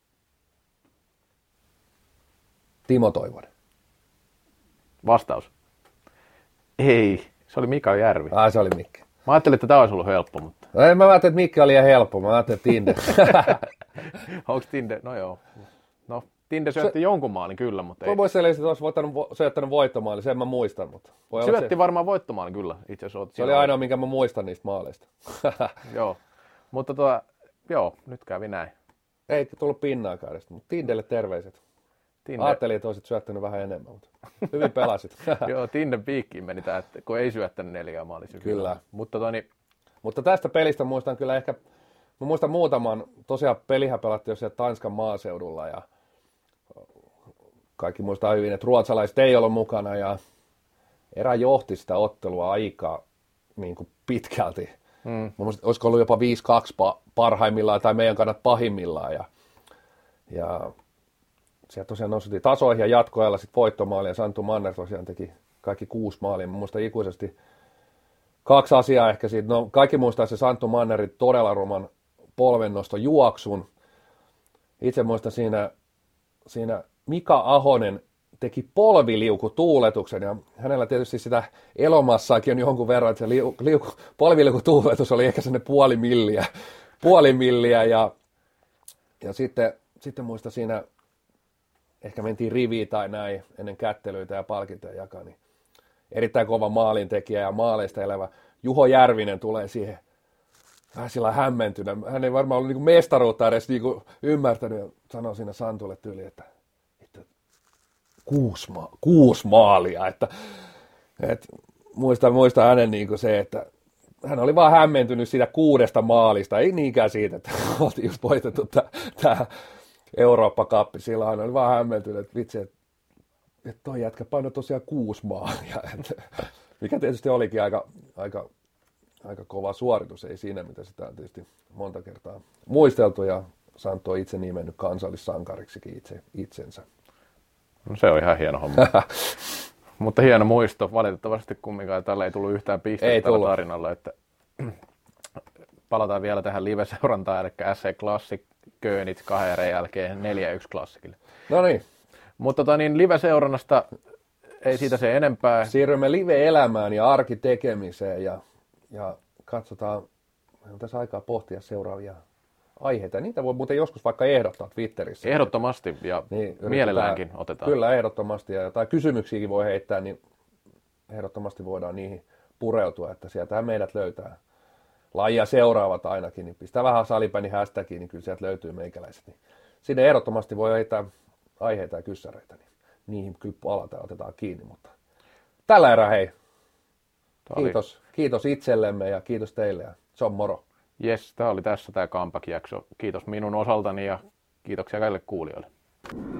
Timo Toivonen. Vastaus. Ei, se oli Mika Järvi. Ai, se oli Mikke. Mä ajattelin, että tämä olisi ollut helppo, mutta... No en mä ajattelin, että Mikke oli ihan helppo. Mä ajattelin, että Tinde. Onko Tinde? No joo. No, Tinde syötti se... jonkun maalin kyllä, mutta ei. Muistelin, että olisi voittanut, syöttänyt voittomaalin, sen mä muistan. Mutta syötti se... varmaan voittomaalin kyllä. Itse asiassa se oli ainoa, minkä mä muistan niistä maaleista. Joo, mutta tuota, joo, nyt kävi näin. Ei tullut pinnaakaan edes, mutta Tindelle terveiset. Tinde... Ajattelin, että olisit syöttänyt vähän enemmän, mutta hyvin pelasit. Joo, Tinden piikkiin meni tämä, kun ei syöttänyt neljää maalia. Kyllä. Mutta, toni... mutta tästä pelistä muistan kyllä ehkä, mä muistan muutaman, tosiaan pelihän pelattiin jo siellä Tanskan maaseudulla ja kaikki muistaa hyvin, että ruotsalaiset ei ollut mukana ja erä johti sitä ottelua aika niin kuin pitkälti. Mm. Muistan, olisiko ollut jopa viisi kaksi parhaimmillaan tai meidän kannat pahimmillaan ja, ja sieltä tosiaan noustiin tasoihin ja jatkoajalla sitten voittomaali ja Santtu Manner tosiaan teki kaikki kuusi maalia. Mä muistan ikuisesti kaksi asiaa ehkä siitä. No, kaikki muistaa se Santtu Mannerin todella ruman polvennoston juoksun. Itse muistan siinä, siinä Mika Ahonen teki polviliukutuuletuksen ja hänellä tietysti sitä elomassaakin on jonkun verran, että se liu, liuku, polviliukutuuletus oli ehkä sellainen puoli milliä, puoli milliä ja, ja sitten, sitten muistan siinä ehkä mentiin riviin tai näin ennen kättelyitä ja palkintoja jakaa, niin erittäin kova maalintekijä ja maaleista elävä Juho Järvinen tulee siihen vähän sillä hämmentynä. Hän ei varmaan ollut niin kuin mestaruutta edes niin kuin ymmärtänyt ja sanoi siinä Santulle tyyliin, että, että kuusi, ma- kuusi maalia. Että, että muista, muista hänen niin kuin se, että hän oli vaan hämmentynyt siitä kuudesta maalista, ei niinkään siitä, että oltiin just voitettu tämä Eurooppa-kappi. Silloin oli vaan hämmentynyt, että vitsi, että, että toi jätkä painoi tosiaan kuusi maalia. Että, mikä tietysti olikin aika, aika, aika kova suoritus, ei siinä, mitä sitä on tietysti monta kertaa muisteltu, ja Santtu on itse nimennyt kansallissankariksikin itse, itsensä. No se on ihan hieno homma. Mutta hieno muisto. Valitettavasti kumminkaan tällä ei tullut yhtään pistettä tällä tarinalla, että palataan vielä tähän live-seurantaan, eli S C Classic Könit kahden erän jälkeen neljä yksi Klassikille. No niin. Mutta tota, niin live-seurannasta ei siitä se enempää. Siirrymme live-elämään ja arkitekemiseen ja, ja katsotaan, on tässä aikaa pohtia seuraavia aiheita. Niitä voi muuten joskus vaikka ehdottaa Twitterissä. Ehdottomasti ja niin, mielelläänkin otetaan. Kyllä, ehdottomasti. Ja jotain kysymyksiäkin voi heittää, niin ehdottomasti voidaan niihin pureutua, että sieltähän meidät löytää. Lajia seuraavat ainakin, niin pistää vähän salipäni hashtagiin, niin kyllä sieltä löytyy meikäläiset. Niin sinne ehdottomasti voi heittää aiheita ja kyssäreitä, niin niihin kyllä palataan ja otetaan kiinni. Mutta tällä erää hei, kiitos, oli... kiitos itsellemme ja kiitos teille ja se on moro. Jes, tämä oli tässä tämä comeback-jakso. Kiitos minun osaltani ja kiitoksia kaikille kuulijoille.